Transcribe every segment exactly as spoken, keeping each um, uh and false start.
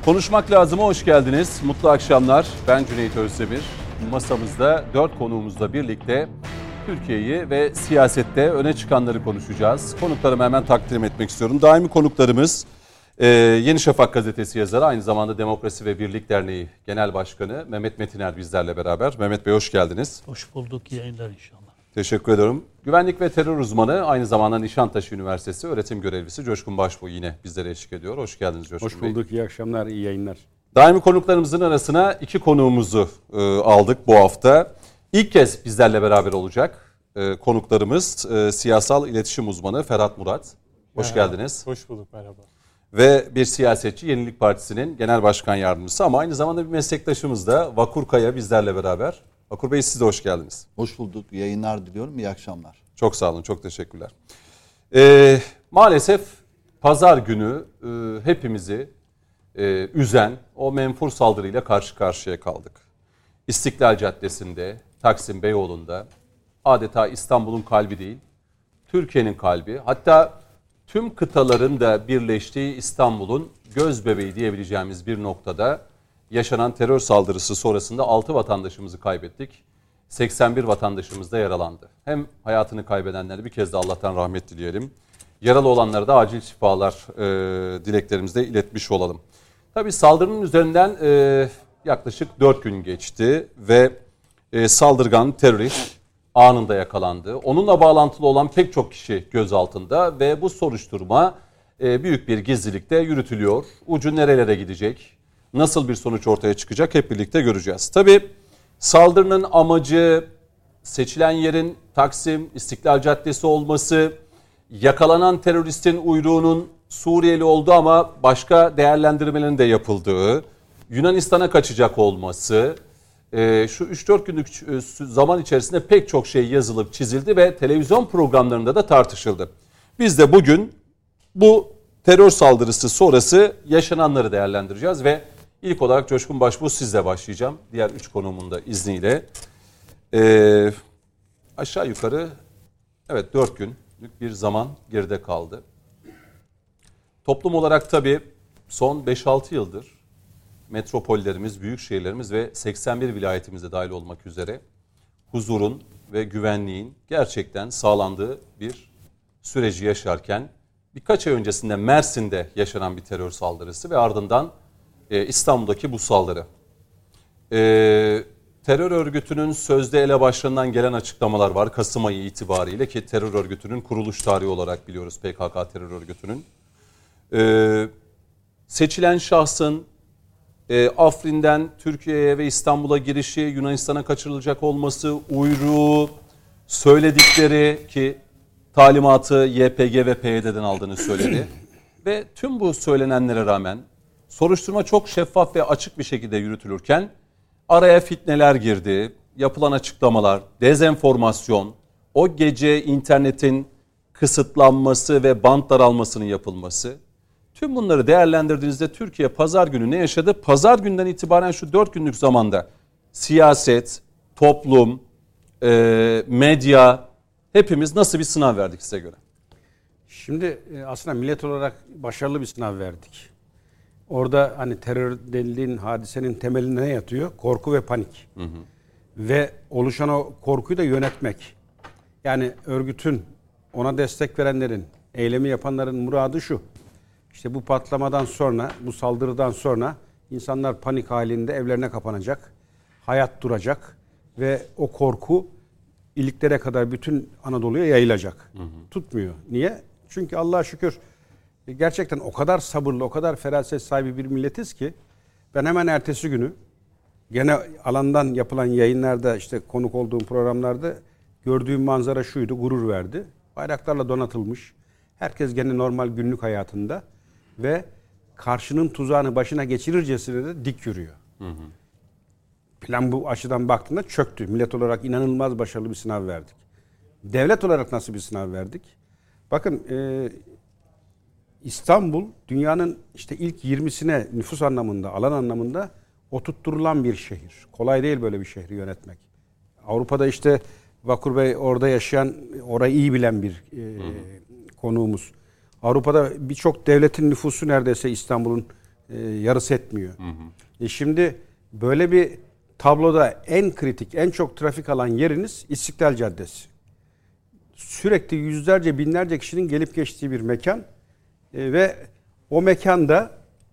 Konuşmak Lazım'a hoş geldiniz. Mutlu akşamlar. Ben Cüneyt Özdemir. Masamızda dört konuğumuzla birlikte Türkiye'yi ve siyasette öne çıkanları konuşacağız. Konuklarımı hemen takdim etmek istiyorum. Daimi konuklarımız e, Yeni Şafak gazetesi yazarı, aynı zamanda Demokrasi ve Birlik Derneği Genel Başkanı Mehmet Metiner bizlerle beraber. Mehmet Bey hoş geldiniz. Hoş bulduk, yayınlar inşallah. Teşekkür ediyorum. Güvenlik ve terör uzmanı, aynı zamanda Nişantaşı Üniversitesi öğretim görevlisi Coşkun Başbuğ yine bizlere eşlik ediyor. Hoş geldiniz Coşkun Bey. Hoş bulduk, Bey. İyi akşamlar, iyi yayınlar. Daimi konuklarımızın arasına iki konuğumuzu e, aldık bu hafta. İlk kez bizlerle beraber olacak e, konuklarımız e, siyasal iletişim uzmanı Ferhat Murat. Hoş merhaba. Geldiniz. Hoş bulduk, merhaba. Ve bir siyasetçi, Yenilik Partisi'nin genel başkan yardımcısı ama aynı zamanda bir meslektaşımız da Vakur Kaya bizlerle beraber. Vakur Bey, siz de hoş geldiniz. Hoş bulduk. Yayınlar diliyorum. İyi akşamlar. Çok sağ olun. Çok teşekkürler. Ee, maalesef pazar günü e, hepimizi e, üzen o menfur saldırıyla karşı karşıya kaldık. İstiklal Caddesi'nde, Taksim Beyoğlu'nda adeta İstanbul'un kalbi değil, Türkiye'nin kalbi, hatta tüm kıtaların da birleştiği İstanbul'un göz bebeği diyebileceğimiz bir noktada yaşanan terör saldırısı sonrasında altı vatandaşımızı kaybettik. seksen bir vatandaşımız da yaralandı. Hem hayatını kaybedenlere bir kez de Allah'tan rahmet dileyelim. Yaralı olanlara da acil şifalar e, dileklerimizi de iletmiş olalım. Tabii saldırının üzerinden e, yaklaşık dört gün geçti ve e, saldırgan terörist anında yakalandı. Onunla bağlantılı olan pek çok kişi gözaltında ve bu soruşturma e, büyük bir gizlilikte yürütülüyor. Ucu nerelere gidecek? Nasıl bir sonuç ortaya çıkacak hep birlikte göreceğiz. Tabii saldırının amacı seçilen yerin Taksim, İstiklal Caddesi olması, yakalanan teröristin uyruğunun Suriyeli olduğu ama başka değerlendirmelerin de yapıldığı, Yunanistan'a kaçacak olması, e, şu üç dört günlük zaman içerisinde pek çok şey yazılıp çizildi ve televizyon programlarında da tartışıldı. Biz de bugün bu terör saldırısı sonrası yaşananları değerlendireceğiz ve İlk olarak Coşkun Başbuğ, sizle başlayacağım. Diğer üç konuğumun da izniyle. Ee, aşağı yukarı evet dört günlük bir zaman geride kaldı. Toplum olarak tabii son beş altı yıldır metropollerimiz, büyük şehirlerimiz ve seksen bir vilayetimize dahil olmak üzere huzurun ve güvenliğin gerçekten sağlandığı bir süreci yaşarken birkaç ay öncesinde Mersin'de yaşanan bir terör saldırısı ve ardından İstanbul'daki bu saldırı. Ee, terör örgütünün sözde elebaşlarından gelen açıklamalar var. Kasım ayı itibariyle, ki terör örgütünün kuruluş tarihi olarak biliyoruz P K K terör örgütünün. Ee, seçilen şahsın e, Afrin'den Türkiye'ye ve İstanbul'a girişi, Yunanistan'a kaçırılacak olması, uyruğu, söyledikleri ki talimatı Y P G ve P Y D'den aldığını söyledi. Ve tüm bu söylenenlere rağmen soruşturma çok şeffaf ve açık bir şekilde yürütülürken araya fitneler girdi, yapılan açıklamalar, dezenformasyon, o gece internetin kısıtlanması ve bant daralmasının yapılması. Tüm bunları değerlendirdiğinizde Türkiye pazar günü ne yaşadı? Pazar günden itibaren şu dört günlük zamanda siyaset, toplum, e, medya, hepimiz nasıl bir sınav verdik size göre? Şimdi aslında millet olarak başarılı bir sınav verdik. Orada hani terör denildiğin hadisenin temelinde ne yatıyor? Korku ve panik. Hı hı. Ve oluşan o korkuyu da yönetmek. Yani örgütün, ona destek verenlerin, eylemi yapanların muradı şu. İşte bu patlamadan sonra, bu saldırıdan sonra insanlar panik halinde evlerine kapanacak. Hayat duracak ve o korku iliklere kadar bütün Anadolu'ya yayılacak. Hı hı. Tutmuyor. Niye? Çünkü Allah'a şükür gerçekten o kadar sabırlı, o kadar feraset sahibi bir milletiz ki ben hemen ertesi günü gene alandan yapılan yayınlarda, işte konuk olduğum programlarda gördüğüm manzara şuydu, gurur verdi. Bayraklarla donatılmış. Herkes gene normal günlük hayatında ve karşının tuzağını başına geçirircesine de dik yürüyor. Hı hı. Plan bu açıdan baktığında çöktü. Millet olarak inanılmaz başarılı bir sınav verdik. Devlet olarak nasıl bir sınav verdik? Bakın e, İstanbul dünyanın işte ilk yirmisine nüfus anlamında, alan anlamında oturtturulan bir şehir. Kolay değil böyle bir şehri yönetmek. Avrupa'da işte Vakur Bey orada yaşayan, orayı iyi bilen bir e, konuğumuz. Avrupa'da birçok devletin nüfusu neredeyse İstanbul'un e, yarısı etmiyor. Hı hı. E şimdi böyle bir tabloda en kritik, en çok trafik alan yeriniz İstiklal Caddesi. Sürekli yüzlerce, binlerce kişinin gelip geçtiği bir mekan e, ve o mekanda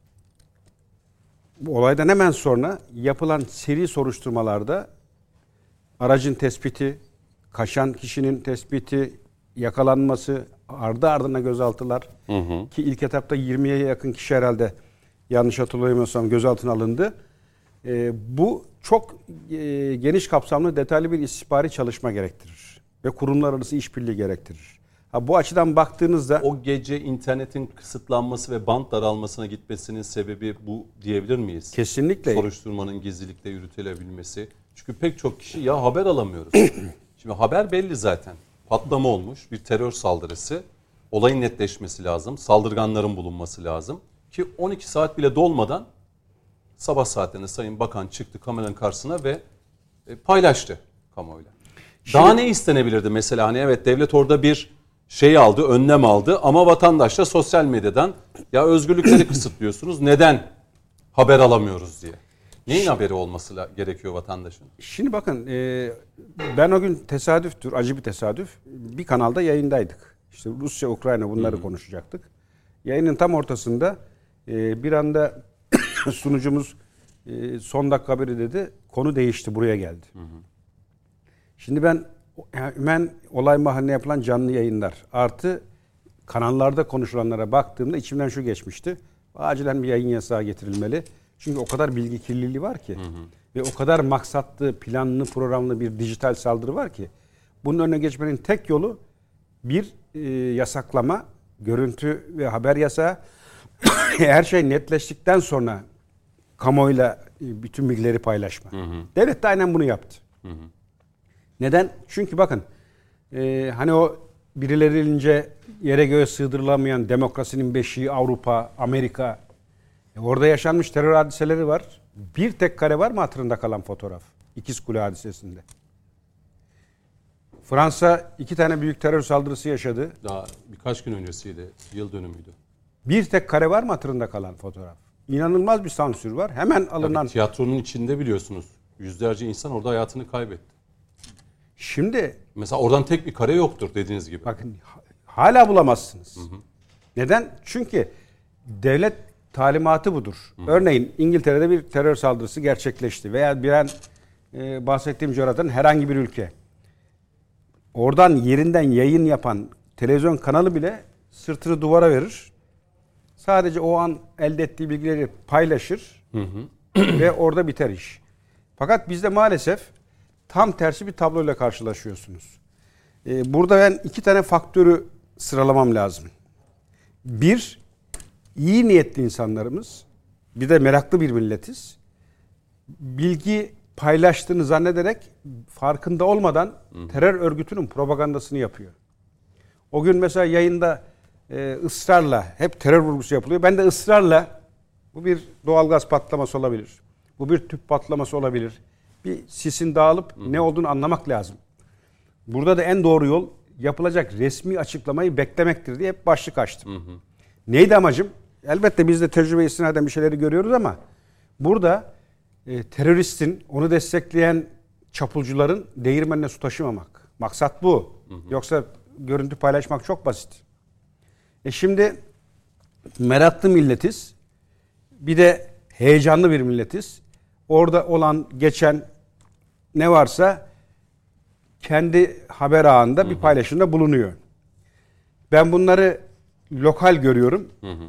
bu olaydan hemen sonra yapılan seri soruşturmalarda aracın tespiti, kaçan kişinin tespiti, yakalanması, ardı ardına gözaltılar hı hı. ki ilk etapta yirmiye yakın kişi herhalde yanlış hatırlamıyorsam gözaltına alındı. E, bu çok e, geniş kapsamlı detaylı bir istihbari çalışma gerektirir ve kurumlar arası işbirliği gerektirir. Ha, bu açıdan baktığınızda o gece internetin kısıtlanması ve bant daralmasına gitmesinin sebebi bu diyebilir miyiz? Kesinlikle. Soruşturmanın gizlilikle yürütülebilmesi. Çünkü pek çok kişi ya haber alamıyoruz. Şimdi haber belli zaten. Patlama olmuş, bir terör saldırısı. Olayın netleşmesi lazım. Saldırganların bulunması lazım. Ki on iki saat bile dolmadan sabah saatlerinde Sayın Bakan çıktı kameranın karşısına ve paylaştı kamuoyuyla. Daha Şimdi, ne istenebilirdi mesela? Hani evet devlet orada bir şey aldı, önlem aldı ama vatandaş da sosyal medyadan ya özgürlükleri kısıtlıyorsunuz, neden haber alamıyoruz diye. Neyin şimdi, haberi olması gerekiyor vatandaşın? Şimdi bakın e, ben o gün tesadüftür, acı bir tesadüf. Bir kanalda yayındaydık. İşte Rusya, Ukrayna bunları Hı-hı. konuşacaktık. Yayının tam ortasında e, bir anda sunucumuz e, son dakika haberi dedi. Konu değişti, buraya geldi. Hı-hı. Şimdi ben hemen olay mahalline yapılan canlı yayınlar artı kanallarda konuşulanlara baktığımda içimden şu geçmişti. Acilen bir yayın yasağı getirilmeli. Çünkü o kadar bilgi kirliliği var ki hı hı. ve o kadar maksatlı, planlı, programlı bir dijital saldırı var ki bunun önüne geçmenin tek yolu bir e, yasaklama, görüntü ve haber yasağı. Her şey netleştikten sonra kamuoyuyla e, bütün bilgileri paylaşma. Hı hı. Devlet de aynen bunu yaptı. Hı hı. Neden? Çünkü bakın e, hani o birilerince yere göğe sığdırılamayan demokrasinin beşiği Avrupa, Amerika, e, orada yaşanmış terör hadiseleri var. Bir tek kare var mı hatırında kalan fotoğraf? İkizkule hadisesinde. Fransa iki tane büyük terör saldırısı yaşadı. Daha birkaç gün öncesiydi, yıl dönümüydü. Bir tek kare var mı hatırında kalan fotoğraf? İnanılmaz bir sansür var. Hemen alınan... Tabii tiyatronun içinde biliyorsunuz yüzlerce insan orada hayatını kaybetti. Şimdi mesela oradan tek bir kare yoktur dediğiniz gibi. Bakın hala bulamazsınız. Hı hı. Neden? Çünkü devlet talimatı budur. Hı hı. Örneğin İngiltere'de bir terör saldırısı gerçekleşti veya bir an e, bahsettiğim coğrafyadan herhangi bir ülke. Oradan yerinden yayın yapan televizyon kanalı bile sırtını duvara verir. Sadece o an elde ettiği bilgileri paylaşır hı hı. ve orada biter iş. Fakat bizde maalesef tam tersi bir tabloyla karşılaşıyorsunuz. Ee, burada ben iki tane faktörü sıralamam lazım. Bir, iyi niyetli insanlarımız, bir de meraklı bir milletiz. Bilgi paylaştığını zannederek farkında olmadan terör örgütünün propagandasını yapıyor. O gün mesela yayında e, ısrarla hep terör vurgusu yapılıyor. Ben de ısrarla bu bir doğalgaz patlaması olabilir. Bu bir tüp patlaması olabilir. Bir sisin dağılıp Hı-hı. ne olduğunu anlamak lazım. Burada da en doğru yol yapılacak resmi açıklamayı beklemektir diye hep başlık açtım. Hı-hı. Neydi amacım? Elbette biz de tecrübe istinaden bir şeyleri görüyoruz ama burada e, teröristin, onu destekleyen çapulcuların değirmenine su taşımamak. Maksat bu. Hı-hı. Yoksa görüntü paylaşmak çok basit. E şimdi meraklı milletiz. Bir de heyecanlı bir milletiz. Orada olan, geçen ne varsa kendi haber ağında hı hı. bir paylaşımda bulunuyor. Ben bunları lokal görüyorum. Hı hı.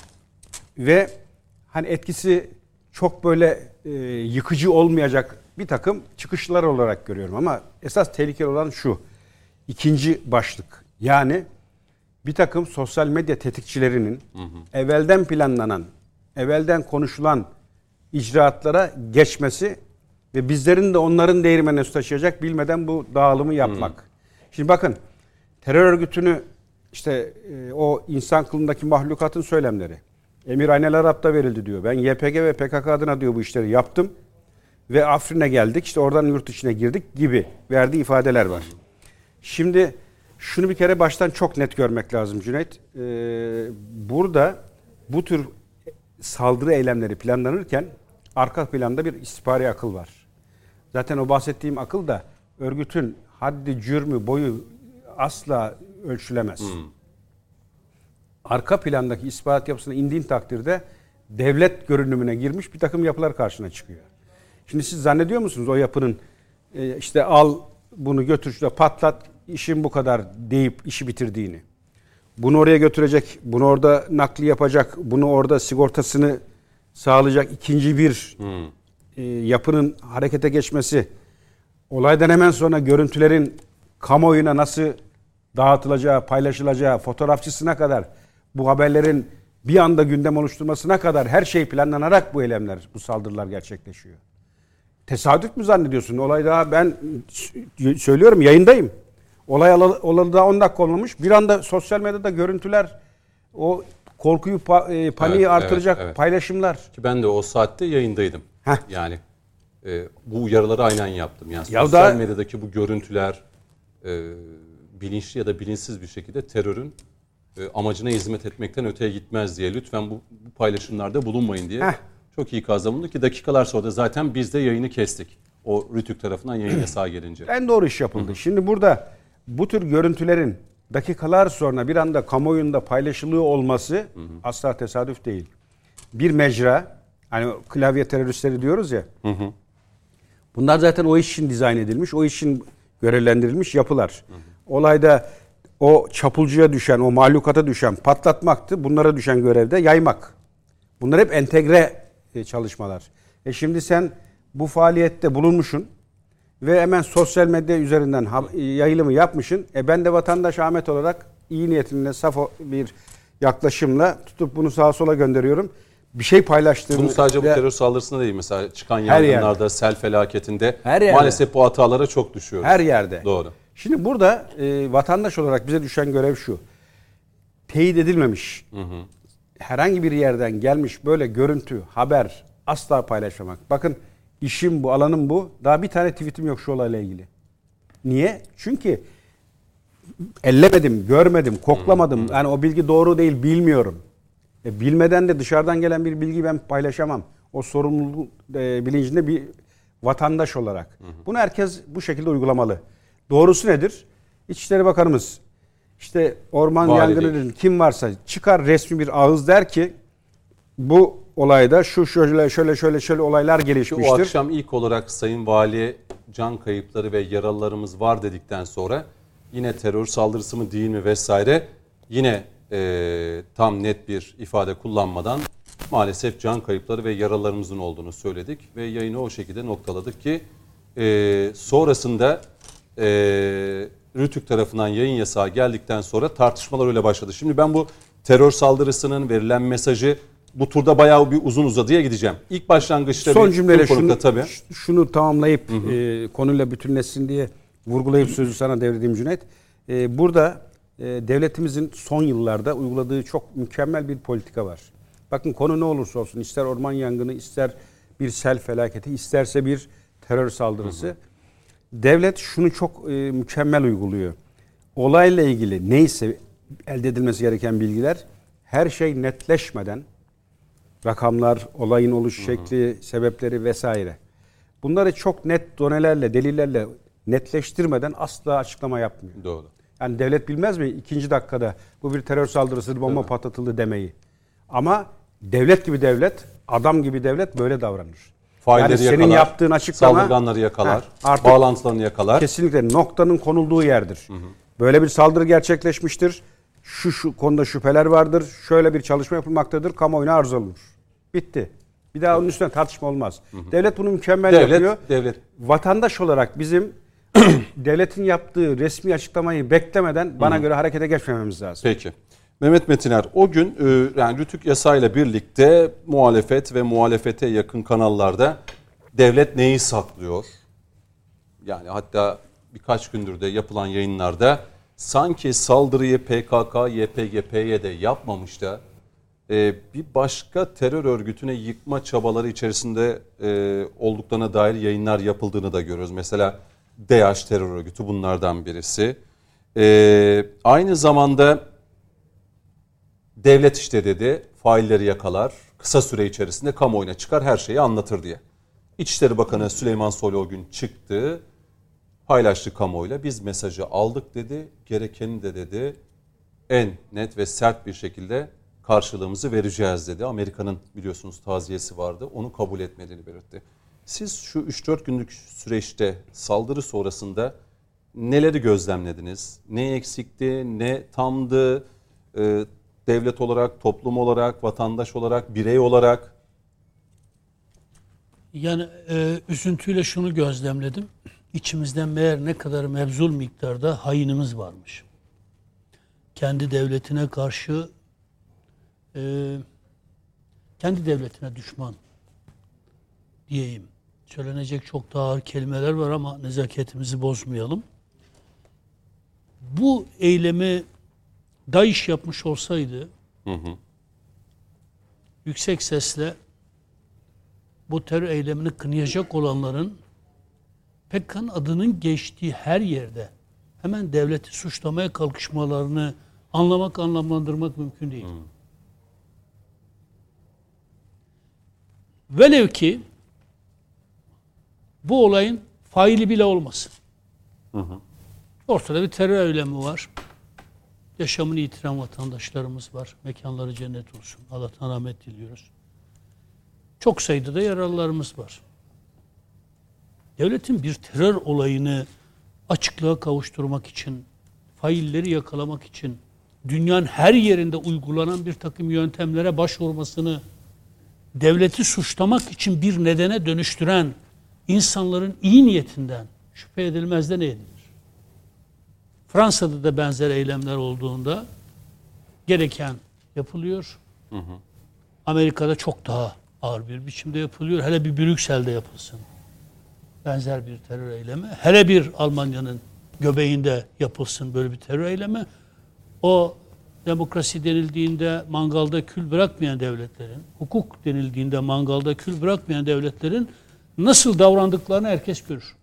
Ve hani etkisi çok böyle e, yıkıcı olmayacak bir takım çıkışlar olarak görüyorum. Ama esas tehlikeli olan şu. İkinci başlık. Yani bir takım sosyal medya tetikçilerinin hı hı. evvelden planlanan, evvelden konuşulan icraatlara geçmesi ve bizlerin de onların değirmenine su taşıyacak bilmeden bu dağılımı yapmak. Hmm. Şimdi bakın terör örgütünü işte e, o insan kılındaki mahlukatın söylemleri. Emir Aynel Arap'ta verildi diyor. Ben Y P G ve P K K adına diyor bu işleri yaptım ve Afrin'e geldik. İşte oradan yurt içine girdik gibi verdiği ifadeler var. Şimdi şunu bir kere baştan çok net görmek lazım Cüneyt. Ee, burada bu tür saldırı eylemleri planlanırken arka planda bir istihbari akıl var. Zaten o bahsettiğim akıl da örgütün haddi, cürmü, boyu asla ölçülemez. Hmm. Arka plandaki istihbarat yapısına indiğin takdirde devlet görünümüne girmiş bir takım yapılar karşına çıkıyor. Şimdi siz zannediyor musunuz o yapının e, işte al bunu götür şurada patlat işin bu kadar deyip işi bitirdiğini? Bunu oraya götürecek, bunu orada nakli yapacak, bunu orada sigortasını sağlayacak ikinci bir hmm. e, yapının harekete geçmesi, olaydan hemen sonra görüntülerin kamuoyuna nasıl dağıtılacağı, paylaşılacağı, fotoğrafçısına kadar bu haberlerin bir anda gündem oluşturmasına kadar her şey planlanarak bu eylemler, bu saldırılar gerçekleşiyor. Tesadüf mü zannediyorsun? Olay daha ben söylüyorum yayındayım. Olay olalı daha on dakika olmamış. Bir anda sosyal medyada görüntüler o korkuyu, paniği evet, artıracak evet, evet. paylaşımlar. Ki ben de o saatte yayındaydım. Heh. Yani e, bu uyarıları aynen yaptım. Yani ya sosyal da, medyadaki bu görüntüler e, bilinçli ya da bilinçsiz bir şekilde terörün e, amacına hizmet etmekten öteye gitmez diye lütfen bu, bu paylaşımlarda bulunmayın diye heh. çok iyi ikazda bulundu ki dakikalar sonra da zaten biz de yayını kestik. O Rütük tarafından yayın yasağı gelince. En doğru iş yapıldı. Hı-hı. Şimdi burada bu tür görüntülerin dakikalar sonra bir anda kamuoyunda paylaşılıyor olması hı hı. asla tesadüf değil. Bir mecra, hani klavye teröristleri diyoruz ya. Hı hı. Bunlar zaten o iş için dizayn edilmiş, o iş için görevlendirilmiş yapılar. Hı hı. Olayda o çapulcuya düşen, o mahlukata düşen patlatmaktı. Bunlara düşen görevde yaymak. Bunlar hep entegre çalışmalar. E şimdi sen bu faaliyette bulunmuşsun ve hemen sosyal medya üzerinden yayılımı yapmışsın. E ben de vatandaş Ahmet olarak iyi niyetimle saf bir yaklaşımla tutup bunu sağa sola gönderiyorum. Bir şey paylaştığını... Bunu sadece bu terör saldırısında değil. Mesela çıkan yangınlarda, sel felaketinde maalesef bu hatalara çok düşüyoruz. Her yerde. Doğru. Şimdi burada e, vatandaş olarak bize düşen görev şu. Teyit edilmemiş, hı hı. herhangi bir yerden gelmiş böyle görüntü, haber asla paylaşmamak. Bakın işim bu, alanım bu. Daha bir tane tweetim yok şu olayla ilgili. Niye? Çünkü ellemedim, görmedim, koklamadım. Hı hı. Yani o bilgi doğru değil, bilmiyorum. E, bilmeden de dışarıdan gelen bir bilgiyi ben paylaşamam. O sorumluluk e, bilincinde bir vatandaş olarak. Hı hı. Bunu herkes bu şekilde uygulamalı. Doğrusu nedir? İçişleri Bakanımız işte orman yangını kim varsa çıkar resmi bir ağız der ki bu olayda şu şöyle şöyle şöyle şöyle olaylar gelişmiştir. O akşam ilk olarak Sayın Vali can kayıpları ve yaralılarımız var dedikten sonra yine terör saldırısı mı değil mi vesaire yine e, tam net bir ifade kullanmadan maalesef can kayıpları ve yaralılarımızın olduğunu söyledik ve yayını o şekilde noktaladık ki e, sonrasında e, Rütük tarafından yayın yasağı geldikten sonra tartışmalar öyle başladı. Şimdi ben bu terör saldırısının verilen mesajı bu turda bayağı bir uzun uzadıya gideceğim. İlk başlangıçta son cümleyle şunu, tabii. şunu tamamlayıp hı hı. E, konuyla bütünleşsin diye vurgulayıp sözü sana devredeyim Cüneyt. E, burada e, devletimizin son yıllarda uyguladığı çok mükemmel bir politika var. Bakın konu ne olursa olsun, ister orman yangını, ister bir sel felaketi, isterse bir terör saldırısı. Hı hı. Devlet şunu çok e, mükemmel uyguluyor. Olayla ilgili neyse elde edilmesi gereken bilgiler her şey netleşmeden, rakamlar, olayın oluş hı hı. şekli, sebepleri vesaire. Bunları çok net donelerle, delillerle netleştirmeden asla açıklama yapmıyor. Doğru. Yani devlet bilmez mi ikinci dakikada bu bir terör saldırısı, bomba patlatıldı demeyi. Ama devlet gibi devlet, adam gibi devlet böyle davranır. Failleri yani senin yakalar, yaptığın açıklama, saldırganları yakalar, heh, bağlantılarını yakalar. Kesinlikle noktanın konulduğu yerdir. Hı hı. Böyle bir saldırı gerçekleşmiştir. Şu şu konuda şüpheler vardır. Şöyle bir çalışma yapılmaktadır. Kamuoyuna arz olunur. Bitti. Bir daha onun üstüne tartışma olmaz. Hı hı. Devlet bunu mükemmel devlet, yapıyor. Devlet. Vatandaş olarak bizim devletin yaptığı resmi açıklamayı beklemeden bana hı hı. göre harekete geçmememiz lazım. Peki. Mehmet Metiner, o gün yani Rütük yasayla birlikte muhalefet ve muhalefete yakın kanallarda devlet neyi saklıyor? Yani hatta birkaç gündür de yapılan yayınlarda sanki saldırıyı P K K, Y P G P'ye de yapmamış da bir başka terör örgütüne yıkma çabaları içerisinde olduklarına dair yayınlar yapıldığını da görüyoruz. Mesela DAEŞ terör örgütü bunlardan birisi. Aynı zamanda devlet işte dedi failleri yakalar, kısa süre içerisinde kamuoyuna çıkar, her şeyi anlatır diye. İçişleri Bakanı Süleyman Soylu o gün çıktı, paylaştı kamuoyuyla. Biz mesajı aldık dedi, gerekeni de dedi, en net ve sert bir şekilde karşılığımızı vereceğiz dedi. Amerika'nın biliyorsunuz taziyesi vardı, onu kabul etmediğini belirtti. Siz şu üç dört günlük süreçte saldırı sonrasında neleri gözlemlediniz? Ne eksikti, ne tamdı? Ee, devlet olarak, toplum olarak, vatandaş olarak, birey olarak? Yani e, üzüntüyle şunu gözlemledim. İçimizden meğer ne kadar mevzul miktarda hainimiz varmış. Kendi devletine karşı, e, kendi devletine düşman diyeyim. Söylenecek çok daha ağır kelimeler var ama nezaketimizi bozmayalım. Bu eylemi DAEŞ yapmış olsaydı, hı hı. yüksek sesle bu terör eylemini kınayacak olanların P K K'nın adının geçtiği her yerde hemen devleti suçlamaya kalkışmalarını anlamak, anlamlandırmak mümkün değil. Hmm. Velev ki bu olayın faili bile olmasın. Hı hı. Ortada bir terör eylemi var. Yaşamını yitiren vatandaşlarımız var. Mekanları cennet olsun. Allah'tan rahmet diliyoruz. Çok sayıda da yaralılarımız var. Devletin bir terör olayını açıklığa kavuşturmak için, failleri yakalamak için dünyanın her yerinde uygulanan bir takım yöntemlere başvurmasını devleti suçlamak için bir nedene dönüştüren insanların iyi niyetinden şüphe edilmez de ne edilir? Fransa'da da benzer eylemler olduğunda gereken yapılıyor. Hı hı. Amerika'da çok daha ağır bir biçimde yapılıyor. Hele bir Brüksel'de yapılsın. Benzer bir terör eylemi. Hele bir Almanya'nın göbeğinde yapılsın böyle bir terör eylemi. O demokrasi denildiğinde mangalda kül bırakmayan devletlerin, hukuk denildiğinde mangalda kül bırakmayan devletlerin nasıl davrandıklarını herkes görür.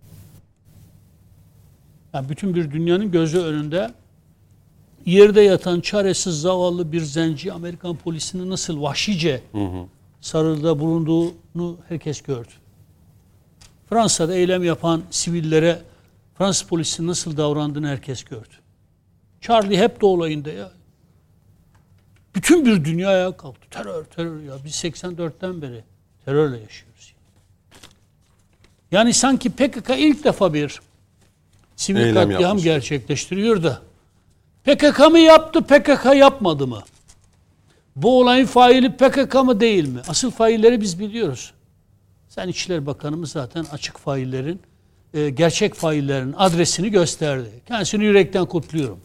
Yani bütün bir dünyanın gözü önünde yerde yatan çaresiz zavallı bir zenci Amerikan polisinin nasıl vahşice hı hı. sarılıda bulunduğunu herkes gördü. Fransa'da eylem yapan sivillere Fransız polisinin nasıl davrandığını herkes gördü. Charlie Hebdo olayında ya bütün bir dünya ayağa kalktı. Terör, terör ya. Biz seksen dörtten beri terörle yaşıyoruz. Yani sanki P K K ilk defa bir sivil eylem katliam yapmış. Gerçekleştiriyor da P K K mı yaptı, P K K yapmadı mı? Bu olayın faili P K K mı değil mi? Asıl failleri biz biliyoruz. Sen İçişleri Bakanımız zaten açık faillerin, e, gerçek faillerin adresini gösterdi. Kendisini yürekten kutluyorum.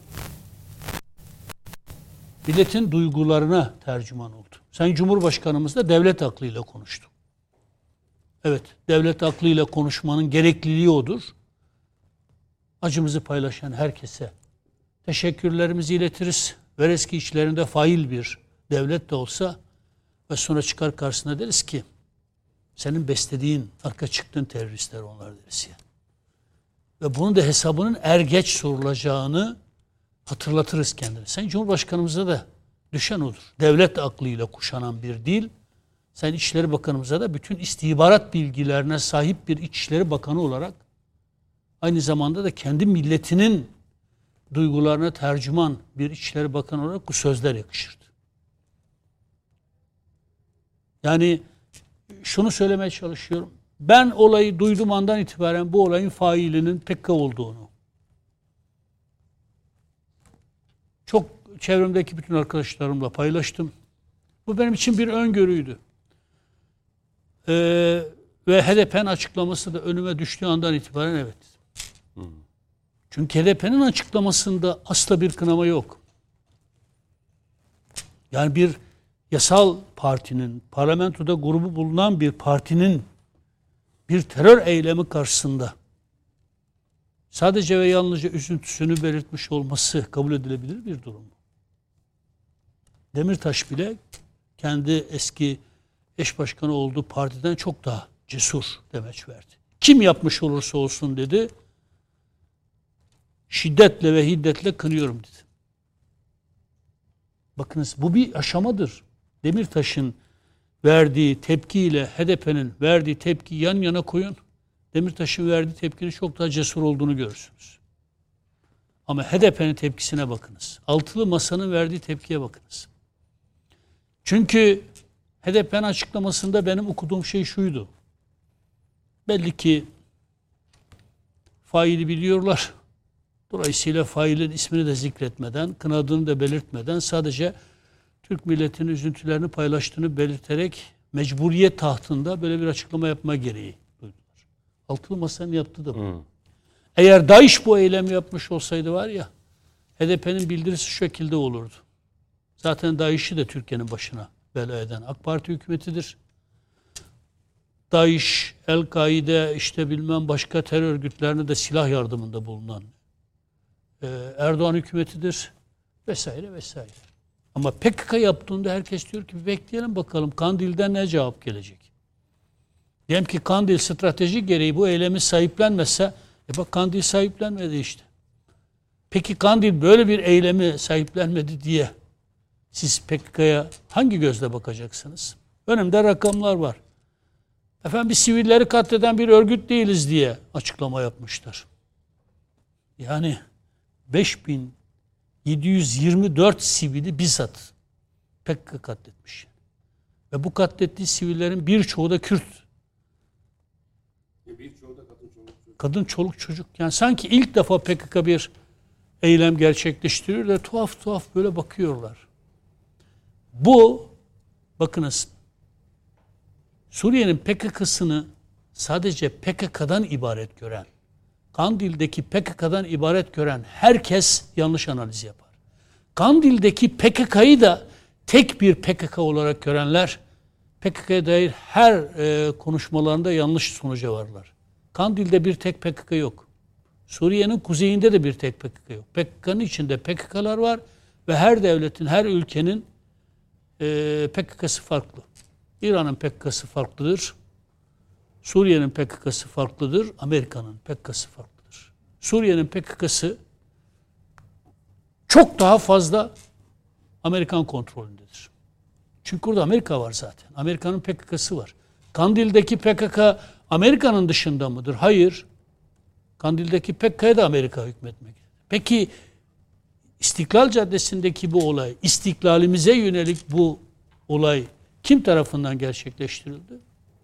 Milletin duygularına tercüman oldu. Sayın Cumhurbaşkanımız da devlet aklıyla konuştu. Evet, devlet aklıyla konuşmanın gerekliliği odur. Acımızı paylaşan herkese teşekkürlerimizi iletiriz. Veres ki içlerinde fail bir devlet de olsa ve sonra çıkar karşısına deriz ki senin beslediğin, arka çıktığın teröristler onlar deriz ya. Ve bunun da hesabının er geç sorulacağını hatırlatırız kendine. Sayın Cumhurbaşkanımıza da düşen odur. Devlet aklıyla kuşanan bir dil. Sayın İçişleri Bakanımıza da bütün istihbarat bilgilerine sahip bir İçişleri Bakanı olarak aynı zamanda da kendi milletinin duygularına tercüman bir İçişleri Bakanı olarak bu sözler yakışırdı. Yani şunu söylemeye çalışıyorum. Ben olayı duyduğum andan itibaren bu olayın failinin P K K olduğunu, çok çevremdeki bütün arkadaşlarımla paylaştım. Bu benim için bir öngörüydü. Ee, ve H D P'nin açıklaması da önüme düştüğü andan itibaren evet. Hmm. Çünkü H D P'nin açıklamasında asla bir kınama yok. Yani bir yasal partinin, parlamentoda grubu bulunan bir partinin bir terör eylemi karşısında sadece ve yalnızca üzüntüsünü belirtmiş olması kabul edilebilir bir durum. Demirtaş bile kendi eski eş başkanı olduğu partiden çok daha cesur demeç verdi. Kim yapmış olursa olsun dedi, şiddetle ve hiddetle kınıyorum dedi. Bakınız bu bir aşamadır. Demirtaş'ın verdiği tepkiyle H D P'nin verdiği tepki yan yana koyun. Demirtaş'ın verdiği tepkinin çok daha cesur olduğunu görürsünüz. Ama H D P'nin tepkisine bakınız. Altılı Masa'nın verdiği tepkiye bakınız. Çünkü H D P'nin açıklamasında benim okuduğum şey şuydu. Belli ki faili biliyorlar. Dolayısıyla failin ismini de zikretmeden, kınadığını da belirtmeden sadece Türk milletinin üzüntülerini paylaştığını belirterek mecburiyet tahtında böyle bir açıklama yapma gereği duydular. Altılı Masa'nın yaptığı da bu. Hmm. Eğer DAEŞ bu eylemi yapmış olsaydı var ya, H D P'nin bildirisi şu şekilde olurdu. Zaten DAEŞ'i de Türkiye'nin başına bela eden AK Parti hükümetidir. DAEŞ, El-Kaide, işte bilmem başka terör örgütlerine de silah yardımında bulunan e, Erdoğan hükümetidir vesaire vesaire. Ama P K K yaptığında herkes diyor ki bekleyelim bakalım Kandil'den ne cevap gelecek. Diyelim ki Kandil strateji gereği bu eylemi sahiplenmezse, e bak Kandil sahiplenmedi işte. Peki Kandil böyle bir eylemi sahiplenmedi diye siz P K K'ya hangi gözle bakacaksınız? Önümde rakamlar var. Efendim biz sivilleri katleden bir örgüt değiliz diye açıklama yapmışlar. Yani beş bin yedi yüz yirmi dört sivili bizzat P K K katletmiş. Ve bu katlettiği sivillerin birçoğu da Kürt. Birçoğu da kadın çoluk çocuk. Kadın çoluk çocuk. Yani sanki ilk defa P K K bir eylem gerçekleştiriyor da tuhaf tuhaf böyle bakıyorlar. Bu, bakınız, Suriye'nin P K K'sını sadece P K K'dan ibaret gören, Kandil'deki P K K'dan ibaret gören herkes yanlış analiz yapar. Kandil'deki P K K'yı da tek bir P K K olarak görenler, P K K'ya dair her e, konuşmalarında yanlış sonuca varlar. Kandil'de bir tek P K K yok. Suriye'nin kuzeyinde de bir tek P K K yok. P K K'nın içinde P K K'lar var ve her devletin, her ülkenin e, P K K'sı farklı. İran'ın P K K'sı farklıdır. Suriye'nin P K K'sı farklıdır. Amerika'nın P K K'sı farklıdır. Suriye'nin P K K'sı çok daha fazla Amerikan kontrolündedir. Çünkü orada Amerika var zaten. Amerika'nın P K K'sı var. Kandil'deki P K K Amerika'nın dışında mıdır? Hayır. Kandil'deki P K K'ya da Amerika hükmetmektedir. Peki İstiklal Caddesi'ndeki bu olay, istiklalimize yönelik bu olay kim tarafından gerçekleştirildi?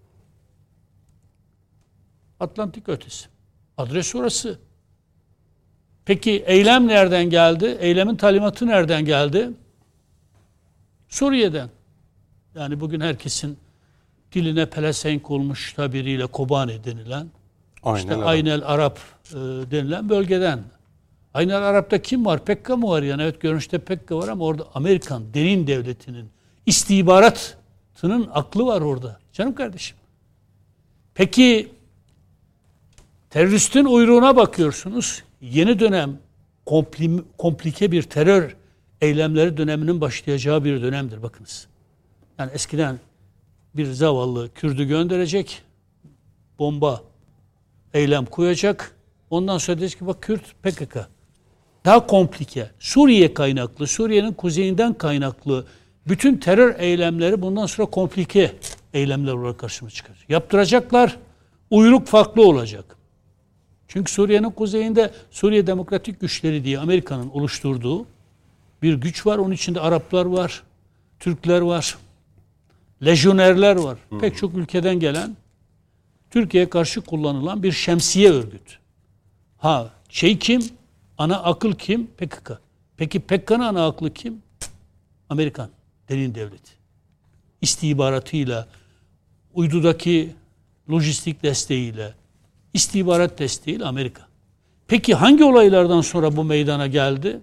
Atlantik ötesi. Adres orası. Peki eylem nereden geldi? Eylemin talimatı nereden geldi? Suriye'den. Yani bugün herkesin diline pelesenk olmuş tabiriyle Kobane denilen, Aynen işte Arap. Aynel Arap e, denilen bölgeden. Aynel Arap'ta kim var? P K K mı var yani? Evet, görünüşte P K K var ama orada Amerikan derin devletinin istihbaratının aklı var orada. Canım kardeşim. Peki teröristin uyruğuna bakıyorsunuz. Yeni dönem kompli, komplike bir terör eylemleri döneminin başlayacağı bir dönemdir. Bakınız. Yani eskiden bir zavallı Kürdü gönderecek, bomba eylem koyacak. Ondan sonra diyecek ki bak Kürt P K K. Daha komplike. Suriye kaynaklı, Suriye'nin kuzeyinden kaynaklı bütün terör eylemleri bundan sonra komplike eylemler olarak karşımıza çıkacak. Yaptıracaklar, uyruk farklı olacak. Çünkü Suriye'nin kuzeyinde Suriye Demokratik Güçleri diye Amerika'nın oluşturduğu bir güç var. Onun içinde Araplar var, Türkler var, lejyonerler var. Hı. Pek çok ülkeden gelen, Türkiye'ye karşı kullanılan bir şemsiye örgüt. Ha, şey kim? Ana akıl kim? P K K. Peki P K K'nın ana aklı kim? Amerikan derin devleti. İstihbaratıyla, uydudaki lojistik desteğiyle, istihbarat desteğiyle Amerika. Peki hangi olaylardan sonra bu meydana geldi?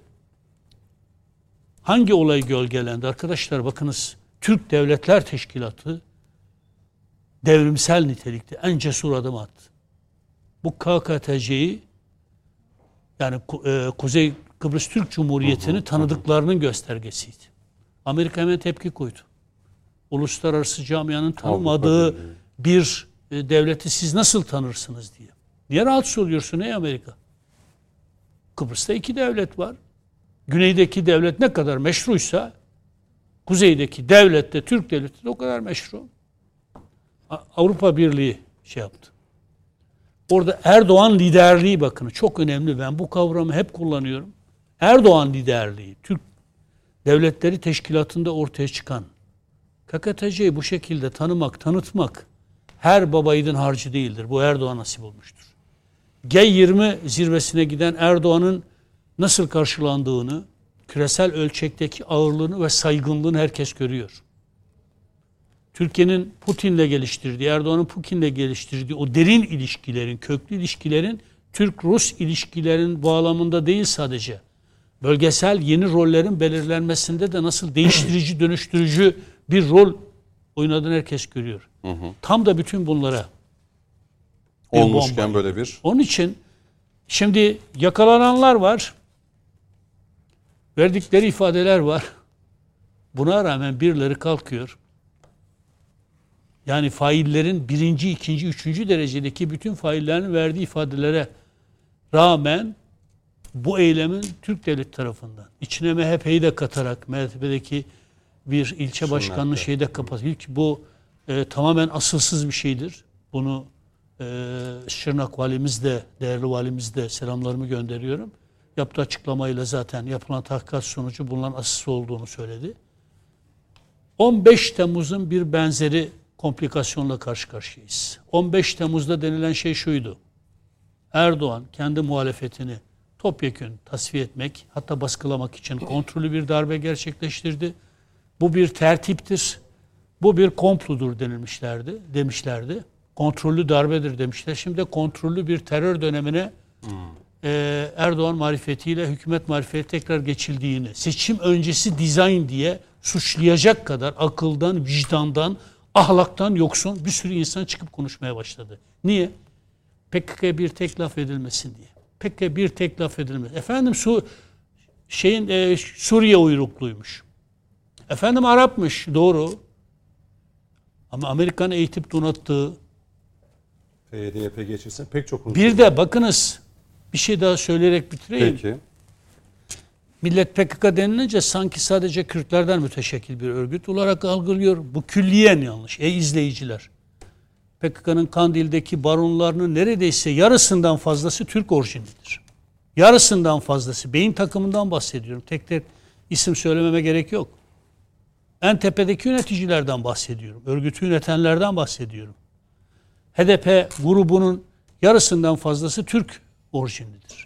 Hangi olay gölgelendi? Arkadaşlar bakınız, Türk Devletler Teşkilatı devrimsel nitelikte en cesur adım attı. Bu K K T C'yi, yani e, Kuzey Kıbrıs Türk Cumhuriyeti'ni tanıdıklarının göstergesiydi. Amerika hemen tepki koydu. Uluslararası camianın tanımadığı bir e, devleti siz nasıl tanırsınız diye. Niye rahatsız oluyorsun ey Amerika? Kıbrıs'ta iki devlet var. Güneydeki devlet ne kadar meşruysa kuzeydeki devlette, Türk devleti de o kadar meşru. Avrupa Birliği şey yaptı. Orada Erdoğan liderliği bakın çok önemli. Ben bu kavramı hep kullanıyorum. Erdoğan liderliği, Türk Devletleri Teşkilatı'nda ortaya çıkan K K T C'yi bu şekilde tanımak, tanıtmak her babayiğidin harcı değildir. Bu Erdoğan nasip olmuştur. G yirmi zirvesine giden Erdoğan'ın nasıl karşılandığını, küresel ölçekteki ağırlığını ve saygınlığını herkes görüyor. Türkiye'nin Putin'le geliştirdiği, Erdoğan'ın Putin'le geliştirdiği o derin ilişkilerin, köklü ilişkilerin Türk-Rus ilişkilerin bağlamında değil sadece, bölgesel yeni rollerin belirlenmesinde de nasıl değiştirici, dönüştürücü bir rol oynadığını herkes görüyor. Hı hı. Tam da bütün bunlara olmuşken böyle bir. Onun için şimdi yakalananlar var, verdikleri ifadeler var. Buna rağmen birileri kalkıyor. Yani faillerin birinci, ikinci, üçüncü derecedeki bütün faillerin verdiği ifadelere rağmen bu eylemin Türk devleti tarafından, içine M H P'yi de katarak, M H P'deki bir ilçe başkanlığı şeyi de kapatıyor. Bu e, tamamen asılsız bir şeydir. Bunu e, Şırnak valimiz de, değerli valimiz de selamlarımı gönderiyorum. Yaptığı açıklamayla zaten yapılan tahkikat sonucu bunların asılsız olduğunu söyledi. on beş Temmuz'un bir benzeri komplikasyonla karşı karşıyayız. on beş Temmuz'da denilen şey şuydu. Erdoğan kendi muhalefetini topyekün tasfiye etmek, hatta baskılamak için kontrollü bir darbe gerçekleştirdi. Bu bir tertiptir. Bu bir komplodur denilmişlerdi, demişlerdi. Kontrollü darbedir demişler. Şimdi de kontrollü bir terör dönemine hmm. e, Erdoğan marifetiyle hükümet marifeti tekrar geçildiğini, seçim öncesi dizayn diye suçlayacak kadar akıldan, vicdandan, ahlaktan yoksun bir sürü insan çıkıp konuşmaya başladı. Niye? P K K'ya bir tek laf edilmesin diye. P K K'ya bir tek laf edilmesin. Efendim Su şeyin e, Suriye uyrukluymuş. Efendim Arapmış. Doğru. Ama Amerikan eğitip donattığı P Y D Y P geçirsin pek çok unsur. Bir de bakınız bir şey daha söyleyerek bitireyim. Peki. Millet P K K denilince sanki sadece Kürtlerden müteşekkil bir örgüt olarak algılıyor. Bu külliyen yanlış. Ey izleyiciler. P K K'nın Kandil'deki baronlarının neredeyse yarısından fazlası Türk orijinlidir. Yarısından fazlası. Beyin takımından bahsediyorum. Tek tek isim söylememe gerek yok. En tepedeki yöneticilerden bahsediyorum. Örgütü yönetenlerden bahsediyorum. H D P grubunun yarısından fazlası Türk orijinlidir.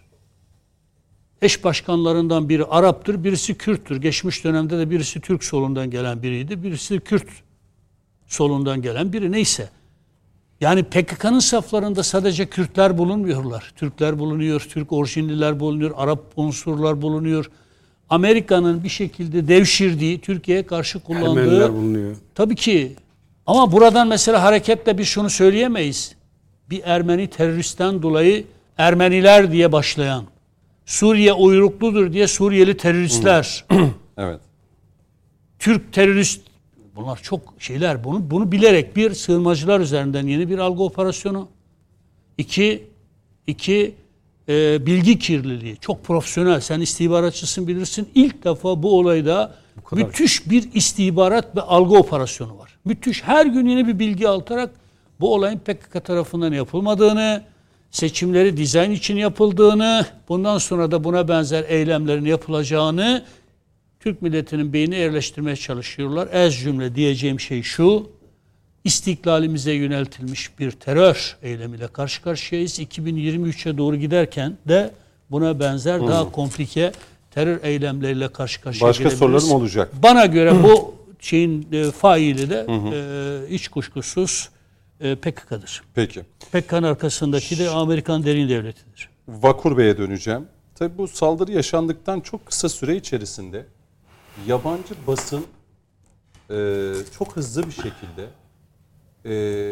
Eş başkanlarından biri Arap'tır, birisi Kürt'tür. Geçmiş dönemde de birisi Türk solundan gelen biriydi, birisi Kürt solundan gelen biri. Neyse. Yani P K K'nın saflarında sadece Kürtler bulunmuyorlar. Türkler bulunuyor, Türk orijinliler bulunuyor, Arap unsurlar bulunuyor. Amerika'nın bir şekilde devşirdiği, Türkiye'ye karşı kullandığı... Ermeniler bulunuyor. Tabii ki. Ama buradan mesela hareketle biz şunu söyleyemeyiz. Bir Ermeni teröristten dolayı Ermeniler diye başlayan, Suriye uyrukludur diye Suriyeli teröristler, evet. Türk terörist, bunlar çok şeyler. Bunu bunu bilerek bir, sığınmacılar üzerinden yeni bir algı operasyonu. İki, iki e, bilgi kirliliği. Çok profesyonel. Sen istihbaratçısın bilirsin. İlk defa bu olayda müthiş bir istihbarat ve algı operasyonu var. Müthiş. Her gün yeni bir bilgi alarak bu olayın P K K tarafından yapılmadığını, seçimleri dizayn için yapıldığını, bundan sonra da buna benzer eylemlerin yapılacağını Türk milletinin beynine yerleştirmeye çalışıyorlar. Ez cümle diyeceğim şey şu: istiklalimize yöneltilmiş bir terör eylemiyle karşı karşıyayız. iki bin yirmi üçe doğru giderken de buna benzer hmm. daha komplike terör eylemleriyle karşı karşıya Başka gelebiliriz. sorularım olacak. Bana göre bu şeyin e, faili de e, hiç kuşkusuz e, P K K'dır. Peki. P K K'nın arkasındaki de Amerikan derin devletidir. Vakur Bey'e döneceğim. Tabii bu saldırı yaşandıktan çok kısa süre içerisinde yabancı basın e, çok hızlı bir şekilde e,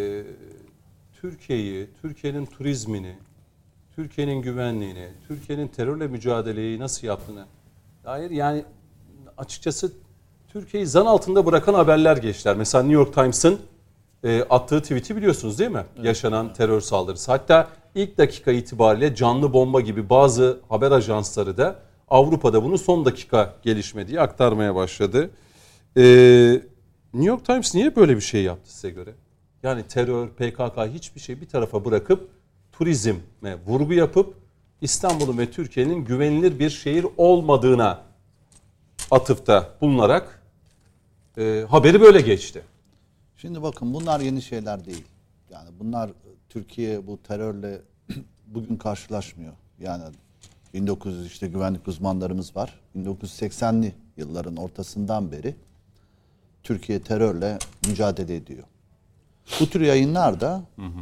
Türkiye'yi, Türkiye'nin turizmini, Türkiye'nin güvenliğini, Türkiye'nin terörle mücadeleyi nasıl yaptığını dair, yani açıkçası Türkiye'yi zan altında bırakan haberler geçtiler. Mesela New York Times'ın e, attığı tweet'i biliyorsunuz değil mi? Evet. Yaşanan terör saldırısı. Hatta ilk dakika itibariyle canlı bomba gibi bazı haber ajansları da Avrupa'da bunu son dakika gelişme diye aktarmaya başladı. Ee, New York Times niye böyle bir şey yaptı size göre? Yani terör, P K K hiçbir şey bir tarafa bırakıp turizme vurgu yapıp İstanbul'un ve Türkiye'nin güvenilir bir şehir olmadığına atıfta bulunarak e, haberi böyle geçti. Şimdi bakın bunlar yeni şeyler değil. Yani bunlar Türkiye bu terörle bugün karşılaşmıyor. Yani bin dokuz yüz işte güvenlik uzmanlarımız var. bin dokuz yüz seksenli yılların ortasından beri Türkiye terörle mücadele ediyor. Bu tür yayınlar da hı hı.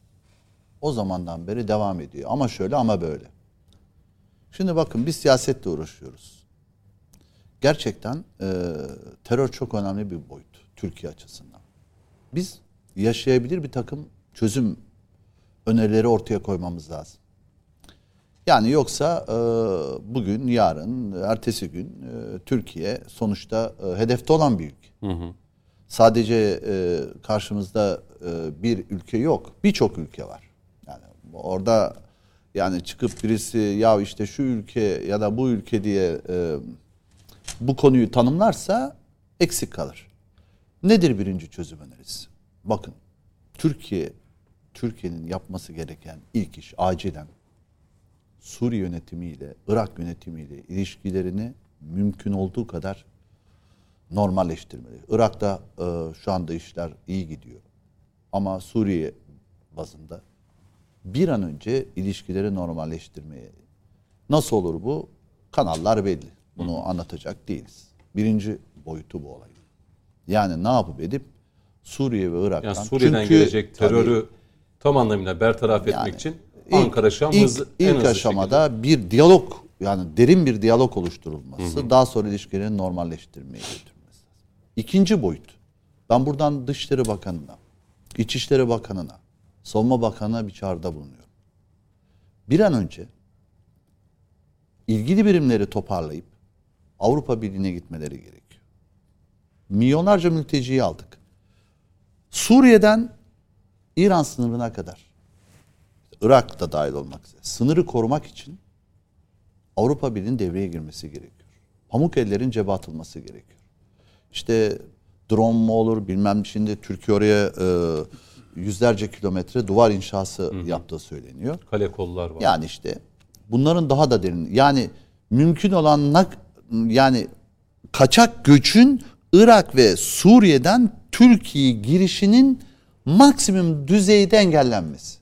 o zamandan beri devam ediyor. Ama şöyle ama böyle. Şimdi bakın biz siyasetle uğraşıyoruz. Gerçekten e, terör çok önemli bir boyut Türkiye açısından. Biz yaşayabilir bir takım çözüm önerileri ortaya koymamız lazım. Yani yoksa e, bugün, yarın, ertesi gün e, Türkiye sonuçta e, hedefte olan bir ülke. Hı hı. Sadece e, karşımızda e, bir ülke yok, birçok ülke var. Yani orada yani çıkıp birisi ya işte şu ülke ya da bu ülke diye e, bu konuyu tanımlarsa eksik kalır. Nedir birinci çözüm önerisi? Bakın Türkiye, Türkiye'nin yapması gereken ilk iş acilen Suriye yönetimiyle, Irak yönetimiyle ilişkilerini mümkün olduğu kadar normalleştirmeli. Irak'ta e, şu anda işler iyi gidiyor. Ama Suriye bazında bir an önce ilişkileri normalleştirmeye. Nasıl olur bu? Kanallar belli. Bunu Hı. anlatacak değiliz. Birinci boyutu bu olay. Yani ne yapıp edip Suriye ve Irak'tan. Yani Suriye'den çünkü, gelecek terörü tabii, tam anlamıyla bertaraf yani, etmek için ilk, Ankara Şam ilk, hızlı, ilk en hızlı aşamada şekilde. bir diyalog, yani derin bir diyalog oluşturulması, hı hı. daha sonra ilişkilerini normalleştirmeye götürmesi. İkinci boyut. Ben buradan Dışişleri Bakanı'na, İçişleri Bakanı'na, Savunma Bakanı'na bir çağrıda bulunuyorum. Bir an önce ilgili birimleri toparlayıp Avrupa Birliği'ne gitmeleri gerekiyor. Milyonlarca mülteciyi aldık. Suriye'den İran sınırına kadar, Irak da dahil olmak üzere sınırı korumak için Avrupa Birliği'nin devreye girmesi gerekiyor. Pamuk ellerin cebe atılması gerekiyor. İşte drone mu olur bilmem, şimdi Türkiye oraya e, yüzlerce kilometre duvar inşası hı hı. yaptığı söyleniyor. Kale kollar var. Yani işte bunların daha da derin, yani mümkün olan yani kaçak göçün Irak ve Suriye'den Türkiye girişinin maksimum düzeyde engellenmesi.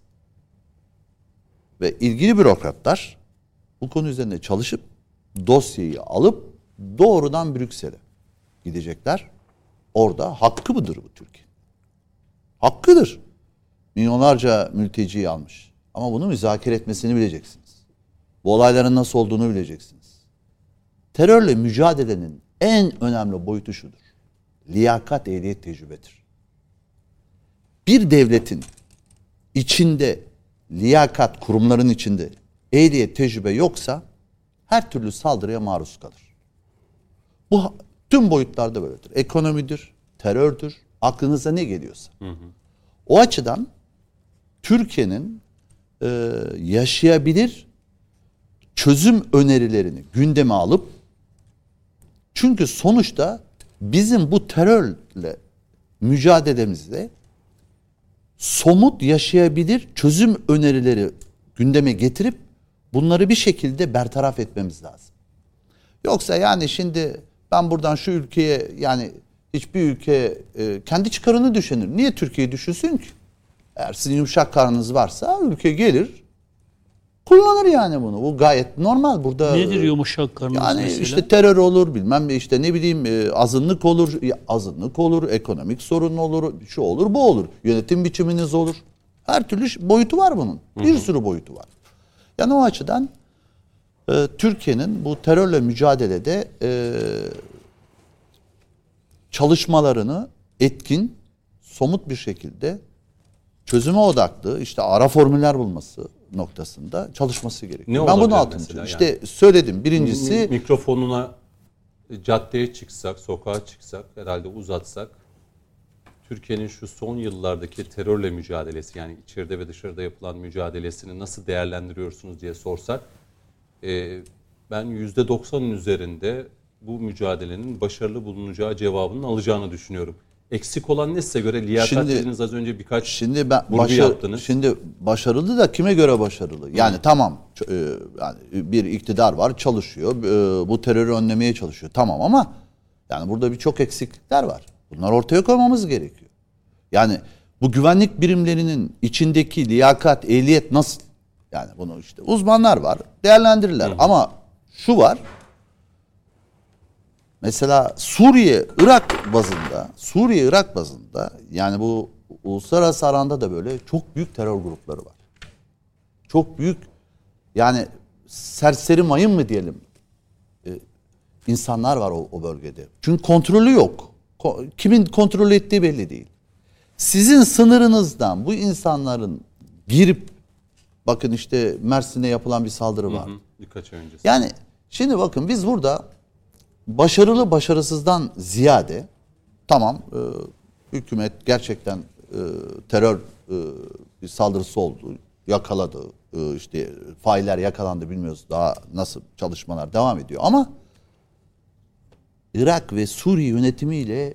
Ve ilgili bürokratlar bu konu üzerinde çalışıp dosyayı alıp doğrudan Brüksel'e gidecekler. Orada hakkı mıdır bu Türkiye? Hakkıdır. Milyonlarca mülteciyi almış. Ama bunu müzakere etmesini bileceksiniz. Bu olayların nasıl olduğunu bileceksiniz. Terörle mücadelenin en önemli boyutu şudur. Liyakat, ehliyet, tecrübedir. Bir devletin içinde liyakat, kurumların içinde ehliyet, tecrübe yoksa her türlü saldırıya maruz kalır. Bu tüm boyutlarda böyledir. Ekonomidir, terördür, aklınıza ne geliyorsa. Hı hı. O açıdan Türkiye'nin e, yaşayabilir çözüm önerilerini gündeme alıp, çünkü sonuçta bizim bu terörle mücadelemizde somut yaşayabilir çözüm önerileri gündeme getirip bunları bir şekilde bertaraf etmemiz lazım. Yoksa yani şimdi ben buradan şu ülkeye, yani hiçbir ülke e, kendi çıkarını düşünür. Niye Türkiye'yi düşünsün ki? Eğer sizin yumuşak karnınız varsa ülke gelir, kullanır yani bunu. Bu gayet normal burada. Nedir yumuşak karnınız yani mesela? işte terör olur, bilmem ne, işte ne bileyim e, azınlık olur, azınlık olur, ekonomik sorun olur, şu olur, bu olur. Yönetim biçiminiz olur. Her türlü boyutu var bunun. Bir hı hı. sürü boyutu var. Yani o açıdan e, Türkiye'nin bu terörle mücadelede e, çalışmalarını etkin, somut bir şekilde çözüme odaklı, işte ara formüller bulması noktasında çalışması gerekiyor. Ne ben bunu altını çiziyorum. İşte yani? söyledim. Birincisi, mikrofonuna caddeye çıksak, sokağa çıksak, herhalde uzatsak, Türkiye'nin şu son yıllardaki terörle mücadelesi, yani içeride ve dışarıda yapılan mücadelesini nasıl değerlendiriyorsunuz diye sorsak, e, ben yüzde doksanın üzerinde bu mücadelenin başarılı bulunacağı cevabının alacağını düşünüyorum. Eksik olan ne size göre? Liyakat Şimdi- dediniz az önce, birkaç Şimdi ben vurgu başa- yaptınız. şimdi başarılı da kime göre başarılı? Yani tamam ç- e, yani bir iktidar var, çalışıyor. e, Bu terörü önlemeye çalışıyor. Tamam ama yani burada birçok eksiklikler var. Bunlar ortaya koymamız gerekiyor. Yani bu güvenlik birimlerinin içindeki liyakat, ehliyet nasıl? Yani bunu işte uzmanlar var, değerlendirirler. Ama şu var. Mesela Suriye, Irak bazında, Suriye, Irak bazında yani bu uluslararası aranda da böyle çok büyük terör grupları var. Çok büyük yani serseri mayın mı diyelim e, insanlar var o, o bölgede. Çünkü kontrolü yok. Ko- kimin kontrol ettiği belli değil. Sizin sınırınızdan bu insanların girip bakın işte Mersin'e yapılan bir saldırı var. Hı, birkaç ay öncesi. Yani şimdi bakın biz burada başarılı başarısızdan ziyade tamam e, hükümet gerçekten e, terör e, bir saldırısı oldu, yakaladı, e, işte failler yakalandı, bilmiyoruz daha nasıl çalışmalar devam ediyor ama Irak ve Suriye yönetimiyle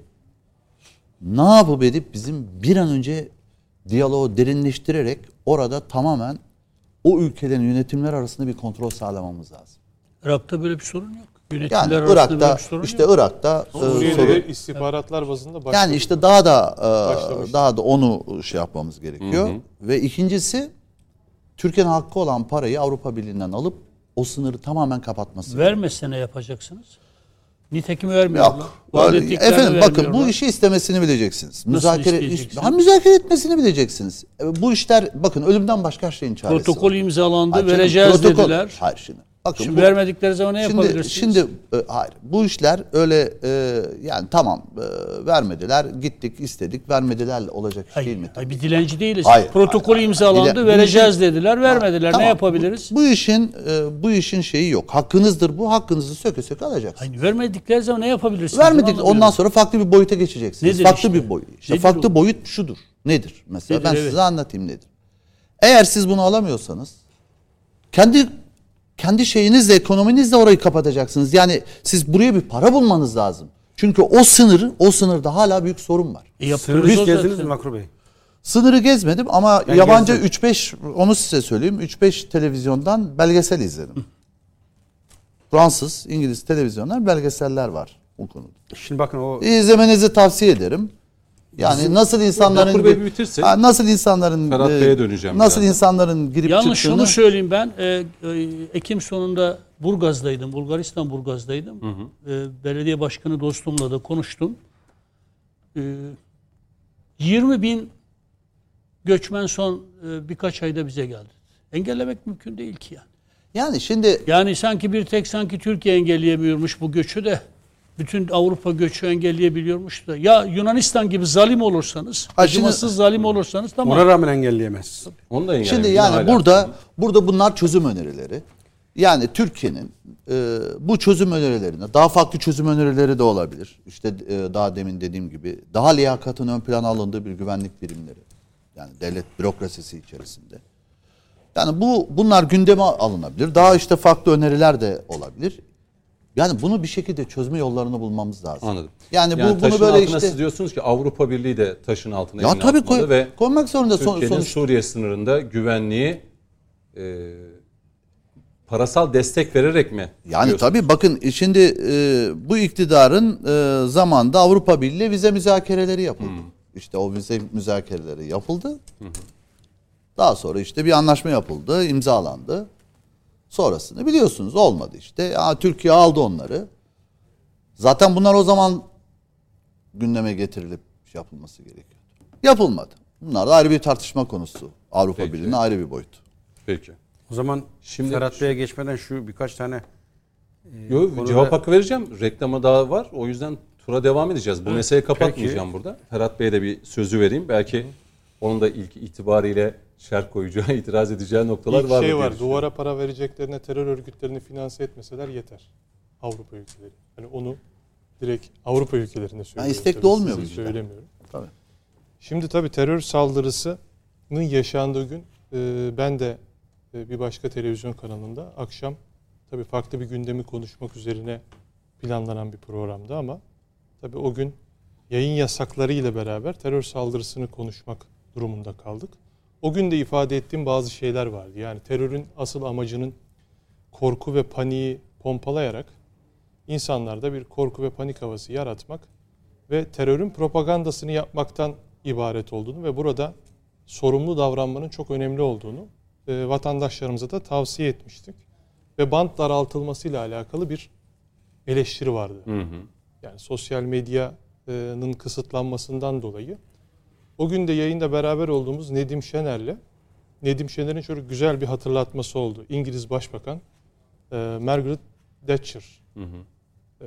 ne yapıp edip bizim bir an önce diyaloğu derinleştirerek orada tamamen o ülkelerin yönetimler arasında bir kontrol sağlamamız lazım. Irak'ta böyle bir sorun yok. Yani Yönetimler arasında böyle Irak'ta bir sorun işte yok. Irak'ta e, Suriye'de sorun- de istihbaratlar bazında başladı. yani işte daha da e, Başlamış. daha da onu şey yapmamız gerekiyor. Ve ikincisi Türkiye'nin hakkı olan parayı Avrupa Birliği'nden alıp o sınırı tamamen kapatması. Vermezse ne yapacaksınız? Nitekim vermiyorlar. Yok. Vaat Var- ettiklerini Efendim bakın bu vermiyorlar. işi istemesini bileceksiniz. Müzakere isteyeceksiniz? ha, müzakere etmesini bileceksiniz. E, Bu işler bakın ölümden başka her şeyin çaresi Protokol var. imzalandı, Hayır canım, vereceğiz protokol- dediler. Hayır şimdi. Bakın Şimdi bu- vermedikleri zaman ne Şimdi, yapabilirsiniz? şimdi e, hayır bu işler öyle e, yani tamam e, vermediler gittik istedik vermediler olacak iş Hayır, değil mi? hayır, bir dilenci değiliz. Hayır, Protokol hayır, imzalandı, hayır. Dile- bu vereceğiz işin- dediler, vermediler. Tamam, Ne yapabiliriz? Bu, bu işin e, bu işin şeyi yok. Hakkınızdır bu. Hakkınızı söke söke alacaksınız. Hani vermedikleri zaman ne yapabilirsiniz? Vermedik. Bunu anlamıyorum. Ondan sonra farklı bir boyuta geçeceksiniz. Nedir farklı işte? bir boyut. İşte Nedir farklı o? boyut şudur. Nedir? Mesela Nedir, ben evet. size anlatayım nedir. Eğer siz bunu alamıyorsanız kendi kendi şeyinizle, ekonominizle orayı kapatacaksınız. Yani siz buraya bir para bulmanız lazım. Çünkü o sınır, o sınırda hala büyük sorun var. E, yapıyoruz Sınırı o hiç gezdiniz zaten. mi Makru Bey? Sınırı gezmedim ama Ben yabancı gezdim. üç beş onu size söyleyeyim. üç beş televizyondan belgesel izledim. Fransız, İngiliz televizyonlar belgeseller var bu konuda. Şimdi bakın o İzlemenizi tavsiye ederim. Yani nasıl insanların Makbul Bey bir bitirsek, Ha, nasıl insanların Ferhat e, Bey'e döneceğim Nasıl birazdan. insanların girip Yalnız çıktığını şunu söyleyeyim ben e, e, Ekim sonunda Burgaz'daydım. Bulgaristan Burgaz'daydım. E, belediye başkanı dostumla da konuştum. E, yirmi bin göçmen son e, birkaç ayda bize geldi. Engellemek mümkün değil ki yani. yani şimdi Yani sanki bir tek sanki Türkiye engelleyemiyormuş bu göçü de. Bütün Avrupa göçü engelleyebiliyormuş da. Ya Yunanistan gibi zalim olursanız, Ha, acımasız şimdi- zalim olursanız tamam. ona rağmen engelleyemez. Onu da Şimdi engellemek yani hala. burada burada bunlar çözüm önerileri. Yani Türkiye'nin e, bu çözüm önerilerine daha farklı çözüm önerileri de olabilir. İşte e, daha demin dediğim gibi daha liyakatın ön plana alındığı bir güvenlik birimleri. Yani devlet bürokrasisi içerisinde. Yani bu bunlar gündeme alınabilir. Daha işte farklı öneriler de olabilir. Yani bunu bir şekilde çözme yollarını bulmamız lazım. Anladım. Yani, bu bunu taşın böyle altına işte siz diyorsunuz ki Avrupa Birliği de taşın altına ya elini tabii atmalı koy, ve koymak zorunda son, Türkiye'nin sonuç. Suriye sınırında güvenliği e, parasal destek vererek mi? Yani diyorsunuz? tabii bakın şimdi e, bu iktidarın e, zamanında Avrupa Birliği vize müzakereleri yapıldı. İşte o vize müzakereleri yapıldı. Daha sonra işte bir anlaşma yapıldı, imzalandı. Sonrasını biliyorsunuz olmadı işte. Ya, Türkiye aldı onları. Zaten bunlar o zaman gündeme getirilip şey yapılması gerekiyordu. Yapılmadı. Bunlar da ayrı bir tartışma konusu. Avrupa Peki. Birliği'nin ayrı bir boyutu. Peki. O zaman Şimdi- Ferhat Bey'e geçmeden şu birkaç tane Yo, konuda- cevap hakkı vereceğim. Reklama daha var. O yüzden tura devam edeceğiz. Bu meseleyi kapatmayacağım burada. Ferhat Bey'e de bir sözü vereyim. Belki onun da ilk itibariyle şerh koyacağı, itiraz edeceği noktalar İlk var. şey var. Duvara para vereceklerine terör örgütlerini finanse etmeseler yeter. Avrupa ülkeleri. Hani onu direkt Avrupa ülkelerine söylüyorum. istekli Tabii olmuyor size bu yüzden. söylemiyorum. Tabii. Şimdi tabii terör saldırısının yaşandığı gün e, ben de e, bir başka televizyon kanalında akşam tabii farklı bir gündemi konuşmak üzerine planlanan bir programdı ama tabii o gün yayın yasakları ile beraber terör saldırısını konuşmak durumunda kaldık. O gün de ifade ettiğim bazı şeyler vardı. Yani terörün asıl amacının korku ve paniği pompalayarak insanlarda bir korku ve panik havası yaratmak ve terörün propagandasını yapmaktan ibaret olduğunu ve burada sorumlu davranmanın çok önemli olduğunu e, vatandaşlarımıza da tavsiye etmiştik. Ve bant daraltılmasıyla alakalı bir eleştiri vardı. Hı hı. Yani sosyal medyanın kısıtlanmasından dolayı. O gün de yayında beraber olduğumuz Nedim Şener'le, Nedim Şener'in şöyle güzel bir hatırlatması oldu. İngiliz Başbakan e, Margaret Thatcher. Hı hı. E,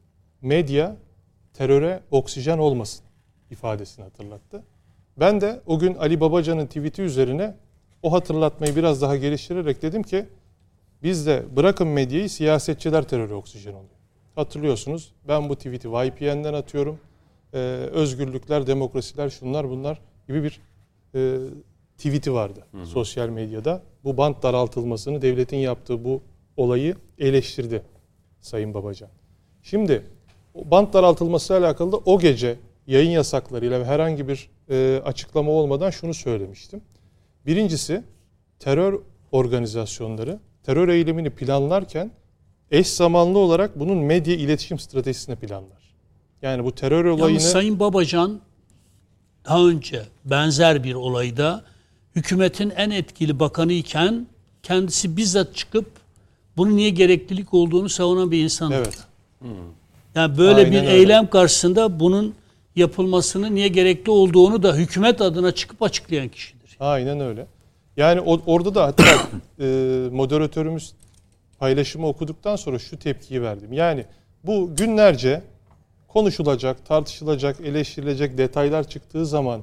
medya teröre oksijen olmasın ifadesini hatırlattı. Ben de o gün Ali Babacan'ın tweet'i üzerine o hatırlatmayı biraz daha geliştirerek dedim ki biz de bırakın medyayı, siyasetçiler teröre oksijen oluyor. Hatırlıyorsunuz ben bu tweet'i Y P N'den atıyorum. Ee, özgürlükler, demokrasiler, şunlar bunlar gibi bir e, tweet'i vardı hı hı. sosyal medyada. Bu bant daraltılmasını, devletin yaptığı bu olayı eleştirdi Sayın Babacan. Şimdi o bant daraltılmasıyla alakalı da o gece yayın yasaklarıyla ve herhangi bir e, açıklama olmadan şunu söylemiştim. Birincisi terör organizasyonları terör eylemini planlarken eş zamanlı olarak bunun medya iletişim stratejisini planlar. Yani bu terör olayını... Yalnız Sayın Babacan daha önce benzer bir olayda hükümetin en etkili bakanı iken kendisi bizzat çıkıp bunun niye gereklilik olduğunu savunan bir insandı. Evet. Hmm. Yani böyle Aynen bir öyle. eylem karşısında bunun yapılmasının niye gerekli olduğunu da hükümet adına çıkıp açıklayan kişidir. Aynen öyle. Yani o, orada da hatta e, moderatörümüz paylaşımı okuduktan sonra şu tepkiyi verdim. Yani bu günlerce konuşulacak, tartışılacak, eleştirilecek detaylar çıktığı zaman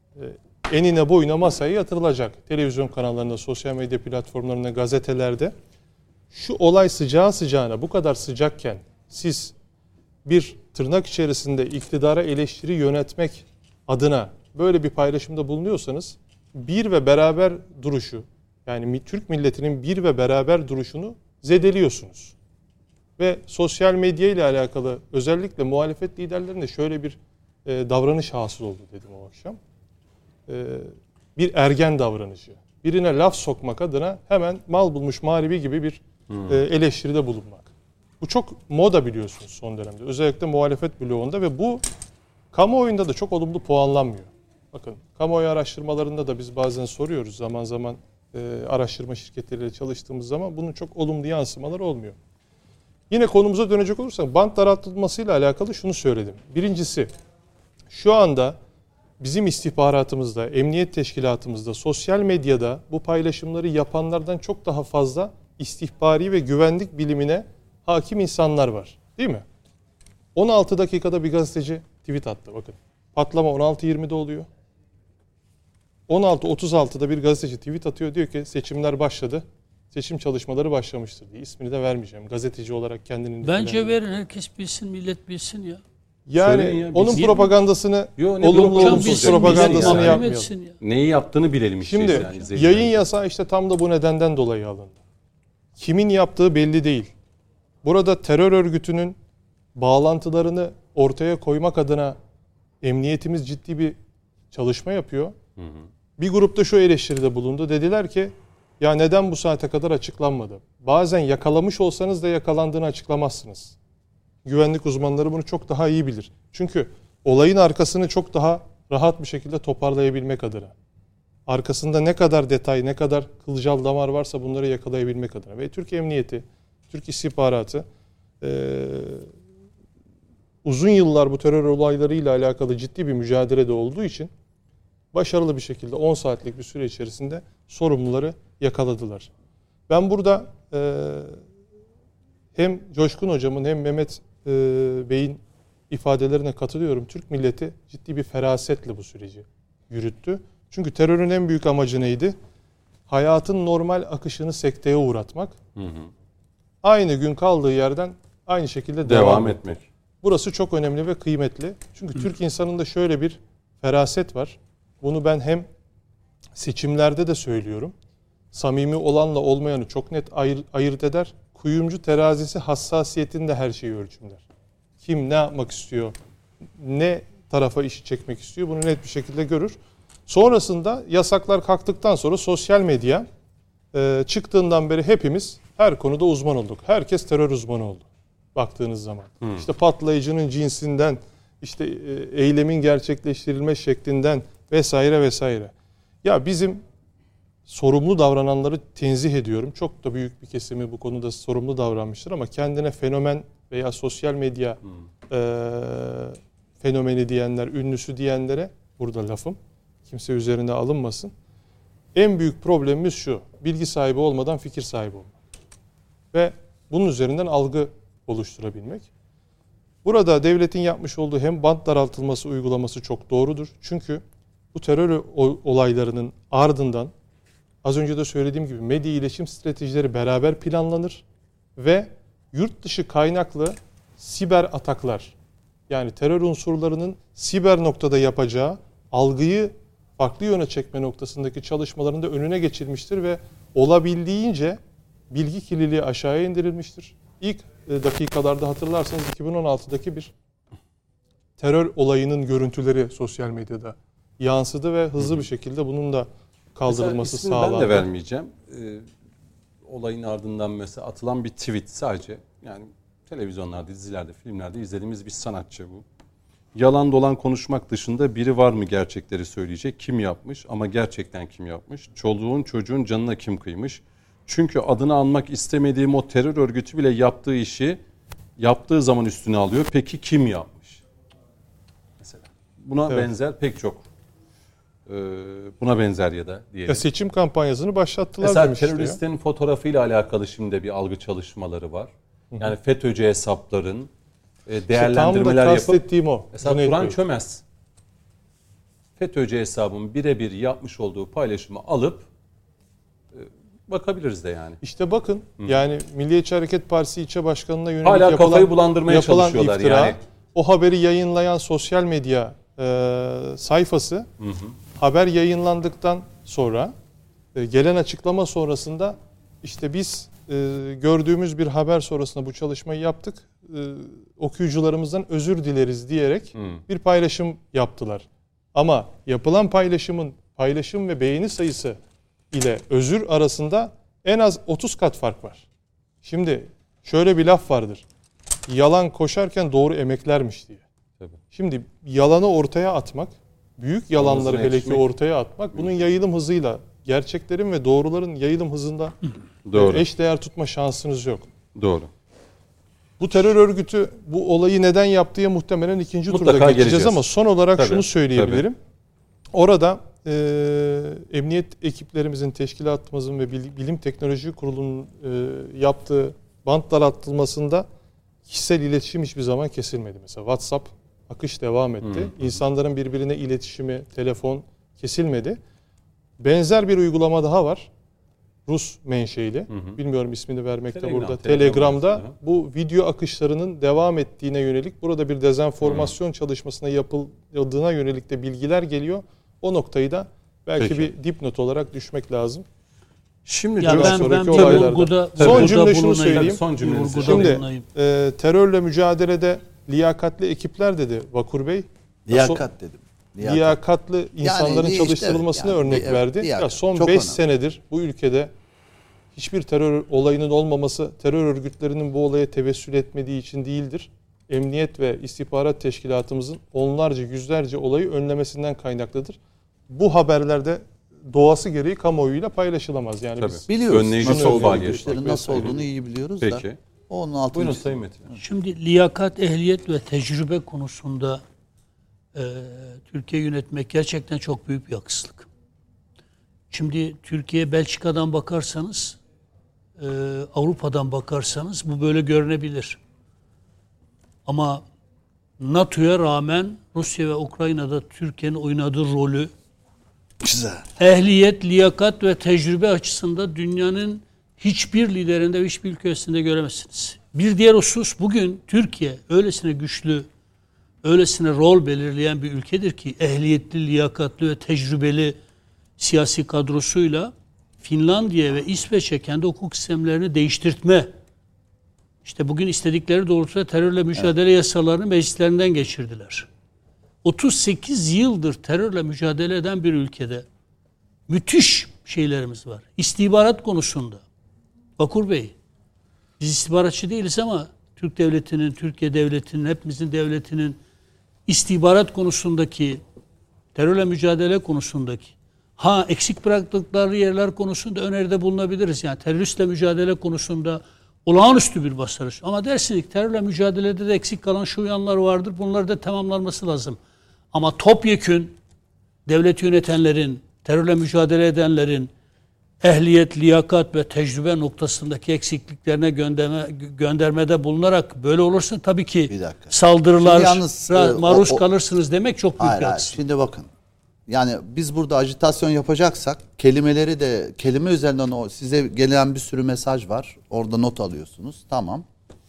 e, enine boyuna masaya yatırılacak. Televizyon kanallarında, sosyal medya platformlarında, gazetelerde. Şu olay sıcağı sıcağına bu kadar sıcakken siz bir tırnak içerisinde iktidara eleştiri yönetmek adına böyle bir paylaşımda bulunuyorsanız bir ve beraber duruşu, yani Türk milletinin bir ve beraber duruşunu zedeliyorsunuz. Ve sosyal medya ile alakalı özellikle muhalefet liderlerinde şöyle bir e, davranış hasıl oldu dedim o akşam. E, bir ergen davranışı. Birine laf sokmak adına hemen mal bulmuş mağribi gibi bir hmm. e, eleştiride bulunmak. Bu çok moda biliyorsunuz son dönemde. Özellikle muhalefet bloğunda ve bu kamuoyunda da çok olumlu puanlanmıyor. Bakın kamuoyu araştırmalarında da biz bazen soruyoruz zaman zaman e, araştırma şirketleriyle çalıştığımız zaman bunun çok olumlu yansımaları olmuyor. Yine konumuza dönecek olursak bant daraltılmasıyla alakalı şunu söyledim. Birincisi şu anda bizim istihbaratımızda, emniyet teşkilatımızda, sosyal medyada bu paylaşımları yapanlardan çok daha fazla istihbari ve güvenlik bilimine hakim insanlar var. Değil mi? on altı dakikada bir gazeteci tweet attı. Bakın patlama on altı yirmide oluyor. on altı otuz altıda bir gazeteci tweet atıyor. Diyor ki seçimler başladı. Seçim çalışmaları başlamıştır diye. İsmini de vermeyeceğim. Gazeteci olarak kendini... Bence verin. Herkes bilsin, millet bilsin ya. Yani ya, onun bilsin. propagandasını, Yo, ne olumlu bilsin, olumsuz bilsin, propagandasını bilsin yapmayalım. Ya. Neyi yaptığını bilelim işte. Şimdi yani, yayın yasağı işte tam da bu nedenden dolayı alındı. Kimin yaptığı belli değil. Burada terör örgütünün bağlantılarını ortaya koymak adına emniyetimiz ciddi bir çalışma yapıyor. Hı hı. Bir grupta şu eleştiride bulundu. Dediler ki ya neden bu saate kadar açıklanmadı? Bazen yakalamış olsanız da yakalandığını açıklamazsınız. Güvenlik uzmanları bunu çok daha iyi bilir. Çünkü olayın arkasını çok daha rahat bir şekilde toparlayabilmek adına. Arkasında ne kadar detay, ne kadar kılcal damar varsa bunları yakalayabilmek adına. Ve Türk Emniyeti, Türk İstihbaratı e, uzun yıllar bu terör olaylarıyla alakalı ciddi bir mücadelede olduğu için başarılı bir şekilde on saatlik bir süre içerisinde sorumluları yakaladılar. Ben burada e, hem Coşkun Hocam'ın hem Mehmet e, Bey'in ifadelerine katılıyorum. Türk milleti ciddi bir ferasetle bu süreci yürüttü. Çünkü terörün en büyük amacı neydi? Hayatın normal akışını sekteye uğratmak. Hı hı. Aynı gün kaldığı yerden aynı şekilde devam, devam etmek. Burası çok önemli ve kıymetli. Çünkü hı. Türk insanında şöyle bir feraset var. Bunu ben hem seçimlerde de söylüyorum. Samimi olanla olmayanı çok net ayır, ayırt eder. kuyumcu terazisi hassasiyetinde her şeyi ölçümler. Kim ne yapmak istiyor, ne tarafa işi çekmek istiyor bunu net bir şekilde görür. Sonrasında yasaklar kalktıktan sonra sosyal medya e, çıktığından beri hepimiz her konuda uzman olduk. Herkes terör uzmanı oldu baktığınız zaman. Hmm. İşte patlayıcının cinsinden, işte e, eylemin gerçekleştirilme şeklinden vesaire vesaire. Ya bizim sorumlu davrananları tenzih ediyorum. Çok da büyük bir kesimi bu konuda sorumlu davranmıştır ama kendine fenomen veya sosyal medya hmm. e, fenomeni diyenler, ünlüsü diyenlere burada lafım. Kimse üzerine alınmasın. En büyük problemimiz şu. Bilgi sahibi olmadan fikir sahibi olmak. Ve bunun üzerinden algı oluşturabilmek. Burada devletin yapmış olduğu hem bant daraltılması uygulaması çok doğrudur. Çünkü bu terör olaylarının ardından az önce de söylediğim gibi medya iletişim stratejileri beraber planlanır ve yurt dışı kaynaklı siber ataklar, yani terör unsurlarının siber noktada yapacağı algıyı farklı yöne çekme noktasındaki çalışmalarında önüne geçilmiştir ve olabildiğince bilgi kirliliği aşağıya indirilmiştir. İlk dakikalarda hatırlarsanız iki bin on altıdaki bir terör olayının görüntüleri sosyal medyada yansıdı ve hızlı bir şekilde bunun da kaldırılması sağlandı. Ben de vermeyeceğim. Ee, olayın ardından mesela atılan bir tweet sadece, yani televizyonlarda, dizilerde, filmlerde izlediğimiz bir sanatçı bu. Yalan dolan konuşmak dışında biri var mı gerçekleri söyleyecek? Kim yapmış? Ama gerçekten kim yapmış? Çoluğun çocuğun canına kim kıymış? Çünkü adını anmak istemediğim o terör örgütü bile yaptığı işi yaptığı zaman üstüne alıyor. Peki kim yapmış? Mesela buna evet. benzer pek çok e, buna benzer ya da diyelim. Ya seçim kampanyasını başlattılar. Mesela teröristlerin işte fotoğrafıyla alakalı şimdi bir algı çalışmaları var. Yani FETÖ'cü hesapların e, değerlendirmeler işte yapıp o. Mesela Turan Çömez FETÖ'cü hesabın birebir yapmış olduğu paylaşımı alıp e, bakabiliriz de yani. İşte bakın Hı. yani Milliyetçi Hareket Partisi ilçe başkanına yönelik hala yapılan, kafayı bulandırmaya yapılan çalışıyorlar iftira, yani. O haberi yayınlayan sosyal medya e, sayfası hı hı. haber yayınlandıktan sonra e, gelen açıklama sonrasında işte biz e, gördüğümüz bir haber sonrasında bu çalışmayı yaptık. E, okuyucularımızdan özür dileriz diyerek hı. bir paylaşım yaptılar. Ama yapılan paylaşımın paylaşım ve beğeni sayısı ile özür arasında en az otuz kat fark var. Şimdi şöyle bir laf vardır. Yalan koşarken doğru emeklermiş diye. Tabii. Şimdi yalanı ortaya atmak, büyük yalanları hele ki ortaya atmak, bunun yayılım hızıyla, gerçeklerin ve doğruların yayılım hızında doğru. eş değer tutma şansınız yok. Doğru. Bu terör örgütü bu olayı neden yaptığı muhtemelen ikinci Mutlaka turda geçeceğiz geleceğiz. Ama son olarak tabii, şunu söyleyebilirim. Tabii. Orada e, emniyet ekiplerimizin, teşkilatımızın ve Bilim Teknoloji Kurulu'nun e, yaptığı bant daraltılmasında kişisel iletişim hiçbir zaman kesilmedi. Mesela WhatsApp akış devam etti. Hmm. İnsanların birbirine iletişimi, telefon kesilmedi. Benzer bir uygulama daha var. Rus menşeili. Hı hı. Bilmiyorum ismini vermekte Telegram, burada. Telegram'da Telegram bu video akışlarının devam ettiğine yönelik burada bir dezenformasyon hı. çalışmasına yapıldığına yönelik de bilgiler geliyor. O noktayı da belki Peki. bir dipnot olarak düşmek lazım. Şimdi ya ben, ben bir vurguda, son cümle şunu söyleyeyim. Son Şimdi e, terörle mücadelede liyakatli ekipler dedi Vakur Bey. Liyakat dedim. Liyakat. Liyakatlı insanların yani, çalıştırılmasına işte, yani, örnek evet, verdi. Liyakat. Ya son beş senedir bu ülkede hiçbir terör olayının olmaması terör örgütlerinin bu olaya tevessül etmediği için değildir. Emniyet ve istihbarat teşkilatımızın onlarca yüzlerce olayı önlemesinden kaynaklıdır. Bu haberlerde doğası gereği kamuoyuyla paylaşılamaz. Yani Tabii. biz biliyoruz nasıl, nasıl, nasıl olduğunu iyi biliyoruz Peki. da. Onun altını Buyurun Sayın Metin. Şimdi liyakat, ehliyet ve tecrübe konusunda e, Türkiye yönetmek gerçekten çok büyük bir haksızlık. Şimdi Türkiye, Belçika'dan bakarsanız, e, Avrupa'dan bakarsanız bu böyle görünebilir. Ama NATO'ya rağmen Rusya ve Ukrayna'da Türkiye'nin oynadığı rolü güzel. Ehliyet, liyakat ve tecrübe açısından dünyanın hiçbir liderinde ve hiçbir ülkesinde göremezsiniz. Bir diğer husus, bugün Türkiye öylesine güçlü, öylesine rol belirleyen bir ülkedir ki ehliyetli, liyakatlı ve tecrübeli siyasi kadrosuyla Finlandiya ve İsveç'e kendi hukuk sistemlerini değiştirtme İşte bugün istedikleri doğrultuda terörle mücadele evet. yasalarını meclislerinden geçirdiler. otuz sekiz yıldır terörle mücadele eden bir ülkede müthiş şeylerimiz var. İstihbarat konusunda. Bakur Bey, biz istihbaratçı değiliz ama Türk Devleti'nin, Türkiye Devleti'nin, hepimizin devletinin istihbarat konusundaki, terörle mücadele konusundaki, ha eksik bıraktıkları yerler konusunda öneride bulunabiliriz. Yani teröristle mücadele konusunda olağanüstü bir başarı. Ama dersiniz terörle mücadelede de eksik kalan şu yanlar vardır. Bunları da tamamlanması lazım. Ama topyekün devlet yönetenlerin, terörle mücadele edenlerin ehliyet, liyakat ve tecrübe noktasındaki eksikliklerine gönderme, göndermede bulunarak böyle olursa tabii ki saldırılara maruz o, o, kalırsınız demek çok büyük bir haksızlık. Şimdi bakın. Yani biz burada ajitasyon yapacaksak kelimeleri de kelime üzerinden o size gelen bir sürü mesaj var. Orada not alıyorsunuz. Tamam.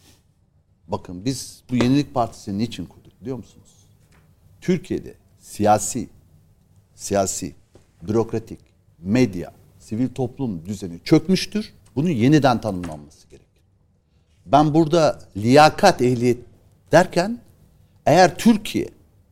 Bakın biz bu Yenilik Partisi'ni niçin kurduk biliyor musunuz? Türkiye'de siyasi, siyasi, bürokratik, medya, sivil toplum düzeni çökmüştür. Bunun yeniden tanımlanması gerekir. Ben burada liyakat, ehliyet derken eğer Türkiye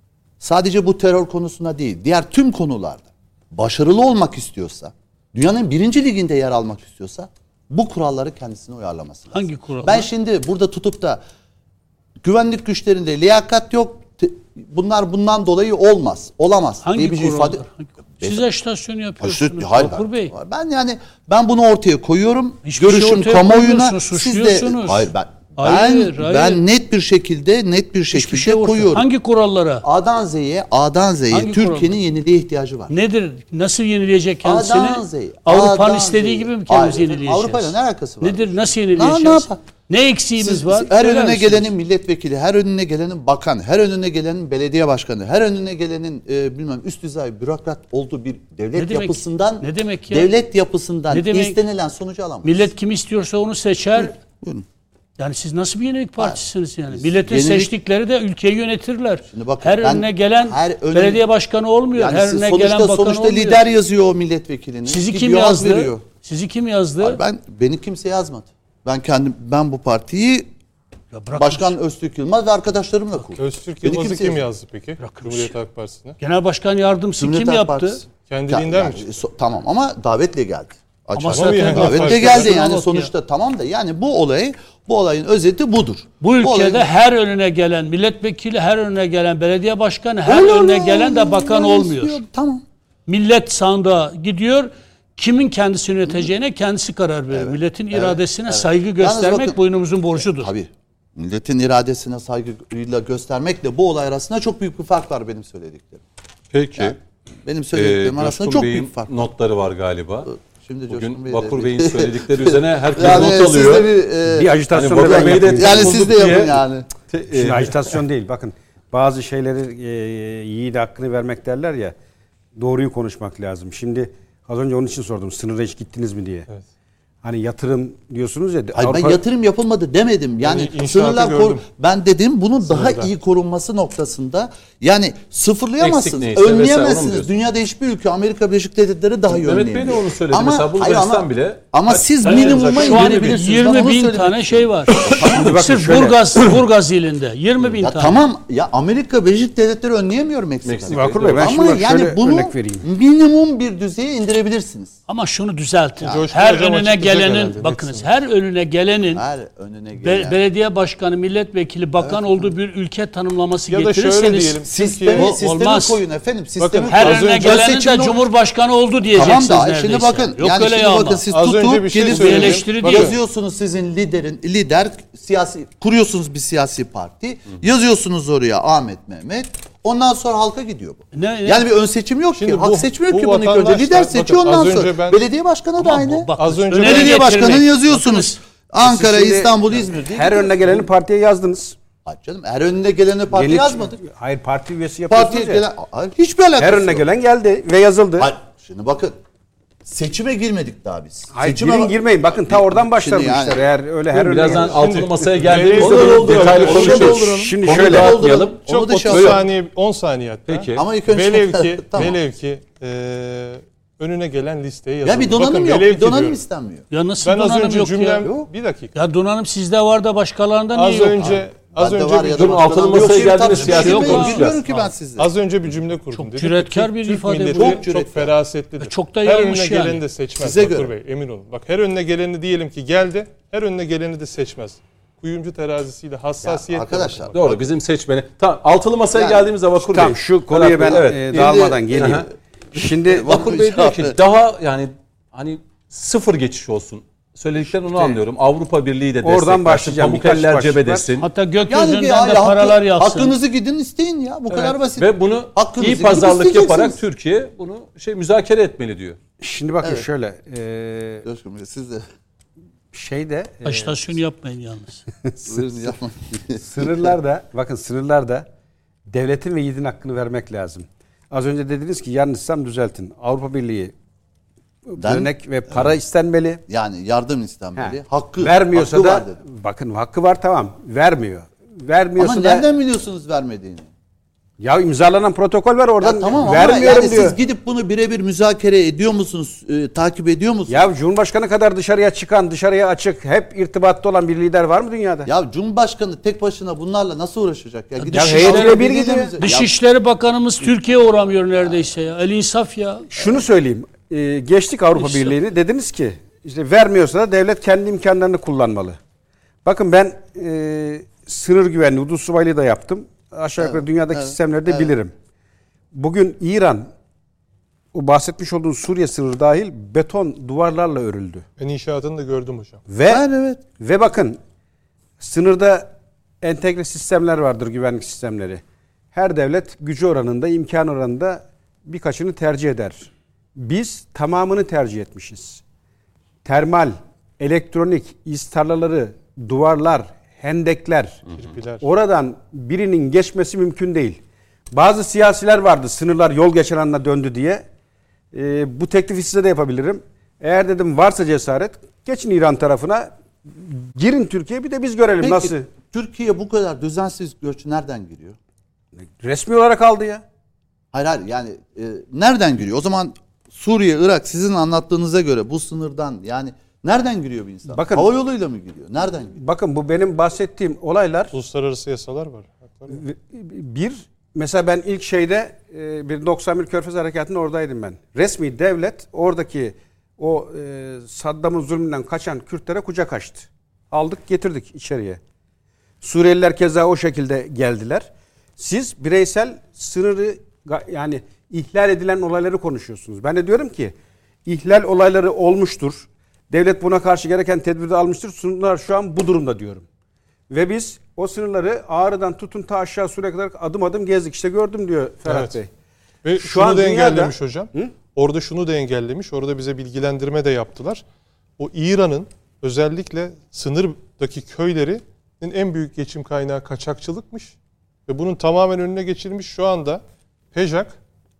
sadece bu terör konusunda değil, diğer tüm konularda başarılı olmak istiyorsa, dünyanın birinci liginde yer almak istiyorsa bu kuralları kendisine uyarlaması lazım. Hangi kurallar? Ben şimdi burada tutup da güvenlik güçlerinde liyakat yok, bunlar bundan dolayı olmaz, olamaz. Hangi bir kurallar? ifade... Siz ajitasyon yapıyorsunuz. Hayır, Bakur Bey. Ben yani ben bunu ortaya koyuyorum. Hiçbir görüşüm şey kamuoyuna. Siz de hayır ben Hayır, ben hayır. ben net bir şekilde net bir şekilde şey koyuyorum. Hangi kurallara? A'dan Z'ye, A'dan Z'ye Türkiye'nin yeniliğe ihtiyacı var. Nedir? Nasıl yenileyecek kendisini? A'dan Z'ye. Avrupa'nın istediği gibi mi kendimizi Hayır, yenileyeceğiz? Avrupa'yla ne alakası var? Nedir? Nasıl yenileyeceğiz? Ne, ne yapar? Ne eksiğimiz Siz, var? Her Söyler önüne misiniz? gelenin milletvekili, her önüne gelenin bakan, her önüne gelenin belediye başkanı, her önüne gelenin e, bilmem üst düzey bürokrat olduğu bir devlet Ne demek- yapısından ne demek ya? devlet yapısından Ne demek? istenilen sonucu alamaz. Millet kim istiyorsa onu seçer. Buyurun. Yani siz nasıl bir yenilik partisiniz yani? Milletin Yenilik- seçtikleri de ülkeyi yönetirler. Şimdi bakın, her ben önüne gelen her önüne- belediye başkanı olmuyor. Yani her siz önüne sonuçta, gelen bakan sonuçta olmuyor. lider yazıyor o milletvekilinin. Sizi Gidiyor, kim az yazdı? veriyor. Sizi kim yazdı? Hayır, ben beni kimse yazmadı. Ben kendim ben bu partiyi Ya bırakın. Başkan Öztürk Yılmaz ve arkadaşlarımla kurdum. Öztürk Beni Yılmaz'ı kimse kim yazmadı. yazdı peki? Bırakın. Cumhuriyet Halk Partisi'ne. Genel Başkan Yardımcısı Cumhuriyet kim Halk yaptı? Partisi. Kendiliğinden Ya- mi? yani so- tamam ama davetle geldi. Açık. Ama Tamam zaten yani. Davetle Fark geldi etmez. yani Şuna bak sonuçta ya. tamam da yani bu olayı bu olayın özeti budur. Bu ülkede olayın- her önüne gelen milletvekili, her önüne gelen belediye başkanı, her Öyle önüne öyle, gelen de öyle, bakan öyle olmuyor. istiyor. Tamam. Millet sandığa gidiyor. Kimin kendisi yöneteceğine kendisi karar verir. Milletin iradesine evet. saygı Yalnız göstermek bakın- boynumuzun borcudur. Tabii. Milletin iradesine saygıyla göstermekle bu olay arasında çok büyük bir fark var benim söylediklerim. Peki. Yani benim söylediklerim Ee, arasında Coşkun çok Bey'in büyük bir fark var. notları var galiba. Şimdi Coşkun Bugün Bey de- Bakur Bey'in söyledikleri üzerine herkes yani not siz alıyor. de bir, e, Bir ajitasyon Hani da ben Bakur Bey de yapayım. yani siz de bulduk yapın diye- yani. Te- Şimdi e, ajitasyon değil. Bakın bazı şeyleri e, yiğide hakkını vermek derler ya. Doğruyu konuşmak lazım. Şimdi az önce onun için sordum. Sınıra hiç gittiniz mi diye. Evet. Hani yatırım diyorsunuz ya. Hayır, ben Avrupa- yatırım yapılmadı demedim. Yani Yani inşaatı sınırlar kor- gördüm. ben dedim bunun daha Sınırda. iyi korunması noktasında yani sıfırlayamazsınız, Eksik neyse vesaire, onu mu önleyemezsiniz. diyorsun? Dünyada hiçbir ülke Amerika Birleşik Devletleri daha iyi Mehmet Bey de önleyemiyor. onu söyledi. Ama, Mesela hayır, Bulgaristan ama, bile- ama Kaç- siz kaç minimuma yıl- Şu an indirebilirsiniz. Ben yirmi onu bin söylemek tane istiyorum. şey var. bakın Sırf şöyle. Burgaz, Burgaz ilinde yirmi bin Ya tane. tamam ya Amerika Birleşik Devletleri önleyemiyor Meksika'yı. Meksika. Bakur Bey ben Ama şimdi yani şöyle bunu örnek vereyim. minimum bir düzeye indirebilirsiniz. Ama şunu düzeltin. Coşkun Her Hocam önüne açıklayacak gelenin, herhalde, bakınız netsin. her önüne gelenin Her önüne be- gelen. belediye başkanı, milletvekili, bakan olduğu bir ülke tanımlaması Ya da şöyle getirirseniz diyelim. Sistemi, Türkiye- sistemi olmaz. koyun efendim. Sistemi her Az önüne önce- gelenin Seçimde de o- cumurbaşkanı oldu diyeceksiniz Tamam da neredeyse. şimdi bakın Yok yani öyle şimdi ya bakın ama. siz Az önce tutup bir şey gelip söyledim. eleştiri Bakın, yazıyorsunuz sizin liderin lider siyasi kuruyorsunuz bir siyasi parti. Yazıyorsunuz oraya Ahmet Mehmet. Ondan sonra halka gidiyor bu. Ne- ne- Yani bir ön seçim yok Şimdi ki. Halk bu- seçmiyor bu ki bunu ilk önce. vatandaşlar- Lider seçiyor bakın, ondan az sonra. önce ben- Belediye başkanı da Ama aynı. bu- bak, Az önce- öneri Belediye getirmek- başkanını yazıyorsunuz. Bakınız, Ankara, Siz şimdi İstanbul, İzmir diye. Her önüne geleni partiye yazdınız. Hayır canım her önüne geleni parti Yeni- yazmadık. Hayır parti üyesi yapıyorsunuz Partiye ya. gelen hayır, hiçbir alakası Her önüne yok. gelen geldi ve yazıldı. Hayır, şimdi bakın seçime girmedik daha biz. Hayır Seçime girin bak- girmeyin. Bakın ta oradan başlar bu Şimdi yani- işler. Eğer öyle her önüne Birazdan gelen- altılı masaya geldiğimizde Olur, böyle olur, detaylı olur. konuşuruz. Olur, olur. Şimdi Konuyu şöyle dağıtmayalım. Onu Çok da otuz şöyle- saniye, on saniye hatta. Peki. Ama ilk önce Velev ki, tamam. velev ki e, önüne gelen listeye yazıldı. Ya bir donanım Bakın, yok. velev Bir ki donanım diyorum. istenmiyor. Ya nasıl Ben az donanım önce yok cümlem ya? bir dakika. Ya donanım sizde var da başkalarında niye Az yok? önce az Bende önce var bir ya da Durun, başkalarında altılı yok. masaya Şimdi geldiğiniz tabii siyasi bir şey yok. konuşacağız. Bilmiyorum ki ben sizde. Az önce bir cümle kurdum. Çok Dedim ki cüretkar Türk- bir Türk ifade bu. milleti Çok çok, cüretkar. ferasetlidir. Ve çok da her yanlış önüne yani. geleni de seçmez Size Bakur göre. Bey, emin olun. Bak her önüne geleni diyelim ki geldi, her önüne geleni de seçmez. Kuyumcu terazisiyle hassasiyetle. arkadaşlar, bakın. Doğru, bizim seçmeni. Tamam, altılı masaya Yani- geldiğimizde Vakur Bey. Tamam şu konuya Ferhat ben Bey, evet. e, dağılmadan geleyim. Aha. Şimdi Vakur Bey diyor ki daha yani hani sıfır geçiş olsun. Söylediklerini onu anlıyorum. Avrupa Birliği de Oradan destek versin. başlayacağım. Pamukeller Birkaç cebe başlık var. desin. Hatta Yani gökyüzünden ya, de ya, paralar hakkı- yağsın. Hakkınızı gidin isteyin ya. Bu kadar basit. Ve bunu Hakkınızı iyi gidip pazarlık isteyeceksiniz. yaparak Türkiye bunu şey müzakere etmeli diyor. şimdi bakın Evet. şöyle e, Coşkun Bey, siz de şeyde e, Ajitasyon yapmayın yalnız. buyurun yapmayın. sınırlarda bakın sınırlarda devletin ve yiğidin hakkını vermek lazım. Az önce dediniz ki yanlışsam düzeltin. Avrupa Birliği Ben- dönek ve para istenmeli. Yani yardım istenmeli. Ha. Hakkı Vermiyorsa hakkı da var dedim. bakın hakkı var tamam. Vermiyor. Vermiyorsa Ama da nereden biliyorsunuz vermediğini? ya imzalanan protokol var oradan Ya tamam ama vermiyorum yani diyor. siz gidip bunu birebir müzakere ediyor musunuz? e, takip ediyor musunuz? Ya Cumhurbaşkanı kadar dışarıya çıkan, dışarıya açık, hep irtibatta olan bir lider var mı dünyada? Ya Cumhurbaşkanı tek başına bunlarla nasıl uğraşacak? Ya, gidip Dış heyetiyle Avrupa bir Birliği'ne gidiyor. mi- Dışişleri Bakanımız Türkiye uğramıyor neredeyse ya. El insaf ya. Şunu söyleyeyim. e, geçtik Avrupa İşte. Birliği'ni. Dediniz ki işte vermiyorsa da devlet kendi imkanlarını kullanmalı. Bakın ben e, sınır güvenliği, hudut subaylığı da yaptım. Aşağı yukarı Evet, dünyadaki evet, sistemleri de evet. bilirim. Bugün İran, o bahsetmiş olduğunuz Suriye sınırı dahil beton duvarlarla örüldü. Ben inşaatını da gördüm hocam. Ve Yani evet. ve bakın sınırda entegre sistemler vardır, güvenlik sistemleri. Her devlet gücü oranında, imkan oranında birkaçını tercih eder. Biz tamamını tercih etmişiz. Termal, elektronik, iz tarlaları, duvarlar, hendekler. Kirpiler. Oradan birinin geçmesi mümkün değil. Bazı siyasiler vardı, sınırlar yol geçen anına döndü diye. Ee, bu teklifi size de yapabilirim. Eğer dedim varsa cesaret, geçin İran tarafına, girin Türkiye'ye, bir de biz görelim Peki, nasıl. Türkiye bu kadar düzensiz göç nereden giriyor? Resmi olarak aldı ya. Hayır hayır yani e, nereden giriyor? O zaman Suriye, Irak sizin anlattığınıza göre bu sınırdan yani nereden giriyor bir insan? Bakın- Hava yoluyla mı giriyor? Nereden giriyor? Bakın bu benim bahsettiğim olaylar Uluslararası yasalar var. Haklar var. bir, mesela ben ilk şeyde e, bir doksan bir Körfez Harekatı'nda oradaydım ben. Resmi devlet oradaki o e, Saddam'ın zulmünden kaçan Kürtlere kucak açtı. Aldık getirdik içeriye. Suriyeliler keza o şekilde geldiler. Siz bireysel sınırı ga- yani ihlal edilen olayları konuşuyorsunuz. Ben de diyorum ki ihlal olayları olmuştur. Devlet buna karşı gereken tedbiri almıştır. Sınırlar şu an bu durumda diyorum. Ve biz o sınırları Ağrı'dan tutun ta aşağı Suriye'ye kadar adım adım gezdik. İşte gördüm diyor Ferhat Evet. Bey. Ve Şu şunu an da dünyada- engellemiş hocam. Hı? Orada şunu da engellemiş. Orada bize bilgilendirme de yaptılar. O İran'ın özellikle sınırdaki köylerinin en büyük geçim kaynağı kaçakçılıkmış. Ve bunun tamamen önüne geçilmiş. Şu anda PEJAK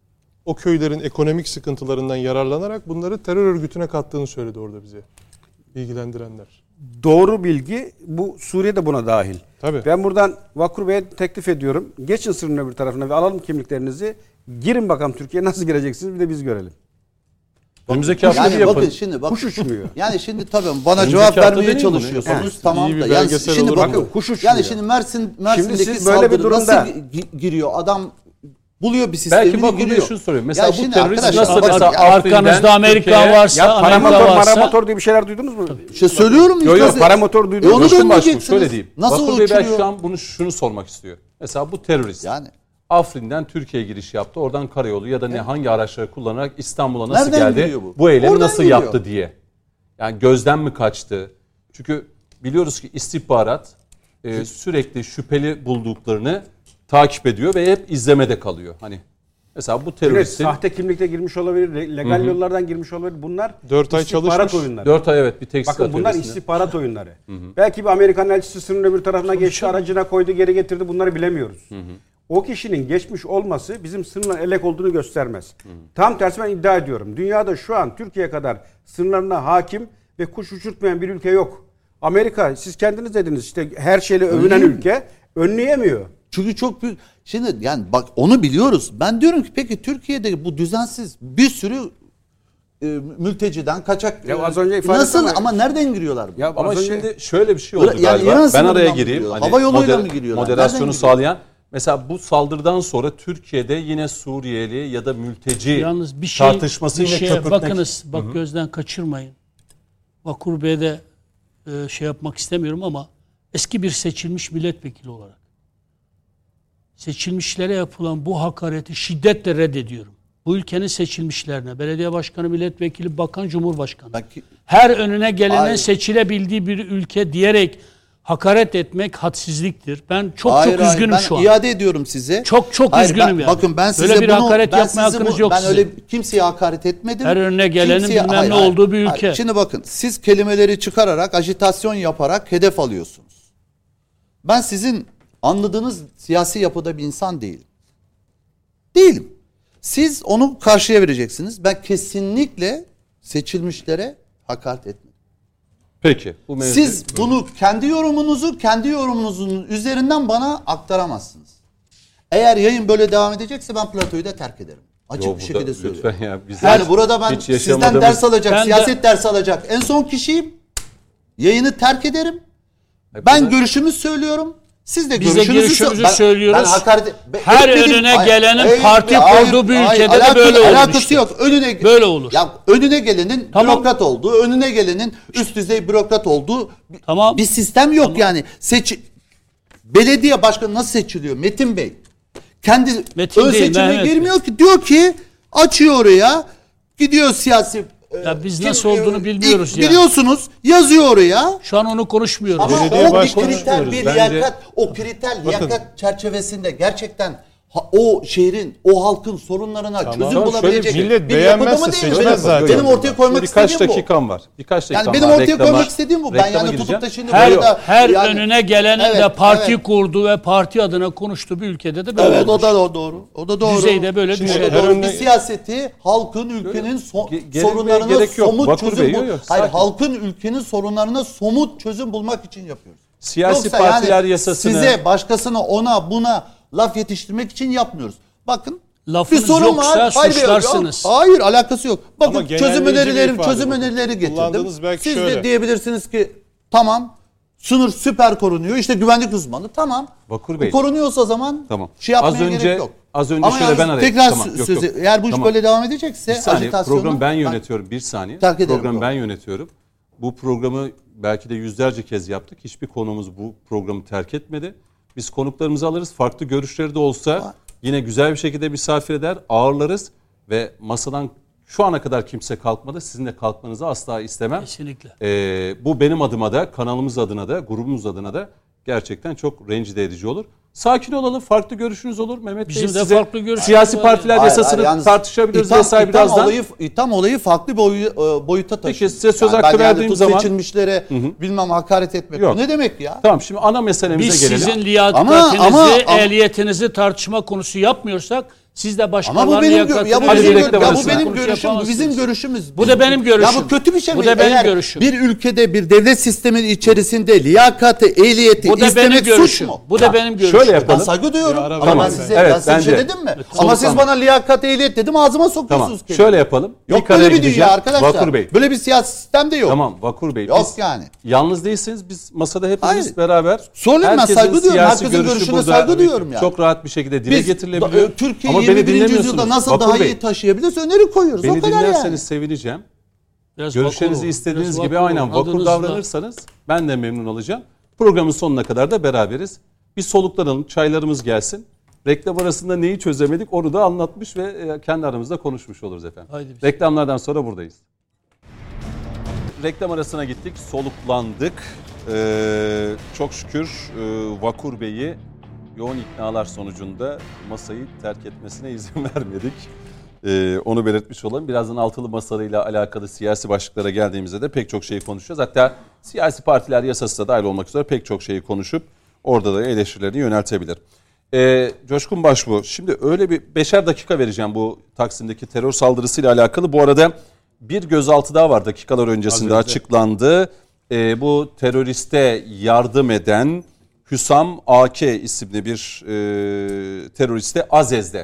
o köylerin ekonomik sıkıntılarından yararlanarak bunları terör örgütüne kattığını söyledi orada bize bilgilendirenler. Doğru bilgi, bu Suriye de buna dahil. Tabii. Ben buradan Vakur Bey'e teklif ediyorum. Geçin sınırın öbür tarafına ve alalım kimliklerinizi. Girin bakalım Türkiye'ye nasıl gireceksiniz, bir de biz görelim. Önümüzdeki hafta Yani bir yapın. bakın şimdi bak, Kuş uçmuyor. yani şimdi tabii bana Önümüzdeki cevap hafta vermeye deneyim bunu. çalışıyorsunuz. Evet. Tamam İyi bir da yani belgesel şimdi olur bakın, Bakın kuş uçmuyor. yani şimdi Mersin Mersin'deki siz böyle bir saldırı durumda- nasıl gi- giriyor? Adam buluyor bir sistemi Belki Vakur Bey giriyor. şunu soruyor. Mesela Ya bu şimdi terörist arkadaşlar, nasıl bakın, mesela ya Afrin'den Arkanızda Amerika Türkiye'ye- varsa, Ya Amerika paramotor, varsa paramotor diye bir şeyler duydunuz mu? İşte söylüyorum. Yok yok ikaz- paramotor E duydunuz onu mu? Coşkun Başbuğ dönmeyeceksiniz. şöyle diyeyim. Nasıl Vakur Bey belki uçuruyor? şu an bunu şunu sormak istiyor. Mesela bu terörist Yani Afrin'den Türkiye'ye giriş yaptı. Oradan karayolu ya da ne hangi araçları kullanarak İstanbul'a nasıl Nereden geldi? giriyor bu? Bu eylemi Oradan nasıl giriyor. yaptı diye. Yani gözden mi kaçtı? Çünkü biliyoruz ki istihbarat e, sürekli şüpheli bulduklarını takip ediyor ve hep izlemede kalıyor. Hani mesela bu Evet, teröristin sahte kimlikle girmiş olabilir, le- legal yollardan girmiş olabilir. Bunlar Dört ay istihbarat çalışmış. oyunları. dört ay evet bir tekstil Bakın bunlar atölyesinde. istihbarat oyunları. Belki bir Amerikan elçisi sınırın öbür tarafına geçti, aracına koydu, geri getirdi. Bunları bilemiyoruz. O kişinin geçmiş olması bizim sınırların elek olduğunu göstermez. Tam tersi ben iddia ediyorum. Dünyada şu an Türkiye kadar sınırlarına hakim ve kuş uçurtmayan bir ülke yok. Amerika, siz kendiniz dediniz işte her şeyle övünen Önleyemiyor. ülke önleyemiyor. çünkü çok büyük. Şimdi yani bak onu biliyoruz. Ben diyorum ki peki Türkiye'de bu düzensiz bir sürü e, mülteciden, kaçak Ya e, az önce ifade nasıl ettim ama nereden giriyorlar? Bu? Ya Ama az önce- şimdi şöyle bir şey oldu Yani galiba. İran Ben sınırından araya mı gireyim. giriyorlar? Hava yoluyla mı giriyorlar? Moderasyonu Nereden sağlayan. Mesela bu saldırıdan sonra Türkiye'de yine Suriyeli ya da mülteci Yalnız bir şey, tartışması bir yine şeye köpürtmek. bakınız, bak gözden kaçırmayın. Vakur Bey'e de e, şey yapmak istemiyorum ama eski bir seçilmiş milletvekili olarak seçilmişlere yapılan bu hakareti şiddetle reddediyorum. Bu ülkenin seçilmişlerine, belediye başkanı, milletvekili, bakan, cumhurbaşkanı. Belki- Her önüne gelenen Hayır. seçilebildiği bir ülke diyerek hakaret etmek hadsizliktir. Ben çok Hayır, çok hayır, üzgünüm ben şu an. iade ediyorum size. Çok çok Hayır, üzgünüm ben- yani. Bakın ben size Böyle bir bunu, hakaret ben yapma sizi hakkınız bu- yok Ben sizin. öyle kimseye hakaret etmedim. Her önüne gelenin Kimseye- bilmem hayır, ne hayır, olduğu bir hayır. ülke. Şimdi bakın siz kelimeleri çıkararak, ajitasyon yaparak hedef alıyorsunuz. Ben sizin anladığınız siyasi yapıda bir insan değilim. Değilim. Siz onu karşıya vereceksiniz. Ben kesinlikle seçilmişlere hakaret etmedim. Peki. Bu mevzu. Siz bunu kendi yorumunuzu kendi yorumunuzun üzerinden bana aktaramazsınız. Eğer yayın böyle devam edecekse ben platoyu da terk ederim. Açık Yo, bir burada şekilde söylüyorum. Lütfen ya. Biz Yani burada ben hiç sizden yaşamadığımız- ders alacak, Ben de- siyaset dersi alacak en son kişiyim. Yayını terk ederim. Hep Ben burada- görüşümü söylüyorum. Siz de Biz de görüşünüzü, görüşümüzü ben- söylüyoruz. Ben hakaret ben Her etmedim. önüne Hayır, gelenin hayır, parti hayır, kurduğu bir hayır, ülkede de alakası- böyle olur Alakası işte. yok. Önüne Böyle olur. Ya önüne gelenin Tamam. bürokrat olduğu, önüne gelenin üst düzey bürokrat olduğu bir, Tamam. bir sistem yok yani. Seç belediye başkanı nasıl seçiliyor Metin Bey? Kendi Metin ön değil, seçime Mehmet girmiyor ki. Diyor ki açıyor oraya. Gidiyor siyasi Ya biz kim- nasıl olduğunu bilmiyoruz ya. Biliyorsunuz yazıyor oraya. Şu an onu konuşmuyoruz. Ama Belediye o bir başkanı kriter, konuşmuyoruz. bir Bence- liyakat, o kriter, Bakın. liyakat çerçevesinde gerçekten ha- o şehrin, o halkın sorunlarına Tamam. çözüm Tamam, bulabilecek şöyle millet bir yapıda beğenmezse mı değil mi? seçmez Benim- zaten. Benim ortaya koymak Şimdi birkaç istediğim bu. dakikam var. Birkaç dakikam Yani benim var. ortaya Reklama- koymak istediğim bu. Ben reklama yani tutup da gireceğim. şimdi Her, burada her yani- önüne gelenin Evet, de parti evet. kurduğu ve parti adına konuştuğu bir ülkede de böyle Evet olur. o da doğru. doğru. O da doğru. Düzeyde böyle Şimdi düşer. o da Her doğru. önüne- Bir siyaseti halkın, ülkenin so- Ge- gerilmeye sorunlarına gerek yok. somut Vakur çözüm Bey, bul- yok, yok, Hayır, sakin. halkın, ülkenin sorunlarına somut çözüm bulmak için yapıyoruz. Siyasi Yoksa partiler yani yasasını size, başkasına, ona, buna laf yetiştirmek için yapmıyoruz. Bakın Lafınız bir sorun yoksa var. Hayır, suçlarsınız. yok. Hayır, alakası yok. Ama Bakın genelleyici çözüm bir önerileri, ifade çözüm bu. önerileri getirdim. Kullandığınız belki Siz de şöyle. diyebilirsiniz ki tamam sınır süper korunuyor. İşte güvenlik uzmanı tamam. Vakur Bu Bey. korunuyorsa o zaman Tamam. şey yapmaya Az önce- gerek yok. az önce Ama şöyle yalnız ben araya- tekrar Tamam, sö- yok, sözü, yok. eğer bu iş Tamam. böyle devam edecekse Bir saniye agitasyonu programı ben ben- yönetiyorum bir saniye. Terk ederim Programı ben programı. yönetiyorum. Bu programı belki de yüzlerce kez yaptık. Hiçbir konumuz bu programı terk etmedi. Biz konuklarımızı alırız. Farklı görüşleri de olsa yine güzel bir şekilde misafir eder, ağırlarız ve masadan şu ana kadar kimse kalkmadı. Sizin de kalkmanızı asla istemem. Kesinlikle. Ee, bu benim adıma da, kanalımız adına da, grubumuz adına da gerçekten çok rencide edici olur. Sakin olalım, farklı görüşünüz olur. Mehmet Bizim Bey de size farklı görüşlerimiz siyasi var partiler Hayır, yasasını hayır, yalnız tartışabiliriz itham- vesaire itham birazdan. Olayı, itham olayı farklı boyu, e, boyuta taşıyor. size söz hakkı ben yani verdiğim tut zaman- seçilmişlere bilmem hakaret etmek. Yok. Bu ne demek ya? Tamam, şimdi ana meselemize Biz gelelim. sizin liyakatinizi, Ama- ama- ama- ehliyetinizi tartışma konusu yapmıyorsak siz de Ama başkalarının bu benim gö- liyakatini ya bu Hadi bizim, bir gö- reklam ya bu arası. benim konusu görüşüm, bu bizim yapamazsınız. görüşümüz. Bu da benim görüşüm. Ya bu kötü bir şey mi? Bu da benim Eğer görüşüm. bir ülkede bir devlet sistemi içerisinde liyakati, ehliyeti Bu da benim istemek suç görüşüm. mu? Bu da benim görüşüm. Şöyle Ben yapalım. saygı duyuyorum. Bir ara Ama verelim ben sen. size, Evet, ben size bir şey bence. dedim mi? Evet, Ama siz soluklanma. bana liyakat, ehliyet dedim ağzıma sokuyorsunuz. Tamam. kendini. Şöyle yapalım. Yok İlk araya böyle bir gideceğim. dünya arkadaşlar. Vakur Bey. Böyle bir siyasi sistem de yok. Tamam Vakur Bey. Yok biz yani. Yalnız değilsiniz. Biz masada hepimiz Hayır. beraber. Sorun ben herkesin saygı duyuyorum. siyasi Herkesin görüşü görüşüne burada saygı duyuyorum yani. Çok rahat bir şekilde dile Biz getirilebiliyor. da- Türkiye Ama beni yirmi birinci dinlemiyorsunuz. yüzyılda nasıl Vakur daha Bey, iyi taşıyabiliriz öneri koyuyoruz. Beni o kadar dinlerseniz yani. sevineceğim. Biraz Görüşlerinizi vakur olun, istediğiniz biraz gibi vakur aynen olun. vakur Adınızla- davranırsanız ben de memnun olacağım. Programın sonuna kadar da beraberiz. Bir soluklanalım, çaylarımız gelsin. Reklam arasında neyi çözemedik onu da anlatmış ve e, kendi aramızda konuşmuş oluruz efendim. Haydi biz. Reklamlardan sonra buradayız. Reklam arasına gittik, soluklandık. Ee, çok şükür e, Vakur Bey'i yoğun iknalar sonucunda masayı terk etmesine izin vermedik. Ee, onu belirtmiş olalım. Birazdan altılı masalarıyla alakalı siyasi başlıklara geldiğimizde de pek çok şeyi konuşacağız. Hatta siyasi partiler yasası da dahil olmak üzere pek çok şeyi konuşup orada da eleştirilerini yöneltebilir. Ee, Coşkun Başbuğ, şimdi öyle bir beşer dakika vereceğim bu Taksim'deki terör saldırısıyla alakalı. Bu arada bir gözaltı daha var, dakikalar öncesinde açıklandı. Ee, bu teröriste yardım eden Hüsam A K isimli bir e, teröriste Azez'de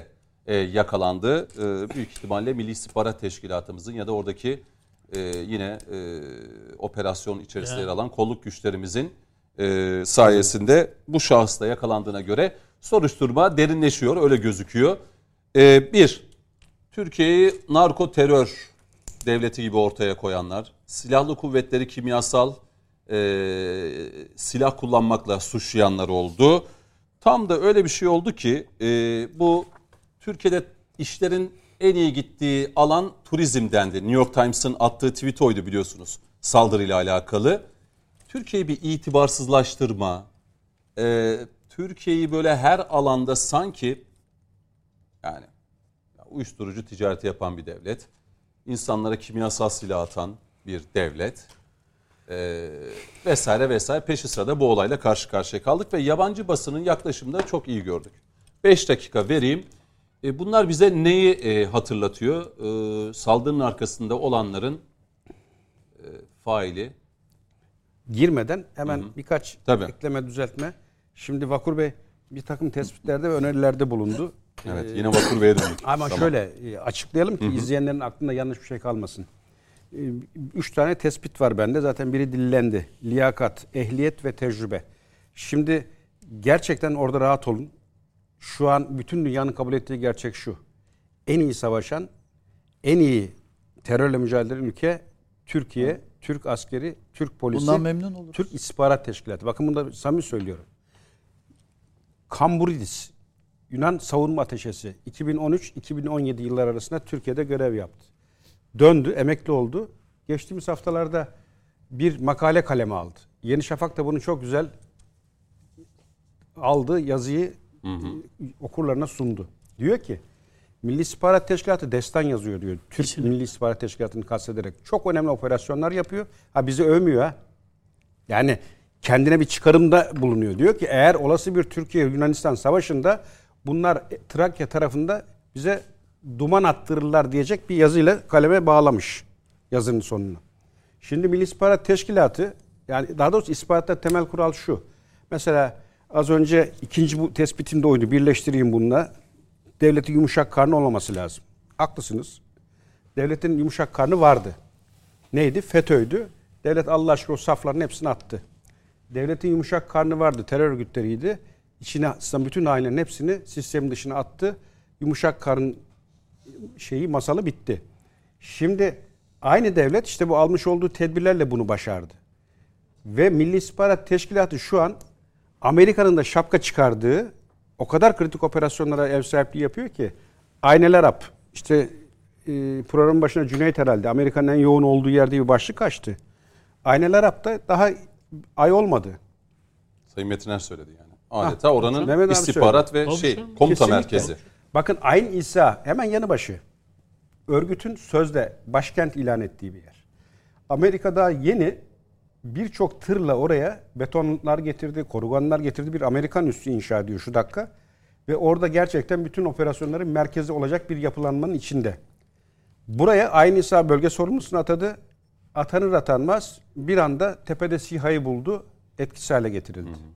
e, yakalandı. E, büyük ihtimalle Milli İstihbarat Teşkilatımızın ya da oradaki e, yine e, operasyon içerisinde yer alan kolluk güçlerimizin e, sayesinde bu şahıs da yakalandığına göre soruşturma derinleşiyor, öyle gözüküyor. E, bir, Türkiye'yi narko terör devleti gibi ortaya koyanlar, silahlı kuvvetleri kimyasal e, silah kullanmakla suçlayanlar oldu. Tam da öyle bir şey oldu ki e, bu Türkiye'de işlerin en iyi gittiği alan turizm dendi. New York Times'ın attığı tweet oydu biliyorsunuz saldırıyla alakalı. Türkiye'yi bir itibarsızlaştırma, e, Türkiye'yi böyle her alanda sanki yani uyuşturucu ticareti yapan bir devlet, insanlara kimyasal silah atan bir devlet e, vesaire vesaire peşi sırada bu olayla karşı karşıya kaldık ve yabancı basının yaklaşımını da çok iyi gördük. beş dakika vereyim. E, bunlar bize neyi e, hatırlatıyor? E, saldırının arkasında olanların e, faili. Girmeden hemen Hı hı. birkaç Tabii. ekleme düzeltme. Şimdi Vakur Bey bir takım tespitlerde ve önerilerde bulundu. Evet, Ee, yine Vakur Bey'e döndük. Ama Tamam. şöyle e, açıklayalım ki izleyenlerin aklında yanlış bir şey kalmasın. E, Üç tane tespit var bende. Zaten biri dillendi. Liyakat, ehliyet ve tecrübe. Şimdi gerçekten orada rahat olun. Şu an bütün dünyanın kabul ettiği gerçek şu. En iyi savaşan, en iyi terörle mücadele eden ülke Türkiye, Türk askeri, Türk polisi, Bundan memnun oluruz. Türk İstihbarat Teşkilatı. Bakın bunu da samimi söylüyorum. Kamburidis, Yunan savunma ateşesi iki bin on üç iki bin on yedi yıllar arasında Türkiye'de görev yaptı. Döndü, emekli oldu. Geçtiğimiz haftalarda bir makale kaleme aldı. Yeni Şafak da bunu çok güzel aldı, yazıyı hı hı. okurlarına sundu. Diyor ki, Milli İstihbarat Teşkilatı destan yazıyor diyor. Türk Kesinlikle. Milli İstihbarat Teşkilatı'nı kastederek. Çok önemli operasyonlar yapıyor. Ha bizi övmüyor ha. Yani kendine bir çıkarımda bulunuyor. Diyor ki eğer olası bir Türkiye-Yunanistan savaşında bunlar Trakya tarafında bize duman attırırlar diyecek bir yazıyla kaleme bağlamış yazının sonuna. Şimdi Milli İstihbarat Teşkilatı, yani daha doğrusu istihbaratta temel kural şu. Mesela az önce ikinci bu tespitim de oydu. Birleştireyim bununla. Devletin yumuşak karnı olmaması lazım. Haklısınız. Devletin yumuşak karnı vardı. Neydi? FETÖ'ydü. Devlet Allah aşkına o safların hepsini attı. Devletin yumuşak karnı vardı. Terör örgütleriydi. İçine bütün ailenin hepsini sistemin dışına attı. Yumuşak karın şeyi masalı bitti. Şimdi aynı devlet işte bu almış olduğu tedbirlerle bunu başardı. Ve Milli İstihbarat Teşkilatı şu an Amerika'nın da şapka çıkardığı o kadar kritik operasyonlara ev sahipliği yapıyor ki Ayneler Arap işte e, programın başına Cüneyt herhalde Amerika'nın en yoğun olduğu yerde bir başlık açtı. Ayneler Arap'ta daha ay olmadı. Sayın Metiner söyledi yani. Adeta ha, oranın Mehmet istihbarat ve Tabii şey canım. komuta Kesinlikle. merkezi. Bakın Ayn İsa hemen yanı başı. Örgütün sözde başkent ilan ettiği bir yer. Amerika'da yeni birçok tırla oraya betonlar getirdi, koruganlar getirdi. Bir Amerikan üssü inşa ediyor şu dakika. Ve orada gerçekten bütün operasyonların merkezi olacak bir yapılanmanın içinde. Buraya Ayn İsa bölge sorumlusunu atadı. Atanır atanmaz bir anda tepede SİHA'yı buldu, etkisiz hale getirildi. Hı hı.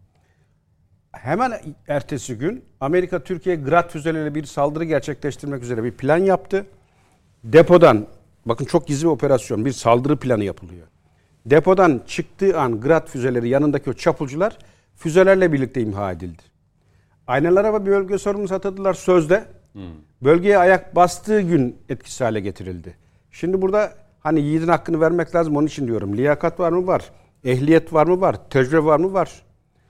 Hemen ertesi gün Amerika Türkiye Grad füzeleriyle bir saldırı gerçekleştirmek üzere bir plan yaptı. Depodan, bakın çok gizli bir operasyon, bir saldırı planı yapılıyor. Depodan çıktığı an Grad füzeleri yanındaki o çapulcular füzelerle birlikte imha edildi. Aynalara bir bölge sorumlusu atadılar sözde. Hmm. Bölgeye ayak bastığı gün etkisiz hale getirildi. Şimdi burada hani yiğidin hakkını vermek lazım, onun için diyorum. Liyakat var mı? Var. Ehliyet var mı? Var. Tecrübe var mı? Var.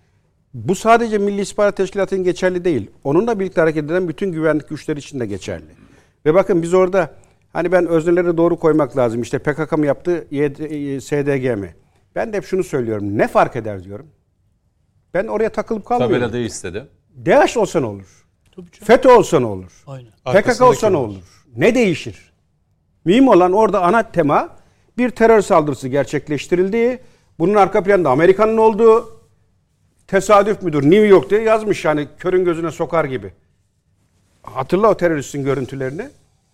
Bu sadece Milli İstihbarat Teşkilatı'nın geçerli değil. Onunla birlikte hareket eden bütün güvenlik güçleri için de geçerli. Ve bakın biz orada hani ben özneleri doğru koymak lazım. İşte P K K mı yaptı, S D G mi? Ben de hep şunu söylüyorum. Ne fark eder diyorum. Ben oraya takılıp kalmıyorum. Tabela değil istedi. DAEŞ olsa ne olur? FETÖ olsa ne olur? Aynen. P K K olsa ne olur? Ne değişir? Mühim olan orada ana tema bir terör saldırısı gerçekleştirildi. Bunun arka planında Amerika'nın olduğu, tesadüf müdür New York diye yazmış yani körün gözüne sokar gibi. Hatırla o teröristin görüntülerini.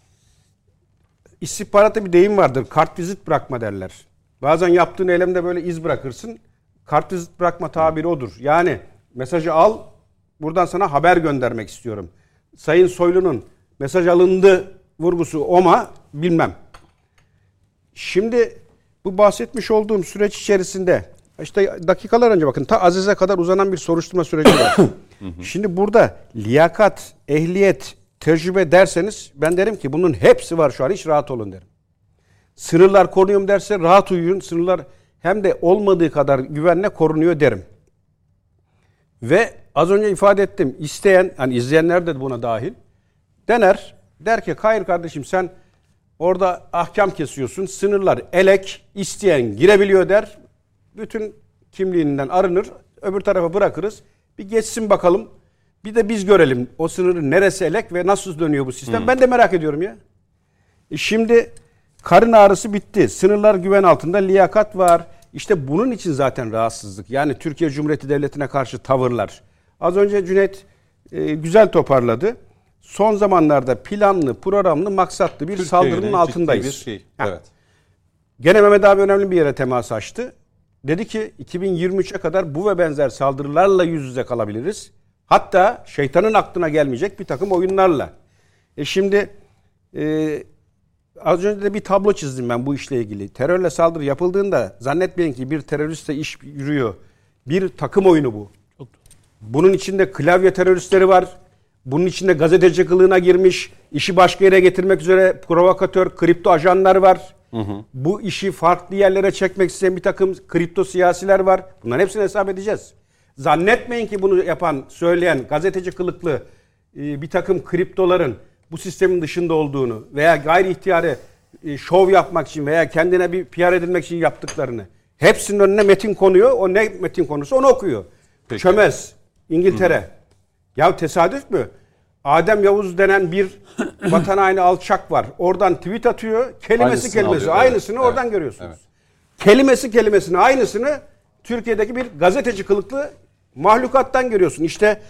İstihbaratta bir deyim vardır. Kartvizit bırakma derler. Bazen yaptığın eylemde böyle iz bırakırsın. Kartvizit bırakma tabiri odur. Yani mesajı al, buradan sana haber göndermek istiyorum. Sayın Soylu'nun mesaj alındı vurgusu o mu bilmem. Şimdi bu bahsetmiş olduğum süreç içerisinde işte dakikalar önce bakın ta Aziz'e kadar uzanan bir soruşturma süreci var. Şimdi burada liyakat, ehliyet, tecrübe derseniz ben derim ki bunun hepsi var şu an, hiç rahat olun derim. Sınırlar korunuyor mu derse rahat uyuyun. Sınırlar hem de olmadığı kadar güvenle korunuyor derim. Ve az önce ifade ettim. İsteyen, hani izleyenler de buna dahil, dener. Der ki hayır kardeşim sen orada ahkam kesiyorsun. Sınırlar elek, isteyen girebiliyor der. Bütün kimliğinden arınır. Öbür tarafa bırakırız. Bir geçsin bakalım. Bir de biz görelim o sınırın neresi elek ve nasıl dönüyor bu sistem. Hmm. Ben de merak ediyorum ya. E şimdi karın ağrısı bitti. Sınırlar güven altında, liyakat var. İşte bunun için zaten rahatsızlık. Yani Türkiye Cumhuriyeti Devleti'ne karşı tavırlar. Az önce Cüneyt e, güzel toparladı. Son zamanlarda planlı, programlı, maksatlı bir Türkiye saldırının altındayız. Bir şey. Evet. Gene Mehmet abi önemli bir yere temas açtı. Dedi ki iki bin yirmi üçe kadar bu ve benzer saldırılarla yüz yüze kalabiliriz. Hatta şeytanın aklına gelmeyecek bir takım oyunlarla. E şimdi e, az önce de bir tablo çizdim ben bu işle ilgili. Terörle saldırı yapıldığında zannetmeyin ki bir teröristle iş yürüyor. Bir takım oyunu bu. Bunun içinde klavye teröristleri var. Bunun içinde gazeteci kılığına girmiş, işi başka yere getirmek üzere provokatör, kripto ajanlar var. Hı hı. Bu işi farklı yerlere çekmek isteyen bir takım kripto siyasiler var. Bunların hepsini hesap edeceğiz. Zannetmeyin ki bunu yapan, söyleyen gazeteci kılıklı e, bir takım kriptoların bu sistemin dışında olduğunu veya gayri ihtiyari e, şov yapmak için veya kendine bir P R edilmek için yaptıklarını. Hepsinin önüne metin konuyor. O ne metin konusu onu okuyor. Peki. Çömez, İngiltere. Hı. Ya tesadüf mü? Adem Yavuz denen bir vatan haini alçak var. Oradan tweet atıyor. Kelimesi aynısını kelimesi alıyor, aynısını evet, oradan evet, görüyorsunuz. Evet. Kelimesi kelimesine aynısını Türkiye'deki bir gazeteci kılıklı mahlukattan görüyorsun. İşte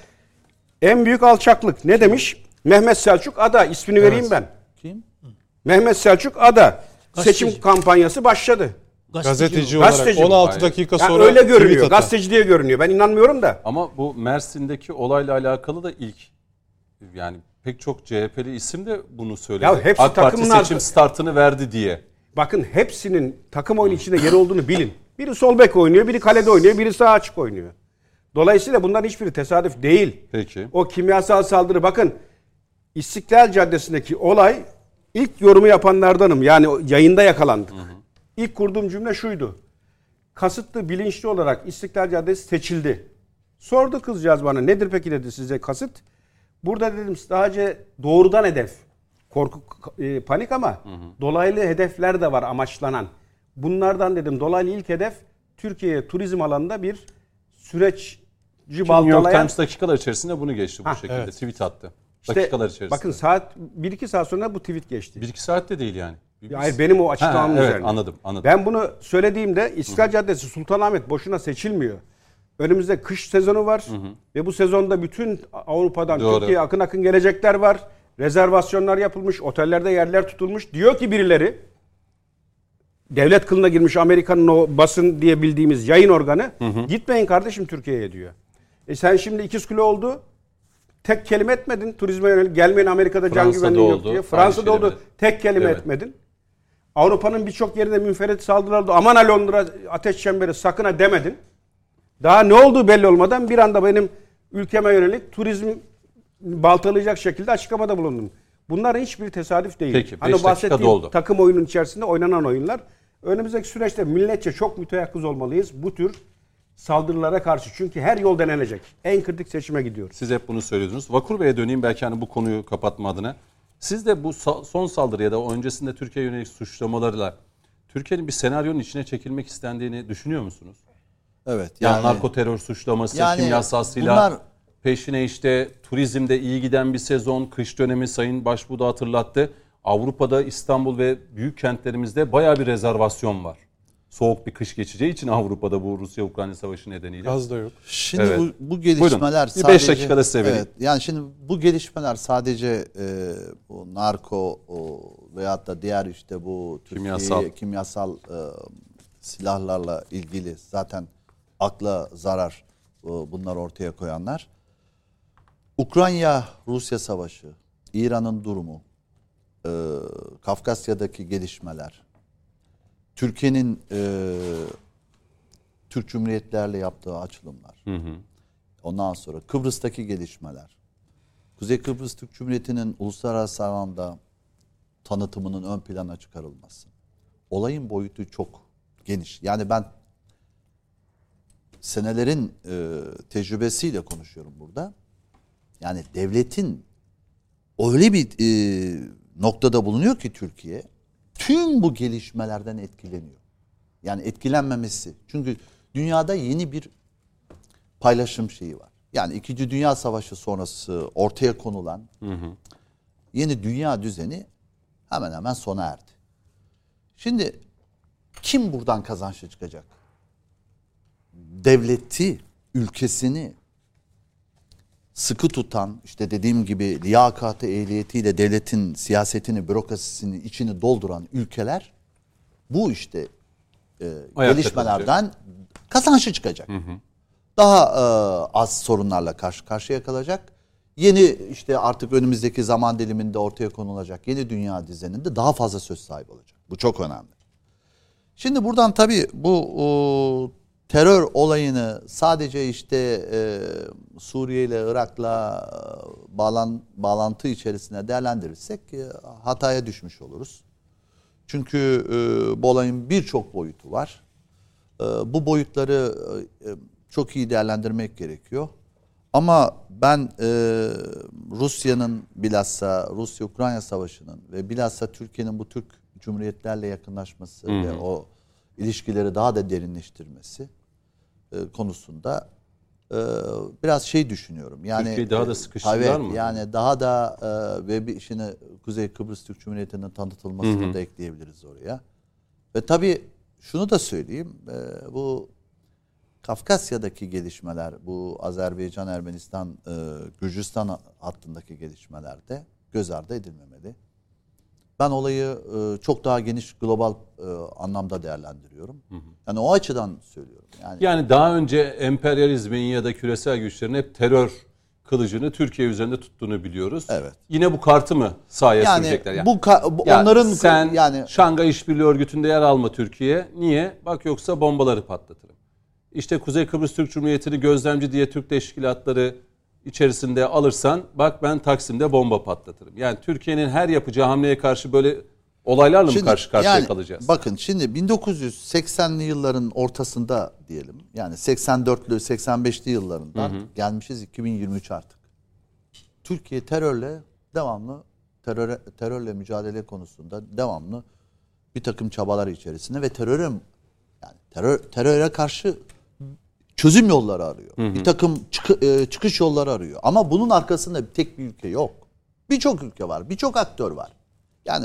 en büyük alçaklık. Ne demiş? Mehmet Selçuk Ada. İsmini evet. vereyim ben. Kim? Mehmet Selçuk Ada. Gazeteci. Seçim kampanyası başladı. Gazeteci, Gazeteci olarak Gazeteci. on altı dakika sonra yani öyle görünüyor. Gazeteci diye görünüyor. Ben inanmıyorum da. Ama bu Mersin'deki olayla alakalı da ilk yani pek çok C H P'li isim de bunu söyledi. Ya hepsi AK Parti seçim startını verdi diye. Bakın hepsinin takım oyunu içinde yeri olduğunu bilin. Biri sol bek oynuyor, biri kalede oynuyor, biri sağ açık oynuyor. Dolayısıyla bunların hiçbiri tesadüf değil. Peki. O kimyasal saldırı bakın İstiklal Caddesi'ndeki olay ilk yorumu yapanlardanım. Yani yayında yakalandık. Hı hı. İlk kurduğum cümle şuydu. Kasıtlı, bilinçli olarak İstiklal Caddesi seçildi. Sordu kızcağız bana nedir peki dedi size kasıt. Burada dedim sadece doğrudan hedef. Korku, e, panik ama hı hı. dolaylı hedefler de var amaçlanan. Bunlardan dedim dolaylı ilk hedef Türkiye'ye turizm alanında bir süreç baltalayan. New York Times dakikalar içerisinde bunu geçti bu ha, şekilde. Evet. Tweet attı. İşte, dakikalar içerisinde. Bakın saat bir iki saat sonra bu tweet geçti. bir iki saat de değil yani. Biz... Hayır benim o açıklamam ha, evet, üzerine. Anladım, anladım. Ben bunu söylediğimde İstiklal Caddesi Sultanahmet boşuna seçilmiyor. Önümüzde kış sezonu var hı hı. ve bu sezonda bütün Avrupa'dan Doğru. Türkiye'ye akın akın gelecekler var. Rezervasyonlar yapılmış, otellerde yerler tutulmuş. Diyor ki birileri, devlet kılına girmiş Amerika'nın o basın diye bildiğimiz yayın organı, hı hı. gitmeyin kardeşim Türkiye'ye diyor. E sen şimdi ikiz kilo oldu, tek kelime etmedin turizme yönelik, gelmeyin Amerika'da can güvenliği yok diye. Fransa'da oldu, tek kelime evet. etmedin. Avrupa'nın birçok yerinde münferit saldırılar oldu. Aman ha Londra ateş çemberi sakın ha demedin. Daha ne olduğu belli olmadan bir anda benim ülkeme yönelik turizm baltalayacak şekilde açıklamada bulundum. Bunların hiçbir tesadüf değil. Peki, hani bahsettiğim takım oyunun içerisinde oynanan oyunlar. Önümüzdeki süreçte milletçe çok müteyakkız olmalıyız bu tür saldırılara karşı. Çünkü her yol denenecek. En kritik seçime gidiyoruz. Siz hep bunu söylüyordunuz. Vakur Bey'e döneyim belki hani bu konuyu kapatma adına. Siz de bu son saldırı ya da öncesinde Türkiye'ye yönelik suçlamalarla Türkiye'nin bir senaryonun içine çekilmek istendiğini düşünüyor musunuz? Evet. Yani, yani narko terör suçlaması, yani kimyasal silah, bunlar... peşine işte turizmde iyi giden bir sezon, kış dönemi Sayın Başbuğ da hatırlattı. Avrupa'da İstanbul ve büyük kentlerimizde bayağı bir rezervasyon var. Soğuk bir kış geçeceği için Avrupa'da bu Rusya-Ukrayna savaşı nedeniyle. Gaz da yok. Şimdi evet. bu, bu gelişmeler Buyurun. sadece... beş dakikada size vereyim. Evet, yani şimdi bu gelişmeler sadece e, bu narko o, veyahut da diğer işte bu Türkiye kimyasal, kimyasal e, silahlarla ilgili zaten akla zarar e, bunlar ortaya koyanlar. Ukrayna-Rusya savaşı, İran'ın durumu, e, Kafkasya'daki gelişmeler, Türkiye'nin e, Türk Cumhuriyetlerle yaptığı açılımlar, hı hı. ondan sonra Kıbrıs'taki gelişmeler, Kuzey Kıbrıs Türk Cumhuriyeti'nin uluslararası alanda tanıtımının ön plana çıkarılması. Olayın boyutu çok geniş. Yani ben senelerin e, tecrübesiyle konuşuyorum burada. Yani devletin öyle bir e, noktada bulunuyor ki Türkiye tüm bu gelişmelerden etkileniyor. Yani etkilenmemesi. Çünkü dünyada yeni bir paylaşım şeyi var. Yani İkinci Dünya Savaşı sonrası ortaya konulan hı hı. yeni dünya düzeni hemen hemen sona erdi. Şimdi kim buradan kazançlı çıkacak? Devleti, ülkesini sıkı tutan, işte dediğim gibi liyakatı, ehliyetiyle devletin siyasetini, bürokrasisini, içini dolduran ülkeler bu işte e, gelişmelerden kalacak. Kazançlı çıkacak. Hı hı. Daha e, az sorunlarla karşı karşıya kalacak. Yeni işte artık önümüzdeki zaman diliminde ortaya konulacak yeni dünya düzeninde daha fazla söz sahibi olacak. Bu çok önemli. Şimdi buradan tabii bu o, terör olayını sadece işte e, Suriye ile Irak'la e, bağlan, bağlantı içerisine değerlendirirsek e, hataya düşmüş oluruz. Çünkü e, bu olayın birçok boyutu var. E, bu boyutları e, çok iyi değerlendirmek gerekiyor. Ama ben e, Rusya'nın bilhassa Rusya-Ukrayna Savaşı'nın ve bilhassa Türkiye'nin bu Türk Cumhuriyetlerle yakınlaşması hı hı. ve o ilişkileri daha da derinleştirmesi e, konusunda e, biraz şey düşünüyorum. Yani Türkiye'yi daha da sıkıştırırlar evet, mı? Yani daha da e, ve bir işini Kuzey Kıbrıs Türk Cumhuriyeti'nin tanıtılmasını hı hı. da ekleyebiliriz oraya. Ve tabii şunu da söyleyeyim. E, bu Kafkasya'daki gelişmeler, bu Azerbaycan, Ermenistan, e, Gürcistan hattındaki gelişmelerde göz ardı edilmemeli. Ben olayı e, çok daha geniş global e, anlamda değerlendiriyorum. Hı hı. Yani o açıdan söylüyorum. Yani, yani daha önce emperyalizmin ya da küresel güçlerin hep terör kılıcını Türkiye üzerinde tuttuğunu biliyoruz. Evet. Yine bu kartı mı sahaya yani sürecekler? Yani bu, ka- bu ya onların sen yani Şangay İşbirliği Örgütü'nde yer alma Türkiye. Niye? Bak yoksa bombaları patlatırım. İşte Kuzey Kıbrıs Türk Cumhuriyeti'ni gözlemci diye Türk teşkilatları içerisinde alırsan bak ben Taksim'de bomba patlatırım. Yani Türkiye'nin her yapacağı hamleye karşı böyle olaylarla şimdi, mı karşı karşıya yani, kalacağız? Bakın şimdi bin dokuz yüz seksenli yılların ortasında diyelim. Yani seksen dörtlü seksen beşli yıllarından hı hı. gelmişiz iki bin yirmi üç artık. Türkiye terörle devamlı teröre, terörle mücadele konusunda devamlı bir takım çabalar içerisinde ve teröre yani terör teröre karşı çözüm yolları arıyor. Hı hı. Bir takım çık, e, çıkış yolları arıyor. Ama bunun arkasında tek bir ülke yok. Birçok ülke var. Birçok aktör var. Yani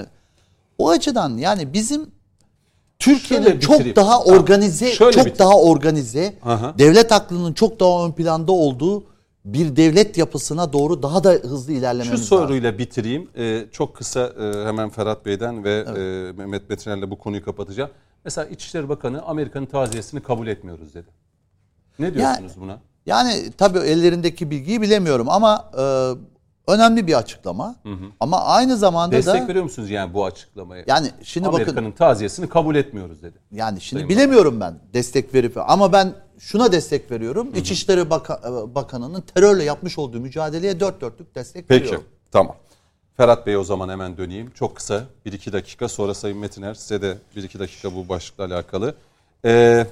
o açıdan yani bizim Türkiye'nin çok daha organize, Şöyle çok bitireyim. daha organize, Aha. devlet aklının çok daha ön planda olduğu bir devlet yapısına doğru daha da hızlı ilerlememiz lazım. Şu soruyla lazım. bitireyim. Ee, çok kısa e, hemen Ferhat Bey'den ve evet. e, Mehmet Betiner'le bu konuyu kapatacağım. Mesela İçişleri Bakanı Amerika'nın taziyesini kabul etmiyoruz dedi. Ne diyorsunuz yani, buna? Yani tabii ellerindeki bilgiyi bilemiyorum ama e, önemli bir açıklama. Hı hı. Ama aynı zamanda Destek da destek veriyor musunuz yani bu açıklamayı? Yani şimdi Amerika'nın bakın, taziyesini kabul etmiyoruz dedi. Yani şimdi Sayın bilemiyorum Bakan. ben destek verip ama ben şuna destek veriyorum. Hı hı. İçişleri Baka, Bakanı'nın terörle yapmış olduğu mücadeleye dört dörtlük destek Peki, veriyorum. Peki tamam. Ferhat Bey o zaman hemen döneyim. Çok kısa bir iki dakika sonra Sayın Metiner size de bir iki dakika bu başlıkla alakalı. Ee,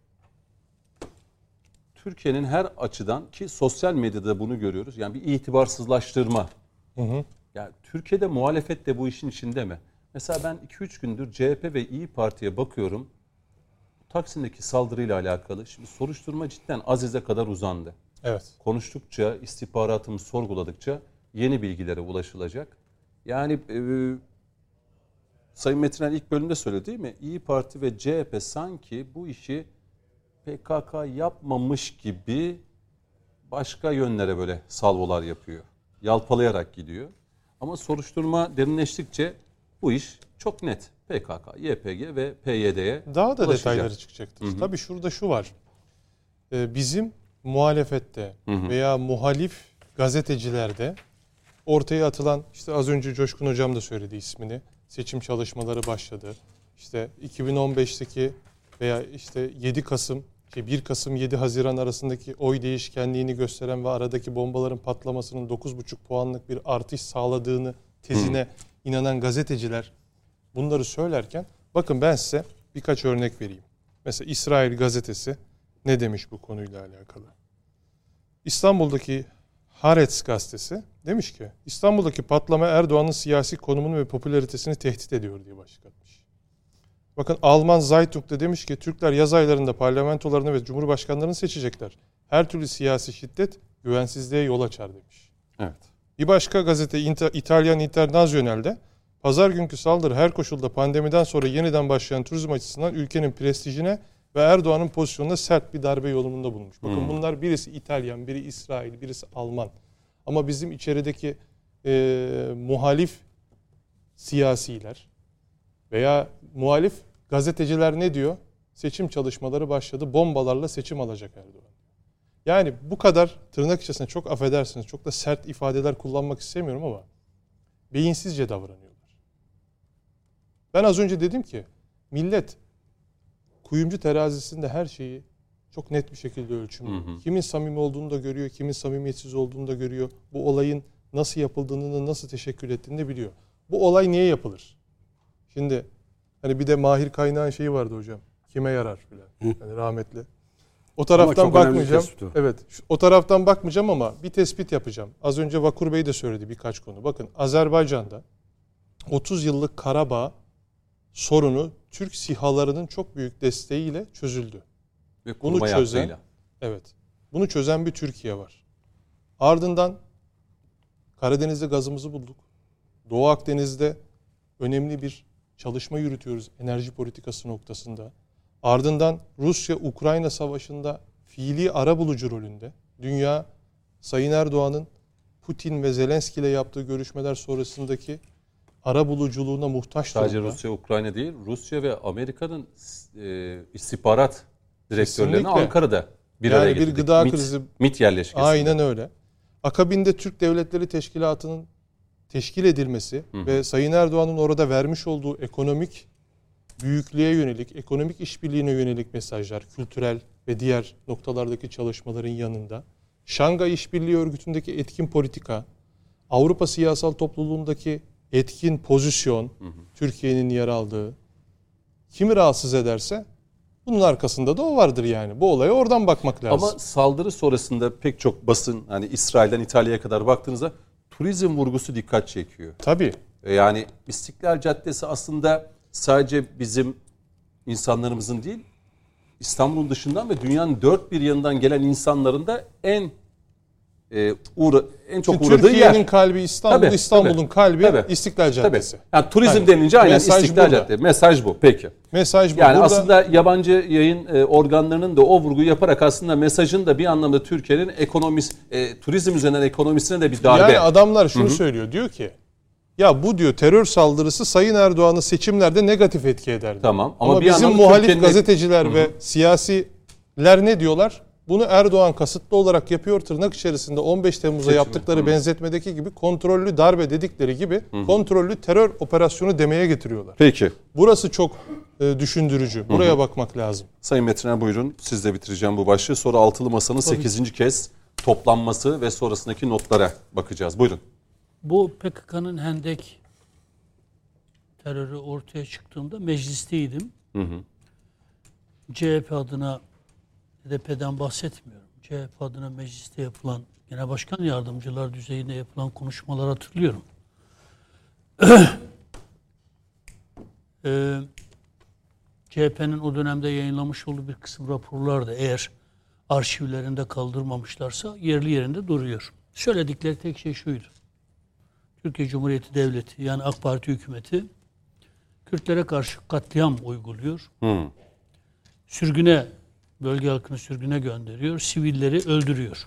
Türkiye'nin her açıdan ki sosyal medyada bunu görüyoruz. Yani bir itibarsızlaştırma. Hı hı. Yani Türkiye'de muhalefet de bu işin içinde mi? Mesela ben iki üç gündür C H P ve İYİ Parti'ye bakıyorum. Taksim'deki saldırıyla alakalı. Şimdi soruşturma cidden Aziz'e kadar uzandı. Evet. Konuştukça, istihbaratımız sorguladıkça yeni bilgilere ulaşılacak. Yani e, Sayın Metiner ilk bölümde söyledi değil mi? İYİ Parti ve C H P sanki bu işi P K K yapmamış gibi başka yönlere böyle salvolar yapıyor. Yalpalayarak gidiyor. Ama soruşturma derinleştikçe bu iş çok net. P K K, Y P G ve P Y D'ye daha da ulaşacak. Detayları çıkacaktır. Hı hı. Tabii şurada şu var. Ee, bizim muhalefette hı hı. veya muhalif gazetecilerde ortaya atılan, işte az önce Coşkun Hocam da söyledi ismini, seçim çalışmaları başladı. İşte iki bin on beşteki veya işte yedi Kasım, bir Kasım yedi Haziran arasındaki oy değişkenliğini gösteren ve aradaki bombaların patlamasının dokuz buçuk puanlık bir artış sağladığını tezine hmm. inanan gazeteciler bunları söylerken, bakın ben size birkaç örnek vereyim. Mesela İsrail gazetesi ne demiş bu konuyla alakalı? İstanbul'daki Haaretz gazetesi demiş ki, İstanbul'daki patlama Erdoğan'ın siyasi konumunu ve popülaritesini tehdit ediyor diye başlık atmış. Bakın Alman Zeitung da demiş ki, Türkler yaz aylarında parlamentolarını ve cumhurbaşkanlarını seçecekler. Her türlü siyasi şiddet güvensizliğe yol açar demiş. Evet. Bir başka gazete İtalyan Internazional'de, pazar günkü saldırı her koşulda pandemiden sonra yeniden başlayan turizm açısından ülkenin prestijine ve Erdoğan'ın pozisyonuna sert bir darbe yolunda bulunmuş. Bakın hmm. bunlar birisi İtalyan, biri İsrail, birisi Alman. Ama bizim içerideki e, muhalif siyasiler veya muhalif gazeteciler ne diyor? Seçim çalışmaları başladı, bombalarla seçim alacak Erdoğan. Yani bu kadar, tırnak içerisinde çok affedersiniz, çok da sert ifadeler kullanmak istemiyorum ama beyinsizce davranıyorlar. Ben az önce dedim ki, millet kuyumcu terazisinde her şeyi çok net bir şekilde ölçümlüyor. Hı hı. Kimin samimi olduğunu da görüyor, kimin samimiyetsiz olduğunu da görüyor. Bu olayın nasıl yapıldığını, nasıl teşekkür ettiğini de biliyor. Bu olay niye yapılır? Şimdi hani bir de Mahir Kaynağ'ın şeyi vardı hocam. Kime yarar filan. Yani rahmetli. O taraftan bakmayacağım. Evet. O taraftan bakmayacağım ama bir tespit yapacağım. Az önce Vakur Bey de söyledi birkaç konu. Bakın Azerbaycan'da otuz yıllık Karabağ sorunu Türk SİHA'larının çok büyük desteğiyle çözüldü. Ve bunu çözen, yaptığıyla. evet. Bunu çözen bir Türkiye var. Ardından Karadeniz'de gazımızı bulduk. Doğu Akdeniz'de önemli bir çalışma yürütüyoruz enerji politikası noktasında. Ardından Rusya-Ukrayna savaşında fiili arabulucu rolünde. Dünya, Sayın Erdoğan'ın Putin ve Zelenski ile yaptığı görüşmeler sonrasındaki arabuluculuğuna muhtaç durumda. Sadece Rusya-Ukrayna değil, Rusya ve Amerika'nın e, istihbarat direktörlerini Kesinlikle. Ankara'da bir yani araya bir getirdik. gıda MİT, krizi. MİT yerleşkesinde. Aynen öyle. Akabinde Türk Devletleri Teşkilatı'nın teşkil edilmesi hı hı. ve Sayın Erdoğan'ın orada vermiş olduğu ekonomik büyüklüğe yönelik, ekonomik işbirliğine yönelik mesajlar, kültürel ve diğer noktalardaki çalışmaların yanında, Şangay İşbirliği Örgütü'ndeki etkin politika, Avrupa siyasal topluluğundaki etkin pozisyon, hı hı. Türkiye'nin yer aldığı, kimi rahatsız ederse bunun arkasında da o vardır yani. Bu olaya oradan bakmak lazım. Ama saldırı sonrasında pek çok basın, hani İsrail'den İtalya'ya kadar baktığınızda turizm vurgusu dikkat çekiyor. Tabii. Yani İstiklal Caddesi aslında sadece bizim insanlarımızın değil, İstanbul'un dışından ve dünyanın dört bir yanından gelen insanların da en e, uğra, en çok Şimdi uğradığı Türkiye'nin yer. Türkiye'nin kalbi İstanbul, tabii, İstanbul'un tabii, kalbi tabii, İstiklal Caddesi. Tabii. Yani turizm aynen. denince aynen Mesaj İstiklal burada. Caddesi. Mesaj bu. Peki. Mesaj bu. Yani burada... aslında yabancı yayın e, organlarının da o vurguyu yaparak aslında mesajın da bir anlamda Türkiye'nin ekonomis, e, turizm üzerinden ekonomisine de bir darbe. Yani adamlar şunu Hı-hı. söylüyor. Diyor ki ya bu diyor terör saldırısı Sayın Erdoğan'ı seçimlerde negatif etki eder. Tamam. Ama, ama bir bizim muhalif Türkiye'nin... gazeteciler Hı-hı. ve siyasiler ne diyorlar? Bunu Erdoğan kasıtlı olarak yapıyor, tırnak içerisinde on beş Temmuz'a Seçimi. yaptıkları Hı-hı. benzetmedeki gibi kontrollü darbe dedikleri gibi Hı-hı. kontrollü terör operasyonu demeye getiriyorlar. Peki. Burası çok e, düşündürücü. Buraya Hı-hı. bakmak lazım. Sayın Metiner buyurun. Sizle bitireceğim bu başlığı. Sonra Altılı Masa'nın sekizinci kez toplanması ve sonrasındaki notlara bakacağız. Buyurun. Bu P K K'nın Hendek terörü ortaya çıktığında meclisteydim. Hı hı. C H P adına H D P'den bahsetmiyorum. C H P adına mecliste yapılan, Genel Başkan Yardımcılar düzeyinde yapılan konuşmaları hatırlıyorum. ee, C H P'nin o dönemde yayınlamış olduğu bir kısım raporlar da eğer arşivlerinde kaldırmamışlarsa yerli yerinde duruyor. Söyledikleri tek şey şuydu. Türkiye Cumhuriyeti Devleti yani AK Parti hükümeti Kürtlere karşı katliam uyguluyor. Hmm. Sürgüne, bölge halkını sürgüne gönderiyor. Sivilleri öldürüyor.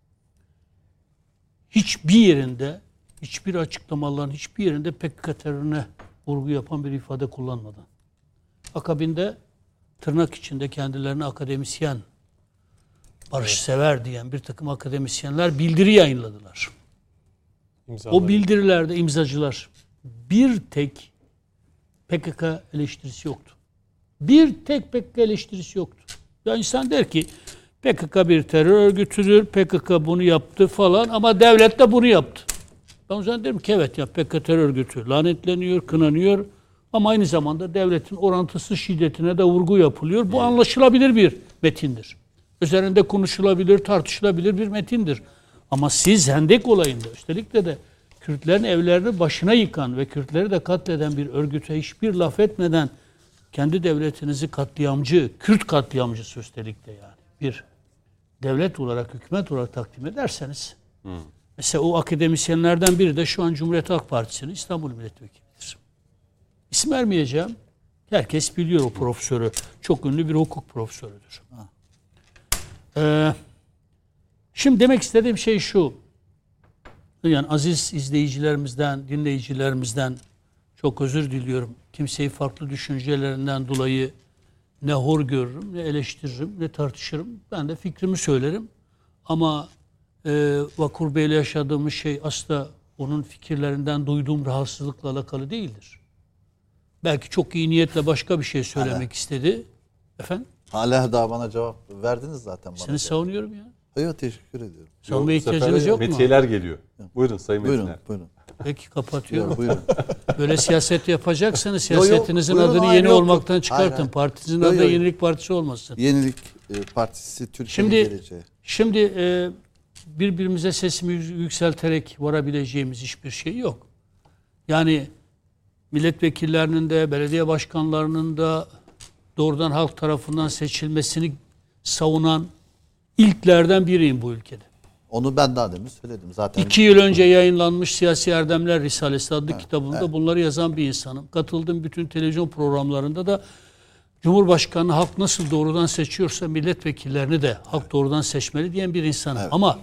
Hiçbir yerinde, hiçbir açıklamaların hiçbir yerinde P K K terörüne vurgu yapan bir ifade kullanmadan. Akabinde tırnak içinde kendilerine akademisyen, barışsever diyen bir takım akademisyenler bildiri yayınladılar. İmzaları. O bildirilerde imzacılar bir tek P K K eleştirisi yoktu. Bir tek P K K eleştirisi yoktu. Ya insan der ki P K K bir terör örgütüdür, P K K bunu yaptı falan ama devlet de bunu yaptı. Ben o zaman derim ki evet ya P K K terör örgütü lanetleniyor, kınanıyor ama aynı zamanda devletin orantısız şiddetine de vurgu yapılıyor. Bu anlaşılabilir bir metindir. Üzerinde konuşulabilir, tartışılabilir bir metindir. Ama siz Hendek olayında üstelik de de Kürtlerin evlerini başına yıkan ve Kürtleri de katleden bir örgüte hiçbir laf etmeden kendi devletinizi katliamcı, Kürt katliamcısı üstelik de yani bir devlet olarak, hükümet olarak takdim ederseniz hmm. mesela o akademisyenlerden biri de şu an Cumhuriyet Halk Partisi'nin İstanbul Milletvekilidir. İsim vermeyeceğim. Herkes biliyor o profesörü. Çok ünlü bir hukuk profesörüdür. Ee, şimdi demek istediğim şey şu. Yani aziz izleyicilerimizden, dinleyicilerimizden çok özür diliyorum. Kimseyi farklı düşüncelerinden dolayı ne hor görürüm, ne eleştiririm, ne tartışırım. Ben de fikrimi söylerim. Ama e, Vakur Bey'le yaşadığımız şey asla onun fikirlerinden duyduğum rahatsızlıkla alakalı değildir. Belki çok iyi niyetle başka bir şey söylemek Hala. istedi. Efendim? Hala daha bana cevap verdiniz zaten. Bana Seni savunuyorum ya. Evet, teşekkür ediyorum. Savunmaya ihtiyacınız yok mu? Metiyeler geliyor. Buyurun Sayın Buyurun, Metiner. buyurun. Peki kapatıyorum. Yok, buyurun. Böyle siyaset yapacaksanız siyasetinizin Yo, yo, buyurun, adını yeni yok. olmaktan çıkartın. Hayır, hayır. Partinizin Yo, adı yo. Yenilik Partisi olmasın. Yenilik e, Partisi Türkiye'nin Şimdi, geleceği. Şimdi e, birbirimize sesimi yükselterek varabileceğimiz hiçbir şey yok. Yani milletvekillerinin de belediye başkanlarının da doğrudan halk tarafından seçilmesini savunan ilklerden biriyim bu ülkede. Onu ben daha demin söyledim zaten. İki yıl önce yayınlanmış Siyasi Erdemler Risalesi adlı evet, kitabımda evet. bunları yazan bir insanım. Katıldığım bütün televizyon programlarında da Cumhurbaşkanı halk nasıl doğrudan seçiyorsa milletvekillerini de halk evet. doğrudan seçmeli diyen bir insanım. Evet. Ama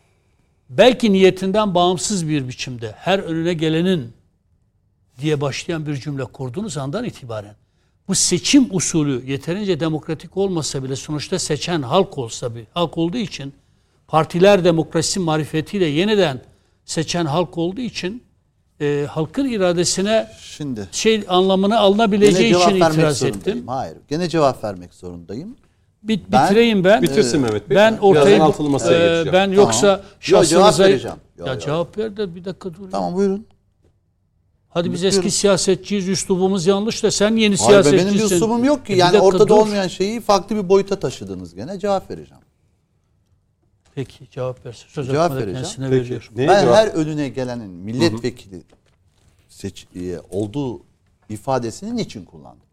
belki niyetinden bağımsız bir biçimde her önüne gelenin diye başlayan bir cümle kurduğunuz andan itibaren bu seçim usulü yeterince demokratik olmasa bile sonuçta seçen halk olsa bir halk olduğu için partiler demokrasi marifetiyle yeniden seçen halk olduğu için e, halkın iradesine Şimdi şey anlamını alınabileceği için itiraz ettim. Hayır. Gene cevap vermek zorundayım. Bit, ben, bitireyim ben. Bitirsin Mehmet Bey. Ben ortaya altılı masaya e, geçeceğim. ben yoksa tamam. şahsınıza Yo, cevap vereceğim. Yo, ya yo. cevap ver de bir dakika dur. Tamam buyurun. Hadi biz Bitiyorum. eski siyasetçiyiz, üslubumuz yanlış da sen yeni Hayır, siyasetçisin. benim bir üslubum yok ki. E, Yani dakika, ortada dur. olmayan şeyi farklı bir boyuta taşıdınız gene. Cevap vereceğim. Peki cevap versin. Söz Cevap hakkını vereceğim. kendisine Peki. veriyorum. Neye Ben cevap? her önüne gelenin milletvekili seç, e, olduğu ifadesini niçin kullandım?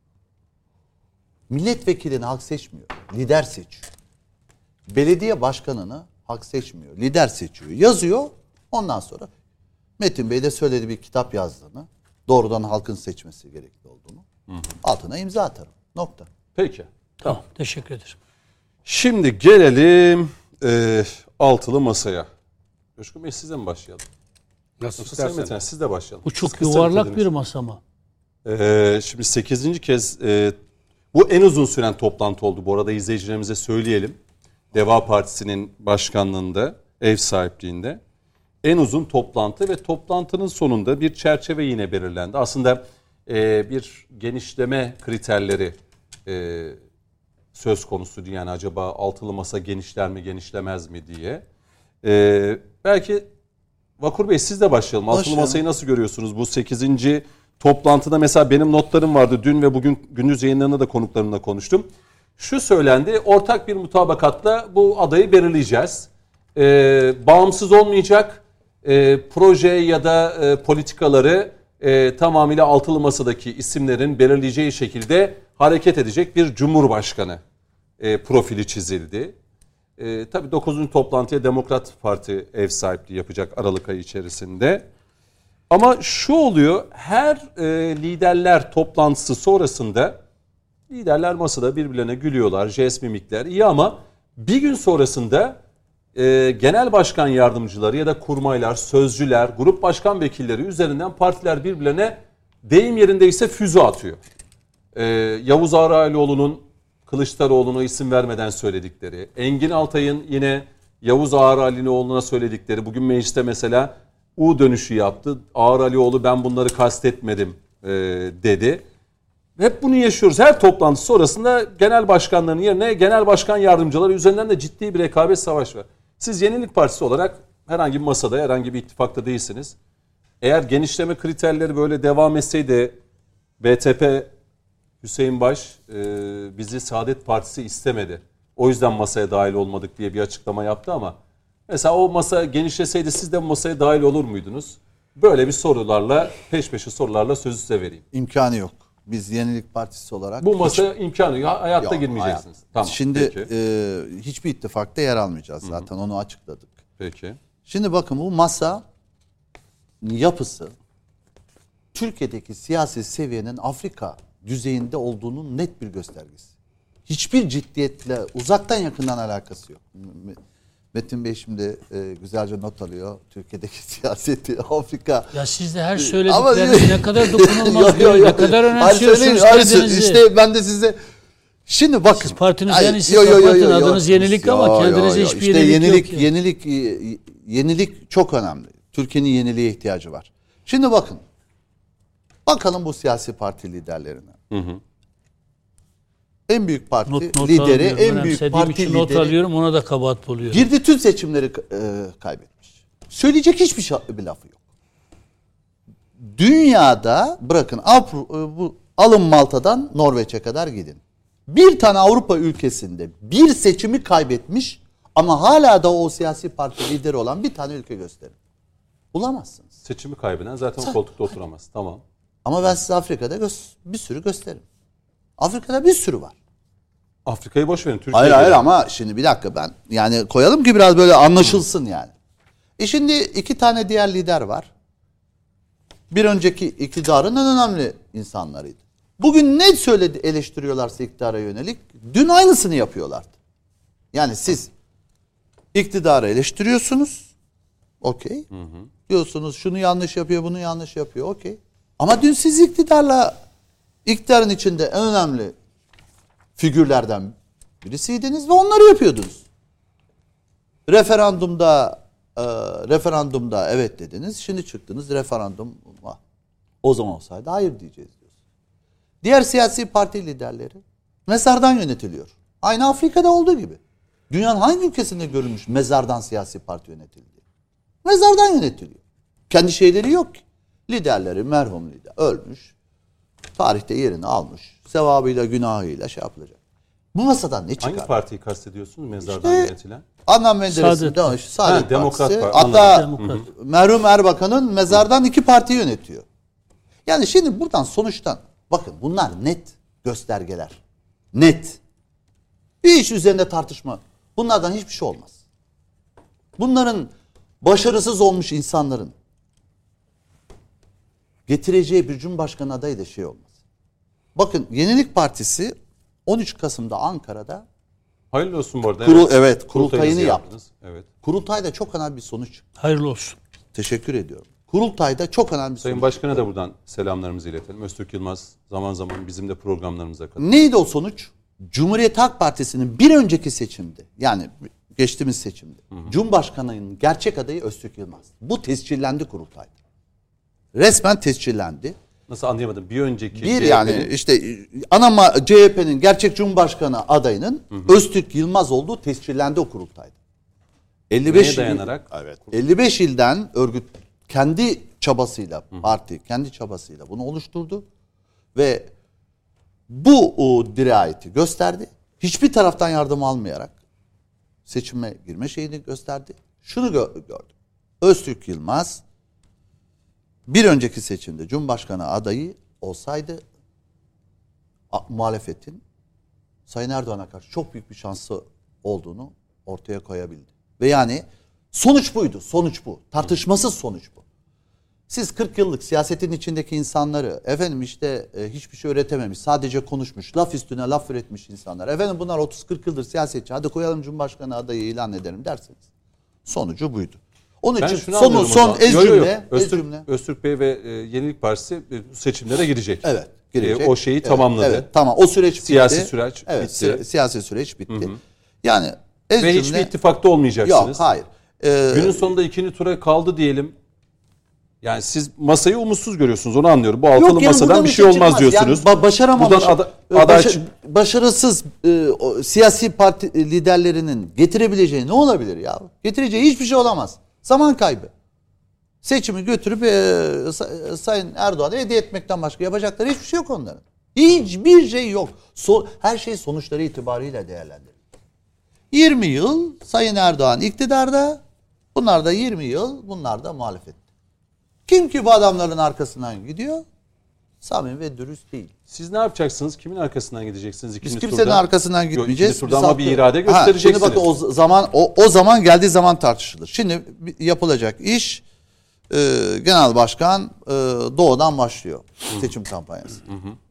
Milletvekilini halk seçmiyor. Lider seçiyor. Belediye başkanını halk seçmiyor. Lider seçiyor. Yazıyor. Ondan sonra Metin Bey de söyledi bir kitap yazdığını, doğrudan halkın seçmesi gerekli olduğunu. Hı hı. Altına imza atarım. Nokta. Peki. Tamam. Teşekkür ederim. Şimdi gelelim e, altılı masaya. Coşkun Bey sizle mi başlayalım? Nasıl Yoksa Sayın istersen. Metin, siz de başlayalım. Bu çok Siz kısa yuvarlak bitirdiniz. bir masa mı? Ee, şimdi sekizinci kez e, bu en uzun süren toplantı oldu. Bu arada izleyicilerimize söyleyelim. Deva Partisi'nin başkanlığında, ev sahipliğinde en uzun toplantı ve toplantının sonunda bir çerçeve yine belirlendi. Aslında e, bir genişleme kriterleri e, söz konusuydu. Yani acaba altılı masa genişler mi genişlemez mi diye. E, belki Vakur Bey siz de başlayalım. Altılı Başlayalım. masayı nasıl görüyorsunuz? Bu sekizinci toplantıda mesela benim notlarım vardı. Dün ve bugün gündüz yayınlarında da konuklarımla konuştum. Şu söylendi, ortak bir mutabakatla bu adayı belirleyeceğiz. Ee, bağımsız olmayacak, e, proje ya da e, politikaları e, tamamıyla altılı masadaki isimlerin belirleyeceği şekilde hareket edecek bir cumhurbaşkanı e, profili çizildi. E, tabii dokuzuncu toplantıya Demokrat Parti ev sahipliği yapacak Aralık ayı içerisinde. Ama şu oluyor, her e, liderler toplantısı sonrasında liderler masada birbirlerine gülüyorlar, jest mimikler iyi ama bir gün sonrasında e, genel başkan yardımcıları ya da kurmaylar, sözcüler, grup başkan vekilleri üzerinden partiler birbirlerine deyim yerindeyse füze atıyor. E, Yavuz Ağralioğlu'nun Kılıçdaroğlu'na isim vermeden söyledikleri, Engin Altay'ın yine Yavuz Ağralioğlu'na söyledikleri, bugün mecliste mesela U dönüşü yaptı. Ağar Alioğlu ben bunları kastetmedim e, dedi. Hep bunu yaşıyoruz. Her toplantı sonrasında genel başkanların yerine genel başkan yardımcıları üzerinden de ciddi bir rekabet savaşı var. Siz Yenilik Partisi olarak herhangi bir masada, herhangi bir ittifakta değilsiniz. Eğer genişleme kriterleri böyle devam etseydi B T P Hüseyin Baş e, bizi Saadet Partisi istemedi. O yüzden masaya dahil olmadık diye bir açıklama yaptı ama mesela o masa genişleseydi siz de bu masaya dahil olur muydunuz? Böyle bir sorularla, peş peşe sorularla sözü size vereyim. İmkanı yok. Biz Yenilik Partisi olarak Bu masaya hiç... imkanı yok. Hayatta yok, girmeyeceksiniz. Hayat. Tamam. Şimdi e, hiçbir ittifakta yer almayacağız zaten. Hı-hı. Onu açıkladık. Peki. Şimdi bakın bu masa yapısı Türkiye'deki siyasi seviyenin Afrika düzeyinde olduğunun net bir göstergesi. Hiçbir ciddiyetle uzaktan yakından alakası yok. Metin Bey şimdi e, güzelce not alıyor. Türkiye'deki siyaseti Afrika. Ya siz de her söyledikleriniz ne kadar dokunulmaz, yo, yo, yo. ne kadar önemsiyorsunuz kendinizi. İşte ben de size şimdi bakın. Siz partiniz Ay, yani siz yo, yo, yo, kapatın yo, yo. adınız Yenilik yo, ama kendinize hiçbir işte yenilik, yenilik, yok. Yenilik, yenilik, yenilik çok önemli. Türkiye'nin yeniliğe ihtiyacı var. Şimdi bakın. Bakalım bu siyasi parti liderlerine. Hı hı. En büyük parti not, not lideri, en büyük parti için lideri. Not alıyorum, ona da kabahat buluyorum. Girdi tüm seçimleri e, kaybetmiş. Söyleyecek hiçbir şey, bir lafı yok. Dünyada bırakın bu alın Malta'dan Norveç'e kadar gidin. Bir tane Avrupa ülkesinde bir seçimi kaybetmiş ama hala da o siyasi parti lideri olan bir tane ülke gösterin. Bulamazsınız. Seçimi kaybeden zaten o koltukta oturamaz. Tamam. Ama ben size Afrika'da gö- bir sürü gösteririm. Afrika'da bir sürü var. Afrika'yı boş verin. Türkiye'de. Hayır hayır ama şimdi bir dakika ben yani koyalım ki biraz böyle anlaşılsın yani. E şimdi iki tane diğer lider var. Bir önceki iktidarın en önemli insanlarıydı. Bugün ne söyledi eleştiriyorlarsa iktidara yönelik dün aynısını yapıyorlardı. Yani siz iktidarı eleştiriyorsunuz. Okey. Diyorsunuz şunu yanlış yapıyor, bunu yanlış yapıyor. Okey. Ama dün siz iktidarla iktidarın içinde en önemli figürlerden birisiydiniz ve onları yapıyordunuz. Referandumda e, referandumda evet dediniz. Şimdi çıktınız referandum o zaman olsaydı hayır diyeceğiz diyorsunuz. Diğer siyasi parti liderleri mezardan yönetiliyor. Aynı Afrika'da olduğu gibi. Dünyanın hangi ülkesinde görülmüş mezardan siyasi parti yönetildiği? Mezardan yönetiliyor. Kendi şeyleri yok ki. Liderleri merhum lider ölmüş. Tarihte yerini almış. Sevabıyla günahıyla şey yapılacak. Bu masadan ne çıkar? Hangi partiyi kastediyorsunuz mezardan İşte, yönetilen? Adnan Menderes'in Saadet. danış, Saadet Ha, Demokrat Partisi. Parti, Hatta Demokrat. merhum Erbakan'ın mezardan iki parti yönetiyor. Yani şimdi buradan sonuçtan bakın bunlar net göstergeler. Net. Hiç üzerinde tartışma. Bunlardan hiçbir şey olmaz. Bunların başarısız olmuş insanların getireceği bir Cumhurbaşkanı adayı da şey olmaz. Bakın Yenilik Partisi on üç Kasım'da Ankara'da Hayırlı olsun bu arada. Kurul, evet, evet kurultayını kurultayınızı yaptı. yaptınız. Evet. Kurultayda çok önemli bir sonuç. Hayırlı olsun. Teşekkür ediyorum. Kurultayda çok önemli bir Sayın sonuç. Başkan'a da buradan selamlarımızı iletelim. Öztürk Yılmaz zaman zaman bizim de programlarımıza katılıyor. Neydi o sonuç? Cumhuriyet Halk Partisi'nin bir önceki seçimde yani geçtiğimiz seçimde hı hı. Cumhurbaşkanı'nın gerçek adayı Öztürk Yılmaz. Bu tescillendi kurultayda. Resmen tescillendi. Nasıl anlayamadım? Bir önceki Bir C H P'nin... yani işte ana C H P'nin gerçek Cumhurbaşkanı adayının hı hı. Öztürk Yılmaz olduğu tescillendi o kurultayda. elli beş Neye dayanarak? Il, evet. elli beş ilden örgüt kendi çabasıyla hı hı. parti kendi çabasıyla bunu oluşturdu ve bu o dirayeti gösterdi. Hiçbir taraftan yardım almayarak seçime girme şeyini gösterdi. Şunu gö- gördüm. Öztürk Yılmaz bir önceki seçimde Cumhurbaşkanı adayı olsaydı a- muhalefetin Sayın Erdoğan'a karşı çok büyük bir şansı olduğunu ortaya koyabildi. Ve yani sonuç buydu. Sonuç bu. Tartışmasız sonuç bu. Siz kırk yıllık siyasetin içindeki insanları efendim işte e, hiçbir şey öğretememiş, sadece konuşmuş, laf üstüne laf üretmiş insanlar. Efendim bunlar otuz kırk yıldır siyasetçi. Hadi koyalım Cumhurbaşkanı adayı ilan edelim derseniz. Sonucu buydu. Onun Ben için şunu sonu son ez yo, yo, yo. cümle, ez Öztürk, cümle. Öztürk Bey ve e, Yenilik Partisi e, seçimlere girecek. Evet, girecek. E, o şeyi evet, tamamladı. Evet, tamam. O süreç bitti. Siyasi süreç evet, bitti. Si- siyasi süreç bitti. Hı hı. Yani ez ve cümle, hiçbir ittifakta olmayacaksınız. Yok, hayır. Ee, Günün sonunda ikinci tura kaldı diyelim. Yani siz masayı umutsuz görüyorsunuz, onu anlıyorum. Bu altılı Yok, yani masadan buradan bir bir şey şey olmaz çıkmaz. diyorsunuz. Yani ba- başaramamış, Buradan ada- e, aday başa- çık- başarısız e, o, siyasi parti liderlerinin getirebileceği ne olabilir ya? Getireceği hiçbir şey olamaz. Zaman kaybı. Seçimi götürüp e, Sa- Sayın Erdoğan'a hediye etmekten başka yapacakları hiçbir şey yok onların. Hiçbir şey yok. So- her şey sonuçları itibariyle değerlendirilir. yirmi yıl Sayın Erdoğan iktidarda, bunlar da yirmi yıl, bunlar da muhalefette. Kim ki bu adamların arkasından gidiyor? Samimi ve dürüst değil. Siz ne yapacaksınız? Kimin arkasından gideceksiniz ikinci Biz turda? kimsenin arkasından Yok, gitmeyeceğiz. ikinci turda Biz ama hakkı- bir irade Ha, göstereceksiniz. Şimdi bakın o zaman o, o zaman geldiği zaman tartışılır. Şimdi yapılacak iş e, genel başkan e, doğudan başlıyor seçim kampanyası.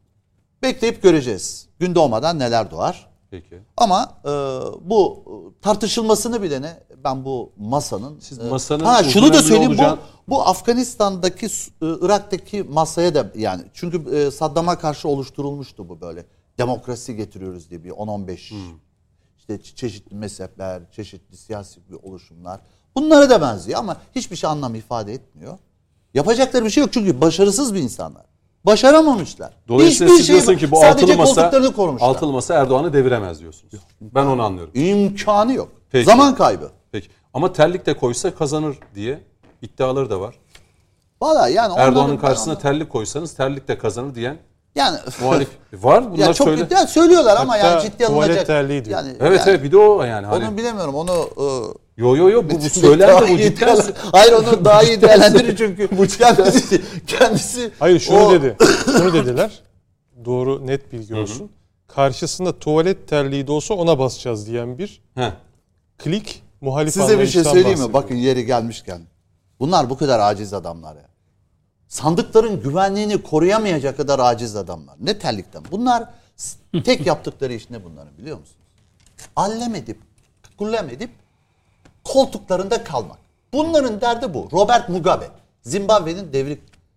Bekleyip göreceğiz. Gün doğmadan neler doğar. Peki. Ama e, bu tartışılmasını bile ne ben bu masanın Siz e, masanın ha uzun şunu da ömrü söyleyeyim olacağını- bu bu Afganistan'daki e, Irak'taki masaya da yani çünkü e, Saddam'a karşı oluşturulmuştu bu böyle demokrasi getiriyoruz diye bir on on beş işte çe- çeşitli mezhepler, çeşitli siyasi oluşumlar. Bunlara da benziyor ama hiçbir şey anlam ifade etmiyor. Yapacakları bir şey yok çünkü başarısız bir insanlar. Başaramamışlar. Dolayısıyla siz diyorsun ki bu sadece altılı masa, koltuklarını korumuşlar. altılı masa Erdoğan'ı deviremez diyorsunuz. Ben onu anlıyorum. İmkanı yok. Peki. Zaman kaybı. Peki. Ama terlik de koysa kazanır diye iddiaları da var. Valla yani Erdoğan'ın onların- karşısına ben- terlik koysanız terlik de kazanır diyen yani muhalif var. Bunlar ya çok söyle. ya söylüyorlar ama Hatta yani ciddi tuvalet alınacak. terliği diyor. Yani, Evet yani evet bir de o yani. Hani, onu bilemiyorum. Onu e, yo yo yo bu, bu daha söylendi bu iyi cidden. değerlen- Hayır onu daha iyi değerlendirir çünkü bu kendisi kendisi Hayır şunu o- dedi. Şunu dediler. Doğru net bilgi olsun. Karşısında tuvalet terliği de olsa ona basacağız diyen bir Heh. klik muhalif Size bir şey anlayıştan söyleyeyim mi? bahsediyor. Bakın yeri gelmişken. Bunlar bu kadar aciz adamlar ya. Sandıkların güvenliğini koruyamayacak kadar aciz adamlar. Ne terlikten. Bunlar s- tek yaptıkları iş ne bunların biliyor musunuz? Allem edip, kullem edip koltuklarında kalmak. Bunların derdi bu. Robert Mugabe. Zimbabwe'nin devrik.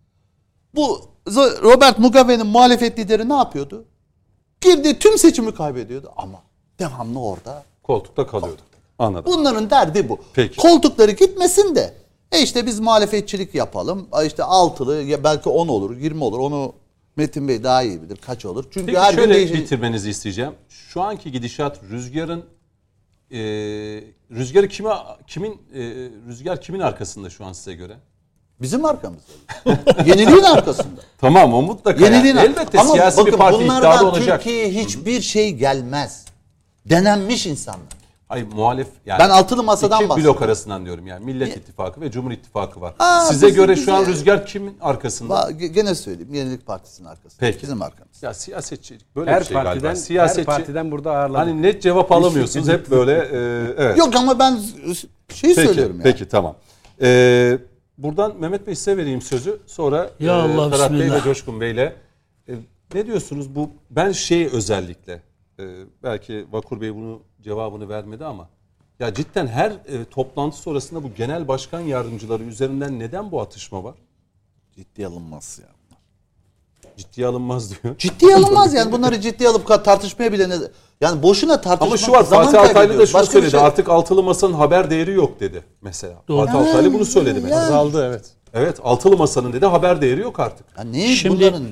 Bu Z- Robert Mugabe'nin muhalefet lideri ne yapıyordu? Girdi tüm seçimi kaybediyordu ama devamlı orada. Koltukta kalıyordu. Anladım. Bunların derdi bu. Peki. Koltukları gitmesin de e işte biz muhalefetçilik yapalım. E işte altılı ya belki on olur, yirmi olur. Onu Metin Bey daha iyi bilir kaç olur. Çünkü Peki her gün şöyle değişecek. bitirmenizi isteyeceğim. Şu anki gidişat rüzgarın e, rüzgarı kime kimin e, rüzgar kimin arkasında şu an size göre? Bizim arkamızda. Yeniliğin arkasında. Tamam o mutlaka. Yeniliğin Yani. Elbette Ama siyasi bakın bir parti iddialı bunlardan olacak. Türkiye'ye hiçbir şey gelmez. Denenmiş insanlar. Hayır muhalif yani. Ben altılı masadan iki bahsediyorum. blok arasından diyorum yani. Millet İttifakı ve Cumhur İttifakı var. Ha, Size bizim- göre şu an bize- rüzgar kimin arkasında? Ba- Gene söyleyeyim. Yenilik Partisi'nin arkasında. Peki. Bizim arkamızda. Ya siyasetçilik böyle Her bir şey partiden galiba. Siyasetçi, her partiden burada ağırladık. hani net cevap alamıyorsunuz hep böyle e, evet. Yok ama ben şey Peki, söylüyorum ya. peki tamam. Ee, buradan Mehmet Bey size vereyim sözü. Sonra Ya Allah, Ferhat Bey ve bismillah. Coşkun Bey'le e, ne diyorsunuz bu? Ben şey özellikle e, belki Vakur Bey bunu cevabını vermedi ama ya cidden her e, toplantı sonrasında bu genel başkan yardımcıları üzerinden neden bu atışma var? Ciddiye alınmaz ya. Ciddiye alınmaz diyor. Ciddiye alınmaz yani. Bunları ciddiye alıp ka- tartışmaya bile ne... Yani boşuna tartışmak Ama şu var zaman Fatih Altaylı da kaybediyoruz. şunu Başka bir söyledi. şey- Artık altılı masanın haber değeri yok dedi mesela. Doğru. Fatih Altaylı bunu söyledi mesela. Azaldı evet. Evet altılı masanın dedi haber değeri yok artık. Ya ne Şimdi- bunların...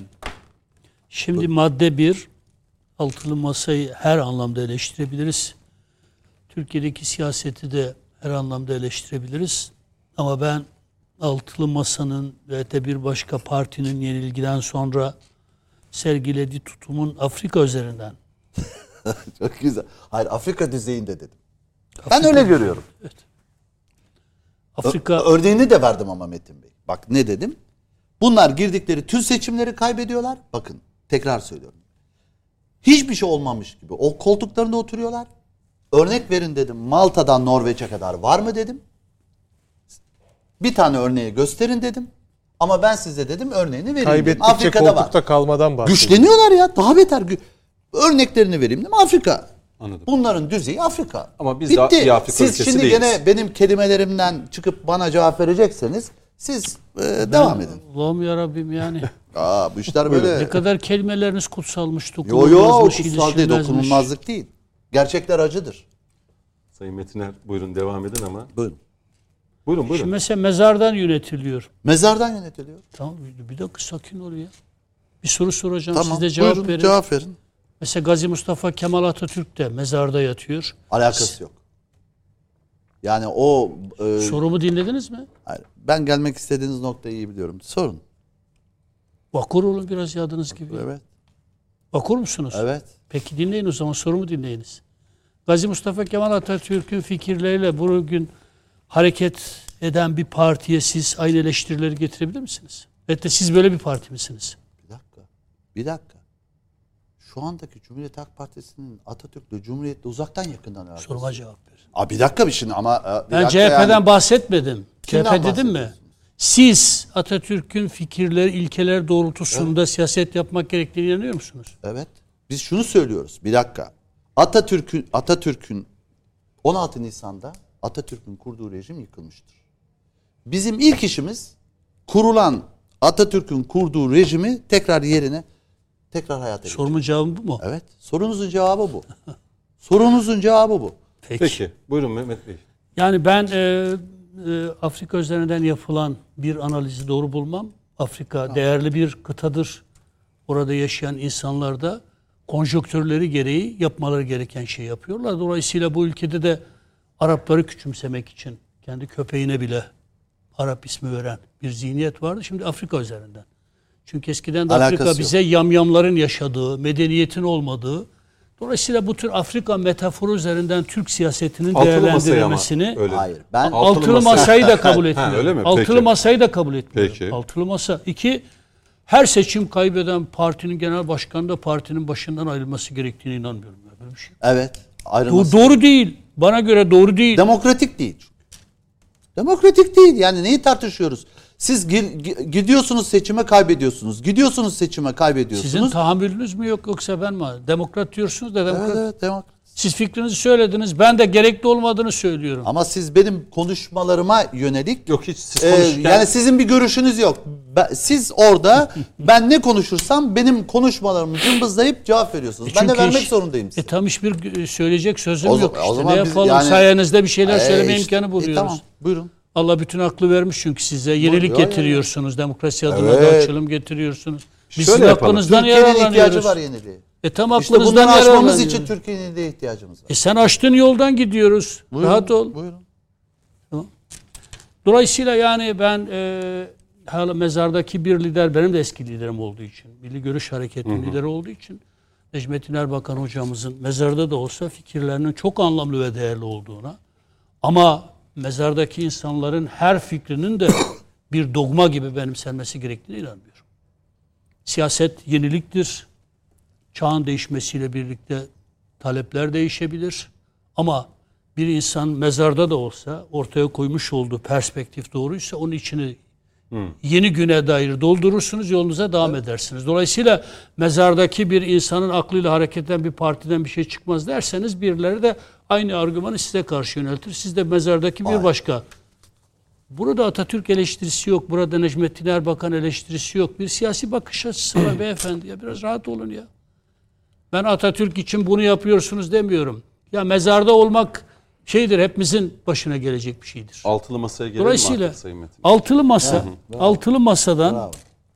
Şimdi madde bir, altılı masayı her anlamda eleştirebiliriz. Türkiye'deki siyaseti de her anlamda eleştirebiliriz. Ama ben altılı masanın ve de bir başka partinin yenilgiden sonra sergilediği tutumun Afrika üzerinden. Çok güzel. Hayır Afrika düzeyinde dedim. Ben öyle görüyorum. Afrika Ö- örneğini de verdim ama Metin Bey. Bak ne dedim? Bunlar girdikleri tüm seçimleri kaybediyorlar. Bakın tekrar söylüyorum. Hiçbir şey olmamış gibi o koltuklarında oturuyorlar. Örnek verin dedim. Malta'dan Norveç'e kadar var mı dedim. Bir tane örneği gösterin dedim. Ama ben size dedim örneğini vereyim dedim. Kaybettikçe Afrika'da koltukta var. kalmadan bahsediyor. Güçleniyorlar ya. Daha beter. Gü- Örneklerini vereyim dedim. Afrika. Anladım. Bunların düzeyi Afrika. Ama biz Bitti. daha iyi Afrika Siz ülkesi şimdi değiliz. gene benim kelimelerimden çıkıp bana cevap verecekseniz siz e, devam edin. Allah'ım yarabbim yani. Aa bu işler böyle. Ne kadar kelimeleriniz kutsalmış, Yo dokunulmazmış, yo kutsal değil ilişilmezmiş. dokunulmazlık değil. Gerçekler acıdır. Sayın Metiner buyurun devam edin ama. Buyurun. Buyurun buyurun. Şimdi mesela mezardan yönetiliyor. Mezardan yönetiliyor. Tamam bir dakika sakin ol ya. Bir soru soracağım Tamam. siz de cevap Buyurun, verin. cevap verin. Mesela Gazi Mustafa Kemal Atatürk de mezarda yatıyor. Alakası yok. Yani o e, Sorumu dinlediniz mi? hayır, ben gelmek istediğiniz noktayı iyi biliyorum. Sorun. Vakur olun biraz yadınız gibi. Evet. Vakur musunuz? Evet. Peki dinleyin o zaman sorumu dinleyiniz. Gazi Mustafa Kemal Atatürk'ün fikirleriyle bugün hareket eden bir partiye siz aynı eleştirileri getirebilir misiniz? Evet de siz böyle bir parti misiniz? Bir dakika. Bir dakika. Şu andaki Cumhuriyet Halk Partisi'nin Atatürk'le Cumhuriyet'le uzaktan yakından alakası. Soruma cevap verin. Aa, bir dakika bir şimdi ama bir Ben dakika C H P'den yani. bahsetmedim. Kimden C H P dedim mi? bahsediyorsunuz? Siz Atatürk'ün fikirleri, ilkeler doğrultusunda siyaset yapmak gerektiğine inanıyor musunuz? Evet. Biz şunu söylüyoruz. Bir dakika. Atatürk'ün Atatürk'ün on altı Nisan'da Atatürk'ün kurduğu rejim yıkılmıştır. Bizim ilk işimiz kurulan Atatürk'ün kurduğu rejimi tekrar yerine tekrar hayata geçirmek. Sorumun cevabı bu mu? Evet. Sorunuzun cevabı bu. Sorunuzun cevabı bu. Peki. Peki. Buyurun Mehmet Bey. Yani ben e, e, Afrika üzerinden yapılan bir analizi doğru bulmam. Afrika değerli bir kıtadır. Orada yaşayan insanlar da konjonktürleri gereği yapmaları gereken şeyi yapıyorlar. Dolayısıyla bu ülkede de Arapları küçümsemek için kendi köpeğine bile Arap ismi veren bir zihniyet vardı. Şimdi Afrika üzerinden. Çünkü eskiden de Alakası Afrika yok. bize yamyamların yaşadığı, medeniyetin olmadığı. Dolayısıyla bu tür Afrika metaforu üzerinden Türk siyasetinin Altılı masayı ama değerlendirilmesini öyle. Hayır. Ben Altılı altılı masa- masayı da kabul etmiyorum. öyle mi? Altılı Peki. masayı da kabul etmiyorum. Peki. Altılı masa. İki, her seçim kaybeden partinin genel başkanı da partinin başından ayrılması gerektiğine inanmıyorum. Böyle bir şey. evet. Do- Ayrılması. doğru değil. Bana göre doğru değil. Demokratik değil. Demokratik değil. Yani neyi tartışıyoruz? Siz gi- gi- gidiyorsunuz seçime kaybediyorsunuz. Gidiyorsunuz seçime kaybediyorsunuz. Sizin tahammülünüz mü yok yoksa ben mi? Demokrat diyorsunuz da demokrat. Evet, evet, demokrat. Siz fikrinizi söylediniz. Ben de gerekli olmadığını söylüyorum. Ama siz benim konuşmalarıma yönelik Yok hiç siz e, konuşurken yani sizin bir görüşünüz yok. Ben- siz orada ben ne konuşursam benim konuşmalarımı cımbızlayıp cevap veriyorsunuz. ben de Çünkü vermek hiç- zorundayım size. E tam hiçbir söyleyecek sözüm O za- yok o işte. zaman Ne biz yapalım? yani- Sayenizde bir şeyler E, söyleme işte, imkanı e, buluyoruz. tamam buyurun. Allah bütün aklı vermiş çünkü size. Yenilik Buyurun. getiriyorsunuz. Demokrasi adına da Evet. açılım getiriyorsunuz. Biz Şöyle sizin yapalım. aklınızdan Türkiye'nin ihtiyacı yararlanıyoruz. var yeniliğe. E tam İşte aklınızdan bunları aşmamız yararlanıyoruz. için Türkiye'nin yeniliğe ihtiyacımız var. E sen açtığın yoldan gidiyoruz. Buyurun, Rahat ol. Buyurun. Dolayısıyla yani ben e, hala mezardaki bir lider benim de eski liderim olduğu için, Milli Görüş Hareketi'nin lideri olduğu için Necmettin Erbakan hocamızın mezarda da olsa fikirlerinin çok anlamlı ve değerli olduğuna, ama mezardaki insanların her fikrinin de bir dogma gibi benimsenmesi gerektiğine inanmıyorum. Siyaset yeniliktir. Çağın değişmesiyle birlikte talepler değişebilir. Ama bir insan mezarda da olsa ortaya koymuş olduğu perspektif doğruysa onun içini yeni güne dair doldurursunuz, yolunuza devam edersiniz. Dolayısıyla mezardaki bir insanın aklıyla hareket eden bir partiden bir şey çıkmaz derseniz birileri de aynı argümanı size karşı yöneltir. Siz de mezardaki bir başka. Burada Atatürk eleştirisi yok. Burada Necmettin Erbakan eleştirisi yok. Bir siyasi bakış açısı var beyefendi. Ya biraz rahat olun ya. Ben Atatürk için bunu yapıyorsunuz demiyorum. Ya mezarda olmak şeydir, hepimizin başına gelecek bir şeydir. altılı masaya gelelim mi Dolayısıyla artık Sayın Metin? altılı masa, altılı masadan Bravo.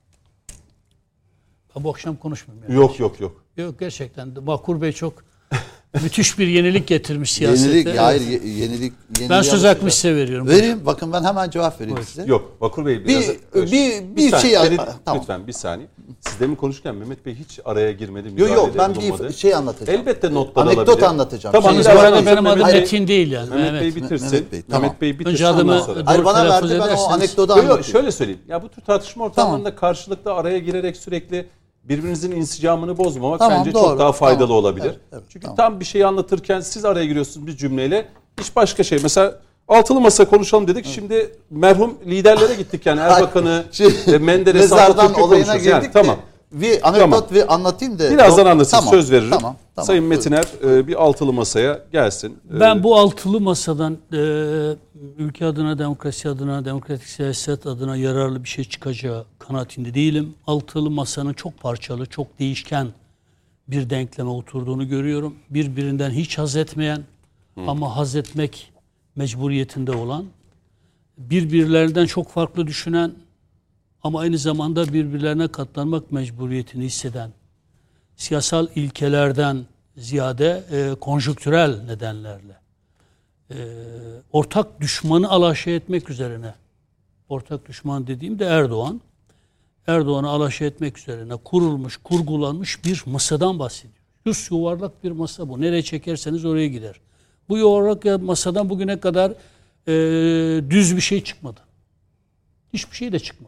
Ha, bu akşam konuşmayayım. Yani. Yok yok yok. Yok gerçekten. de Vakur Bey çok müthiş bir yenilik getirmiş siyasete. Yenilik, Evet. hayır ye- yenilik. Ben yeniliğe söz alışacak. hakkımı size veriyorum. Vereyim. Bakın ben hemen cevap vereyim Buyur. size. Yok Vakur Bey Bir- biraz bir- bir saniye, şey- beni- tamam. lütfen bir saniye. Siz demin konuşurken Mehmet Bey hiç araya girmedi. Yok müdahalede yok ben bulunmadı. bir şey anlatacağım. Elbette notlar Anekdot alabilir. anlatacağım. Tamam, Şimdi Bu biraz arada anlatın. benim adım Mehmet Bey- Metin değil yani. Mehmet Evet. Bey bitirsin. Mehmet Bey, tamam. Mehmet Bey bitirsin. Önce ondan adımı sonra. Hayır doğru bana telaffuz verdi ben o ederseniz. anekdotu Yok, yok, anlatayım. şöyle söyleyeyim. Ya bu tür tartışma ortamlarında karşılıklı araya girerek sürekli birbirinizin insicamını bozmamak Tamam, bence doğru. çok daha faydalı Tamam. olabilir. Evet, evet, Çünkü tamam. tam bir şeyi anlatırken siz araya giriyorsunuz bir cümleyle. Hiç başka şey. Mesela altılı masa konuşalım dedik. Şimdi merhum liderlere gittik yani Erbakan'ı, Şimdi e, Menderes'i, mezardan Atatürk'ü olayına konuşuyoruz. Yani, girdik tamam. de bir anekdot Tamam. bir anlatayım da. Birazdan Yok, anlatsın tamam, söz veririm. Tamam, tamam, Sayın buyurun. Metiner e, bir altılı masaya gelsin. E, Ben bu altılı masadan e, ülke adına, demokrasi adına, demokratik siyaset adına yararlı bir şey çıkacağı kanaatinde değilim. Altılı masanın çok parçalı, çok değişken bir denkleme oturduğunu görüyorum. Birbirinden hiç haz etmeyen ama haz etmek mecburiyetinde olan birbirlerinden çok farklı düşünen ama aynı zamanda birbirlerine katlanmak mecburiyetini hisseden, siyasal ilkelerden ziyade e, konjonktürel nedenlerle e, ortak düşmanı alaşağı etmek üzerine, ortak düşman dediğimde Erdoğan, Erdoğan'ı alaşağı etmek üzerine kurulmuş, kurgulanmış bir masadan bahsediyor. Düz yuvarlak bir masa bu. Nereye çekerseniz oraya gider. Bu yuvarlak masadan bugüne kadar e, düz bir şey çıkmadı. Hiçbir şey de çıkmadı.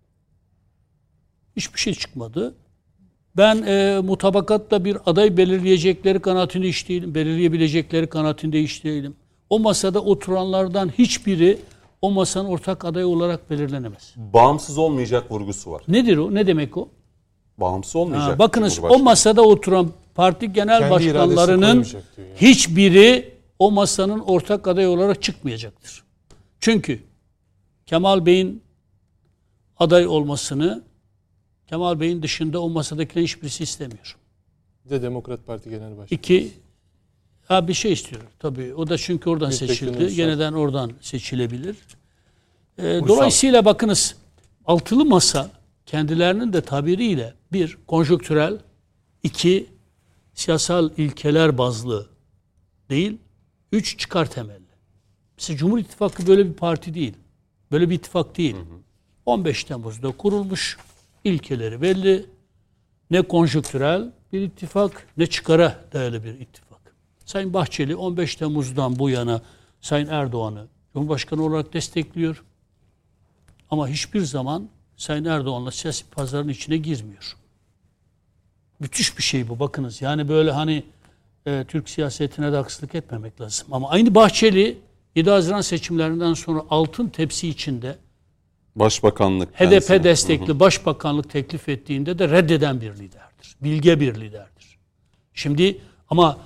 Hiçbir şey çıkmadı. Ben e, mutabakatla bir aday belirleyecekleri kanaatinde hiç değilim. Belirleyebilecekleri kanaatinde hiç değilim. O masada oturanlardan hiçbiri o masanın ortak adayı olarak belirlenemez. Bağımsız olmayacak vurgusu var. Nedir o? Ne demek o? Bağımsız olmayacak. Ha, bakınız o masada oturan parti genel Kendi başkanlarının iradesini koymayacak diyor yani. hiçbiri o masanın ortak adayı olarak çıkmayacaktır. Çünkü Kemal Bey'in aday olmasını Kemal Bey'in dışında o masadakilerin hiçbirisi istemiyor. Bir de Demokrat Parti Genel Başkanı. İki, ha bir şey istiyor tabii. O da çünkü oradan Milletvekili seçildi. Uysal. Yeniden oradan seçilebilir. Ee, dolayısıyla bakınız altılı masa kendilerinin de tabiriyle bir, konjonktürel, iki, siyasal ilkeler bazlı değil, üç, çıkar temelli. Mesela Cumhur İttifakı böyle bir parti değil. Böyle bir ittifak değil. Hı hı. on beş Temmuz'da kurulmuş, ilkeleri belli. Ne konjonktürel bir ittifak, ne çıkara dayalı bir ittifak. Sayın Bahçeli on beş Temmuz'dan bu yana Sayın Erdoğan'ı Cumhurbaşkanı olarak destekliyor. Ama hiçbir zaman Sayın Erdoğan'la siyasi pazarın içine girmiyor. Müthiş bir şey bu, bakınız. Yani böyle hani e, Türk siyasetine de haksızlık etmemek lazım. Ama aynı Bahçeli yedi Haziran seçimlerinden sonra altın tepsi içinde Başbakanlık. H D P kendisine. destekli Hı hı. başbakanlık teklif ettiğinde de reddeden bir liderdir. Bilge bir liderdir. Şimdi ama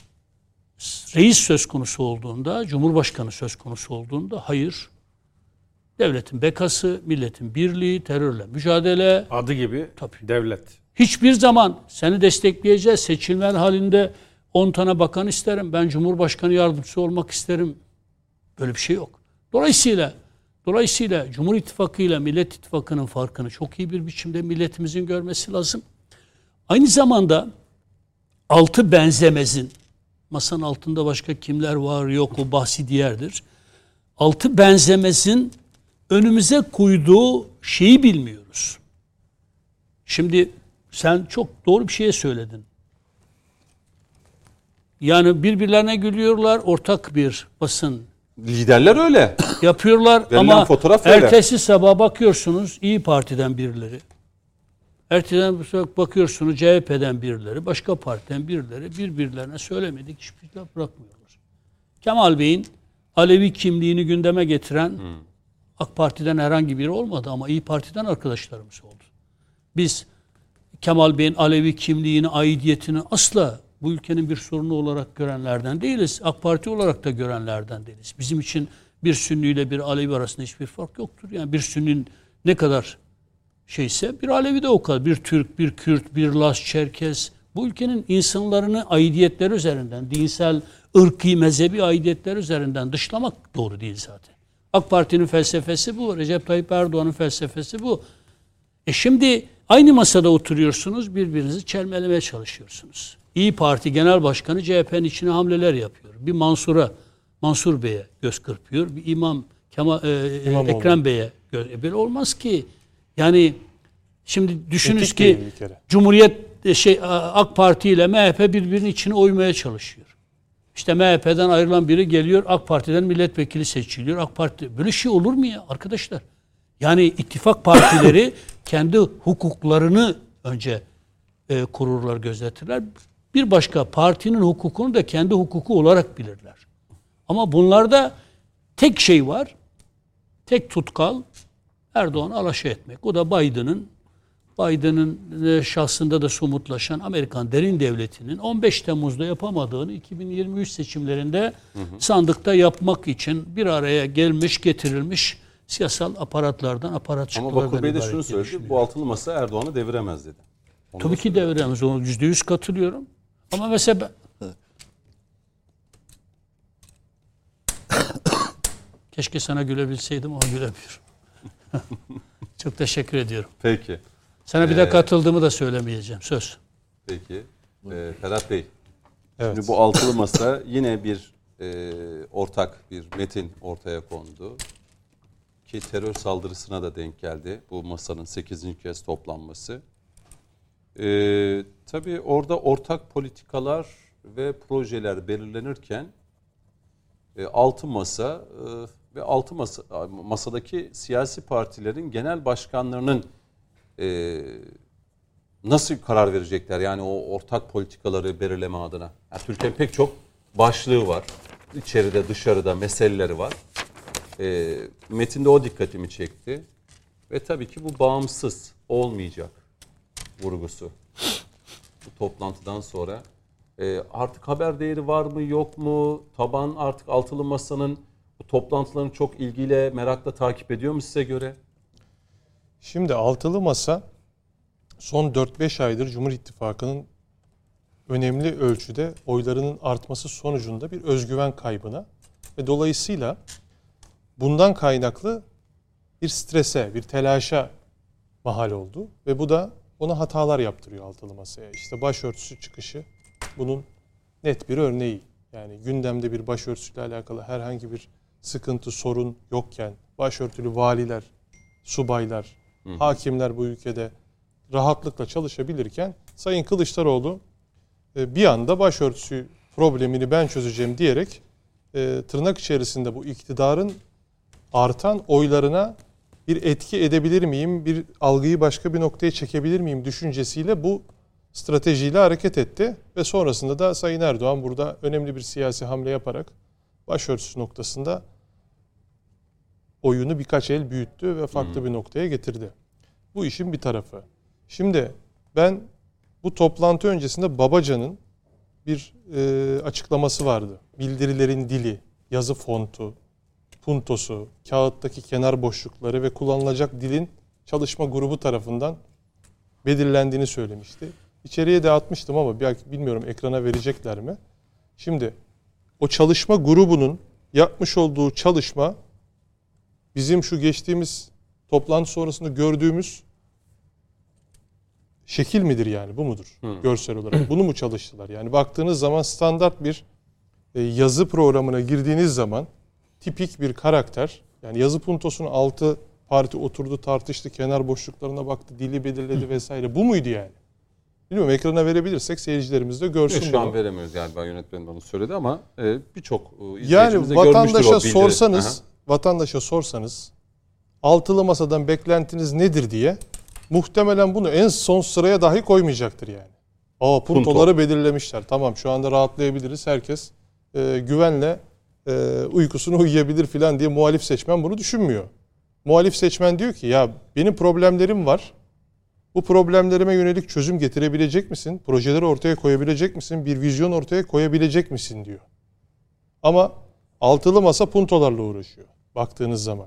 reis söz konusu olduğunda, Cumhurbaşkanı söz konusu olduğunda hayır. Devletin bekası, milletin birliği, terörle mücadele. Adı gibi Tabii. devlet. Hiçbir zaman seni destekleyeceğiz, seçilmen halinde on tane bakan isterim, ben Cumhurbaşkanı yardımcısı olmak isterim. Böyle bir şey yok. Dolayısıyla Dolayısıyla Cumhur İttifakı ile Millet İttifakı'nın farkını çok iyi bir biçimde milletimizin görmesi lazım. Aynı zamanda altı benzemezin, masanın altında başka kimler var yok o bahsi diğerdir. Altı benzemezin önümüze koyduğu şeyi bilmiyoruz. Şimdi sen çok doğru bir şey söyledin. Yani birbirlerine gülüyorlar, ortak bir basın Liderler öyle. yapıyorlar Verilen ama fotoğraf öyle. ertesi sabah bakıyorsunuz İyi Parti'den birileri. Erteden bakıyorsunuz C H P'den birileri, başka partiden birileri birbirlerine söylemedik hiçbir laf bırakmıyorlar. Kemal Bey'in Alevi kimliğini gündeme getiren hmm. AK Parti'den herhangi biri olmadı ama İyi Parti'den arkadaşlarımız oldu. Biz Kemal Bey'in Alevi kimliğini, aidiyetini asla bu ülkenin bir sorunu olarak görenlerden değiliz. AK Parti olarak da görenlerden değiliz. Bizim için bir Sünni ile bir Alevi arasında hiçbir fark yoktur. Yani bir Sünni'nin ne kadar şeyse bir Alevi de o kadar. Bir Türk, bir Kürt, bir Laz, Çerkez. Bu ülkenin insanlarını aidiyetleri üzerinden, dinsel, ırkî, mezhebi aidiyetler üzerinden dışlamak doğru değil zaten. AK Parti'nin felsefesi bu. Recep Tayyip Erdoğan'ın felsefesi bu. E şimdi aynı masada oturuyorsunuz, birbirinizi çelmelemeye çalışıyorsunuz. İyi Parti Genel Başkanı C H P'nin içine hamleler yapıyor. Bir Mansur'a, Mansur Bey'e göz kırpıyor. Bir İmam Kemal, e, Ekrem Bey'e göz. E böyle olmaz ki. Yani şimdi düşünün ki Cumhuriyet şey AK Parti ile M H P birbirinin içine oymaya çalışıyor. İşte M H P'den ayrılan biri geliyor, AK Parti'den milletvekili seçiliyor. AK Parti böyle şey olur mu ya arkadaşlar? Yani ittifak partileri kendi hukuklarını önce e, kururlar, gözetirler. Bir başka partinin hukukunu da kendi hukuku olarak bilirler. Ama bunlarda tek şey var, tek tutkal Erdoğan'ı alaşağı etmek. O da Biden'ın Biden'ın şahsında da somutlaşan Amerikan derin devletinin on beş Temmuz'da yapamadığını iki bin yirmi üç seçimlerinde hı hı. sandıkta yapmak için bir araya gelmiş, getirilmiş siyasal aparatlardan, aparatçıklardan ibaret. Ama Bakır Bey de şunu söyledi, bu altılı masa Erdoğan'ı deviremez dedi. Onu Tabii ki deviremez, onu yüzde yüz katılıyorum. Ama mesela Keşke sana gülebilseydim ama gülemiyorum. Çok teşekkür ediyorum. Peki. Sana bir Ee, de katıldığımı da söylemeyeceğim. Söz. Peki. Ee, Ferhat Bey. Evet. Şimdi bu altılı masa yine bir e, ortak bir metin ortaya kondu. Ki terör saldırısına da denk geldi. Bu masanın sekizinci kez toplanması. Ee, tabii orada ortak politikalar ve projeler belirlenirken e, altı masa e, ve altı masa masadaki siyasi partilerin genel başkanlarının e, nasıl karar verecekler? Yani o ortak politikaları belirleme adına. Yani Türkiye'nin pek çok başlığı var. İçeride dışarıda meseleleri var. E, metinde o dikkatimi çekti. Ve tabii ki bu bağımsız olmayacak vurgusu. Bu toplantıdan sonra e, artık haber değeri var mı yok mu? Taban artık altılı masanın bu toplantılarını çok ilgiyle, merakla takip ediyor mu size göre? Şimdi altılı masa son dört beş aydır Cumhur İttifakı'nın önemli ölçüde oylarının artması sonucunda bir özgüven kaybına ve dolayısıyla bundan kaynaklı bir strese, bir telaşa mahal oldu ve bu da ona hatalar yaptırıyor altılı masaya. İşte başörtüsü çıkışı bunun net bir örneği. Yani gündemde bir başörtüsüyle alakalı herhangi bir sıkıntı, sorun yokken başörtülü valiler, subaylar, hı hı. hakimler bu ülkede rahatlıkla çalışabilirken Sayın Kılıçdaroğlu bir anda başörtüsü problemini ben çözeceğim diyerek tırnak içerisinde bu iktidarın artan oylarına bir etki edebilir miyim, bir algıyı başka bir noktaya çekebilir miyim düşüncesiyle bu stratejiyle hareket etti. Ve sonrasında da Sayın Erdoğan burada önemli bir siyasi hamle yaparak başörtüsü noktasında oyunu birkaç el büyüttü ve farklı hmm. bir noktaya getirdi. Bu işin bir tarafı. Şimdi ben bu toplantı öncesinde Babacan'ın bir e, açıklaması vardı. Bildirilerin dili, yazı fontu, puntosu, kağıttaki kenar boşlukları ve kullanılacak dilin çalışma grubu tarafından belirlendiğini söylemişti. İçeriye de atmıştım ama belki bilmiyorum ekrana verecekler mi? Şimdi o çalışma grubunun yapmış olduğu çalışma bizim şu geçtiğimiz toplantı sonrasında gördüğümüz şekil midir yani? Bu mudur? Hmm. Görsel olarak. Bunu mu çalıştılar? Yani baktığınız zaman standart bir e, yazı programına girdiğiniz zaman tipik bir karakter. Yani yazı puntosunun altı parti oturdu, tartıştı, kenar boşluklarına baktı, dili belirledi vesaire. Bu muydu yani? Bilmiyorum, ekrana verebilirsek seyircilerimiz de görsün. Şu an veremiyoruz galiba, yönetmenim onu söyledi ama e, birçok izleyicimiz yani de görmüştür o bildiri. vatandaşa sorsanız, Aha. vatandaşa sorsanız altılı masadan beklentiniz nedir diye muhtemelen bunu en son sıraya dahi koymayacaktır yani. Aa puntoları Punto. belirlemişler. Tamam şu anda rahatlayabiliriz. Herkes e, güvenle e, uykusunu uyuyabilir falan diye muhalif seçmen bunu düşünmüyor. Muhalif seçmen diyor ki ya benim problemlerim var. Bu problemlerime yönelik çözüm getirebilecek misin? Projeleri ortaya koyabilecek misin? Bir vizyon ortaya koyabilecek misin diyor. Ama altılı masa puntolarla uğraşıyor baktığınız zaman.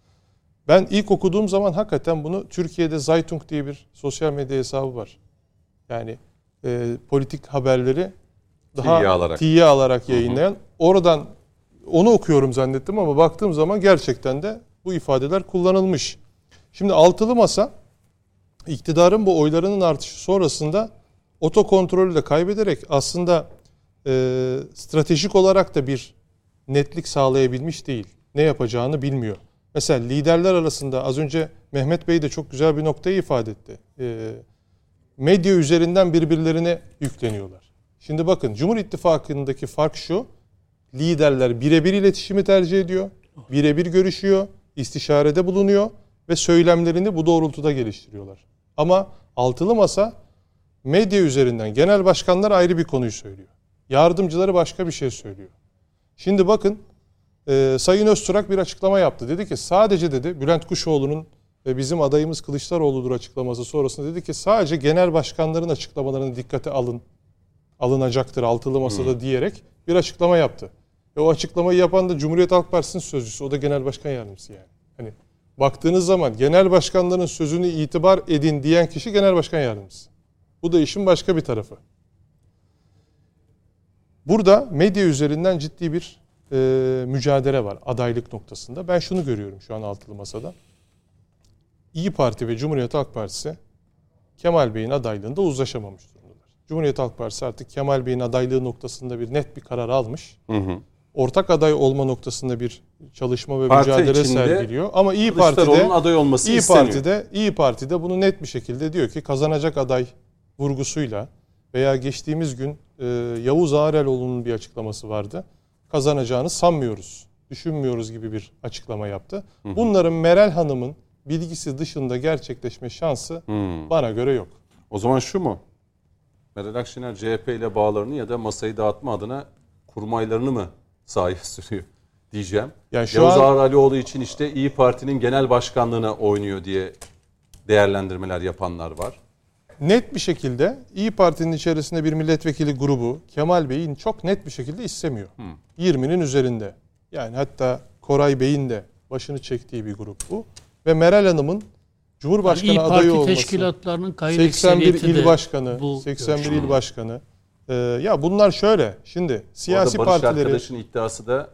Ben ilk okuduğum zaman hakikaten bunu Türkiye'de Zeitung diye bir sosyal medya hesabı var. Yani e, politik haberleri daha tiye alarak, tiye alarak yayınlayan. Hı hı. Oradan onu okuyorum zannettim ama baktığım zaman gerçekten de bu ifadeler kullanılmış. Şimdi altılı masa iktidarın bu oylarının artışı sonrasında otokontrolü de kaybederek aslında e, stratejik olarak da bir netlik sağlayabilmiş değil. Ne yapacağını bilmiyor. Mesela liderler arasında az önce Mehmet Bey de çok güzel bir noktayı ifade etti. E, medya üzerinden birbirlerine yükleniyorlar. Şimdi bakın Cumhur İttifakı'ndaki fark şu. Liderler birebir iletişimi tercih ediyor. Birebir görüşüyor. İstişarede bulunuyor. Ve söylemlerini bu doğrultuda geliştiriyorlar. Ama altılı masa medya üzerinden genel başkanlar ayrı bir konuyu söylüyor. Yardımcıları başka bir şey söylüyor. Şimdi bakın e, Sayın Öztürk bir açıklama yaptı. Dedi ki sadece dedi Bülent Kuşoğlu'nun ve bizim adayımız Kılıçdaroğlu'dur açıklaması sonrasında dedi ki sadece genel başkanların açıklamalarını dikkate alın. Alınacaktır altılı masada hmm. diyerek bir açıklama yaptı. Ve o açıklamayı yapan da Cumhuriyet Halk Partisi'nin sözcüsü. O da genel başkan yardımcısı yani. Hani baktığınız zaman genel başkanların sözünü itibar edin diyen kişi genel başkan yardımcısı. Bu da işin başka bir tarafı. Burada medya üzerinden ciddi bir e, e, mücadele var adaylık noktasında. Ben şunu görüyorum şu an altılı masada. İYİ Parti ve Cumhuriyet Halk Partisi Kemal Bey'in adaylığında uzlaşamamış durumdalar. Cumhuriyet Halk Partisi artık Kemal Bey'in adaylığı noktasında bir net bir karar almış. Hı hı. Ortak aday olma noktasında bir çalışma ve Parti mücadele sergiliyor. Ama İYİ Parti'de aday olması İYİ istemiyor. Parti'de İYİ Parti'de bunu net bir şekilde diyor ki kazanacak aday vurgusuyla veya geçtiğimiz gün e, Yavuz Ağareloğlu'nun bir açıklaması vardı. Kazanacağını sanmıyoruz, düşünmüyoruz gibi bir açıklama yaptı. Hı hı. Bunların Meral Hanım'ın bilgisi dışında gerçekleşme şansı hmm. bana göre yok. O zaman şu mu? Meral Akşener C H P ile bağlarını ya da masayı dağıtma adına kurmaylarını mı sahaya sürüyor diyeceğim. Yani şu Yavuz an... Ağaralioğlu için işte İYİ Parti'nin genel başkanlığına oynuyor diye değerlendirmeler yapanlar var. Net bir şekilde İYİ Parti'nin içerisinde bir milletvekili grubu Kemal Bey'in çok net bir şekilde istemiyor. Hmm. yirminin üzerinde. Yani hatta Koray Bey'in de başını çektiği bir grup bu. Ve Meral Hanım'ın Cumhurbaşkanı yani adayı olması, teşkilatlarının seksen bir il başkanı, seksen bir görüşüm. il başkanı. Ee, ya bunlar şöyle. Şimdi siyasi Barış partileri... arkadaşın iddiası da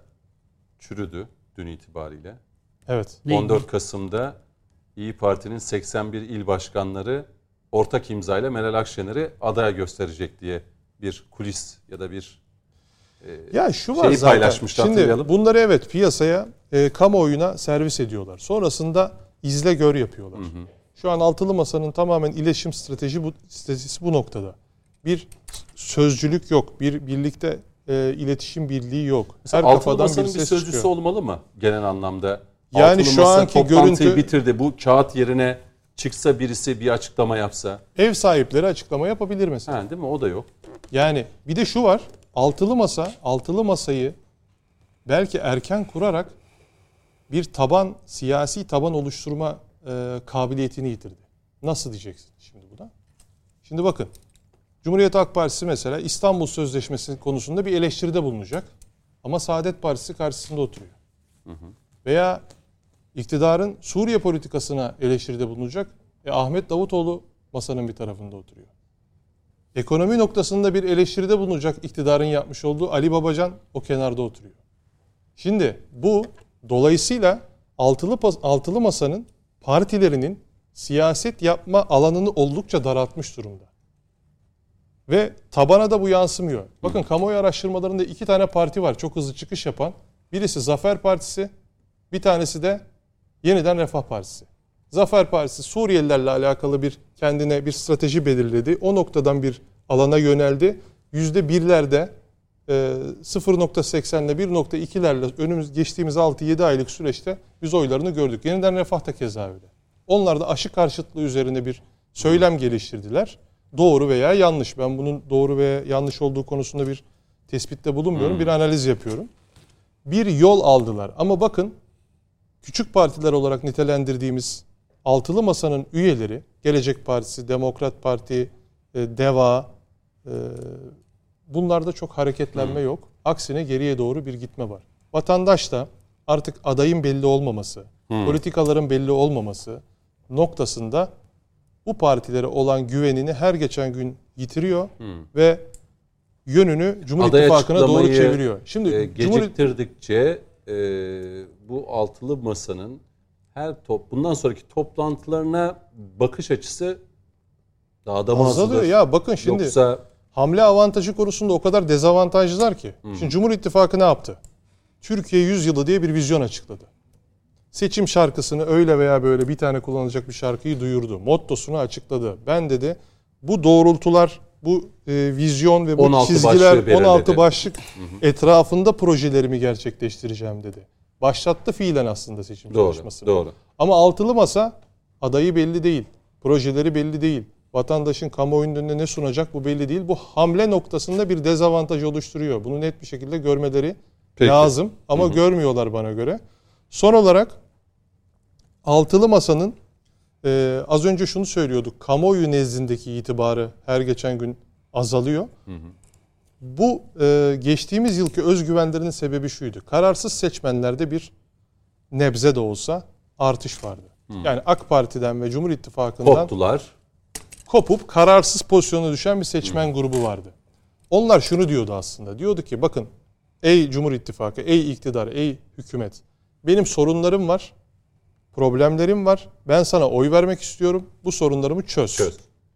çürüdü dün itibariyle. Evet. on dört Kasım'da İYİ Parti'nin seksen bir il başkanları ortak imzayla Meral Akşener'i adaya gösterecek diye bir kulis ya da bir e, ya şu var zaten. Paylaşmıştı, şimdi bunları evet piyasaya, e, kamuoyuna servis ediyorlar. Sonrasında izle gör yapıyorlar. Hı hı. Şu an altılı masanın tamamen iletişim strateji bu, stratejisi bu noktada. Bir sözcülük yok, bir birlikte e, iletişim birliği yok. Her altılı masanın bir, bir sözcüsü çıkıyor. Olmalı mı genel anlamda? Yani altılı şu anki görüntü bitirdi. Bu kağıt yerine çıksa birisi bir açıklama yapsa. Ev sahipleri açıklama yapabilir mesela. Ha, değil mi? O da yok. Yani bir de şu var. Altılı masa, altılı masayı belki erken kurarak bir taban, siyasi taban oluşturma e, kabiliyetini yitirdi. Nasıl diyeceksin şimdi buna? Şimdi bakın. Cumhuriyet Halk Partisi mesela İstanbul Sözleşmesi konusunda bir eleştiride bulunacak. Ama Saadet Partisi karşısında oturuyor. Hı hı. Veya iktidarın Suriye politikasına eleştiride bulunacak. E, Ahmet Davutoğlu masanın bir tarafında oturuyor. Ekonomi noktasında bir eleştiride bulunacak iktidarın yapmış olduğu Ali Babacan o kenarda oturuyor. Şimdi bu dolayısıyla altılı, altılı masanın partilerinin siyaset yapma alanını oldukça daraltmış durumda. Ve tabana da bu yansımıyor. Bakın kamuoyu araştırmalarında iki tane parti var çok hızlı çıkış yapan. Birisi Zafer Partisi, bir tanesi de Yeniden Refah Partisi. Zafer Partisi Suriyelilerle alakalı bir kendine bir strateji belirledi. O noktadan bir alana yöneldi. Yüzde birlerde sıfır nokta seksen ile bir nokta ikilerle önümüz geçtiğimiz altı yedi aylık süreçte biz oylarını gördük. Yeniden Refah da keza öyle. Onlar da aşı karşıtlığı üzerine bir söylem geliştirdiler. Doğru veya yanlış. Ben bunun doğru veya yanlış olduğu konusunda bir tespitte bulunmuyorum. Hmm. Bir analiz yapıyorum. Bir yol aldılar. Ama bakın küçük partiler olarak nitelendirdiğimiz altılı masanın üyeleri, Gelecek Partisi, Demokrat Parti, DEVA, bunlarda çok hareketlenme hmm. yok. Aksine geriye doğru bir gitme var. Vatandaş da artık adayın belli olmaması, hmm. politikaların belli olmaması noktasında bu partilere olan güvenini her geçen gün yitiriyor hmm. ve yönünü Cumhur Aday İttifakı'na doğru çeviriyor. Şimdi e, geciktirdikçe e, bu altılı masanın her top bundan sonraki toplantılarına bakış açısı daha da azalıyor. Ya bakın şimdi Yoksa... hamle avantajı konusunda o kadar dezavantajlılar ki. Hmm. Şimdi Cumhur İttifakı ne yaptı? Türkiye yüzyılı diye bir vizyon açıkladı. Seçim şarkısını öyle veya böyle bir tane kullanılacak bir şarkıyı duyurdu. Mottosunu açıkladı. Ben dedi bu doğrultular, bu e, vizyon ve bu çizgiler on altı başlık hı hı. etrafında projelerimi gerçekleştireceğim dedi. Başlattı fiilen aslında seçim doğru, çalışmasını. Doğru. Ama altılı masa adayı belli değil. Projeleri belli değil. Vatandaşın kamuoyunun önüne ne sunacak bu belli değil. Bu hamle noktasında bir dezavantaj oluşturuyor. Bunu net bir şekilde görmeleri Peki. lazım. Ama hı hı. görmüyorlar bana göre. Son olarak altılı masanın e, az önce şunu söylüyorduk. Kamuoyu nezdindeki itibarı her geçen gün azalıyor. Hı hı. Bu e, geçtiğimiz yılki özgüvenlerinin sebebi şuydu. Kararsız seçmenlerde bir nebze de olsa artış vardı. Hı. Yani AK Parti'den ve Cumhur İttifakı'ndan koptular. Kopup kararsız pozisyona düşen bir seçmen Hı. grubu vardı. Onlar şunu diyordu aslında. Diyordu ki bakın ey Cumhur İttifakı, ey iktidar, ey hükümet, benim sorunlarım var, problemlerim var. Ben sana oy vermek istiyorum. Bu sorunlarımı çöz. Çöz.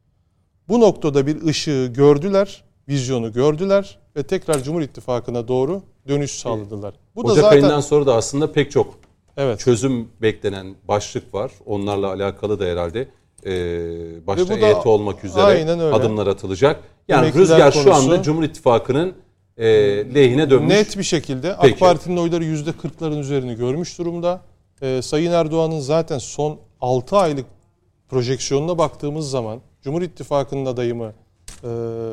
Bu noktada bir ışığı gördüler, vizyonu gördüler ve tekrar Cumhur İttifakı'na doğru dönüş sağladılar. Bu Ocak da zaten ayından sonra da aslında pek çok evet. çözüm beklenen başlık var. Onlarla alakalı da herhalde e, başta Ve bu da E Y T olmak üzere aynen öyle. adımlar atılacak. Yani Emekliler rüzgar şu konusu- anda Cumhur İttifakı'nın e, lehine dönmüş. Net bir şekilde Peki. AK Parti'nin oyları yüzde kırkların üzerini görmüş durumda. Ee, Sayın Erdoğan'ın zaten son altı aylık projeksiyonuna baktığımız zaman Cumhur İttifakı'nın adayı mı, e,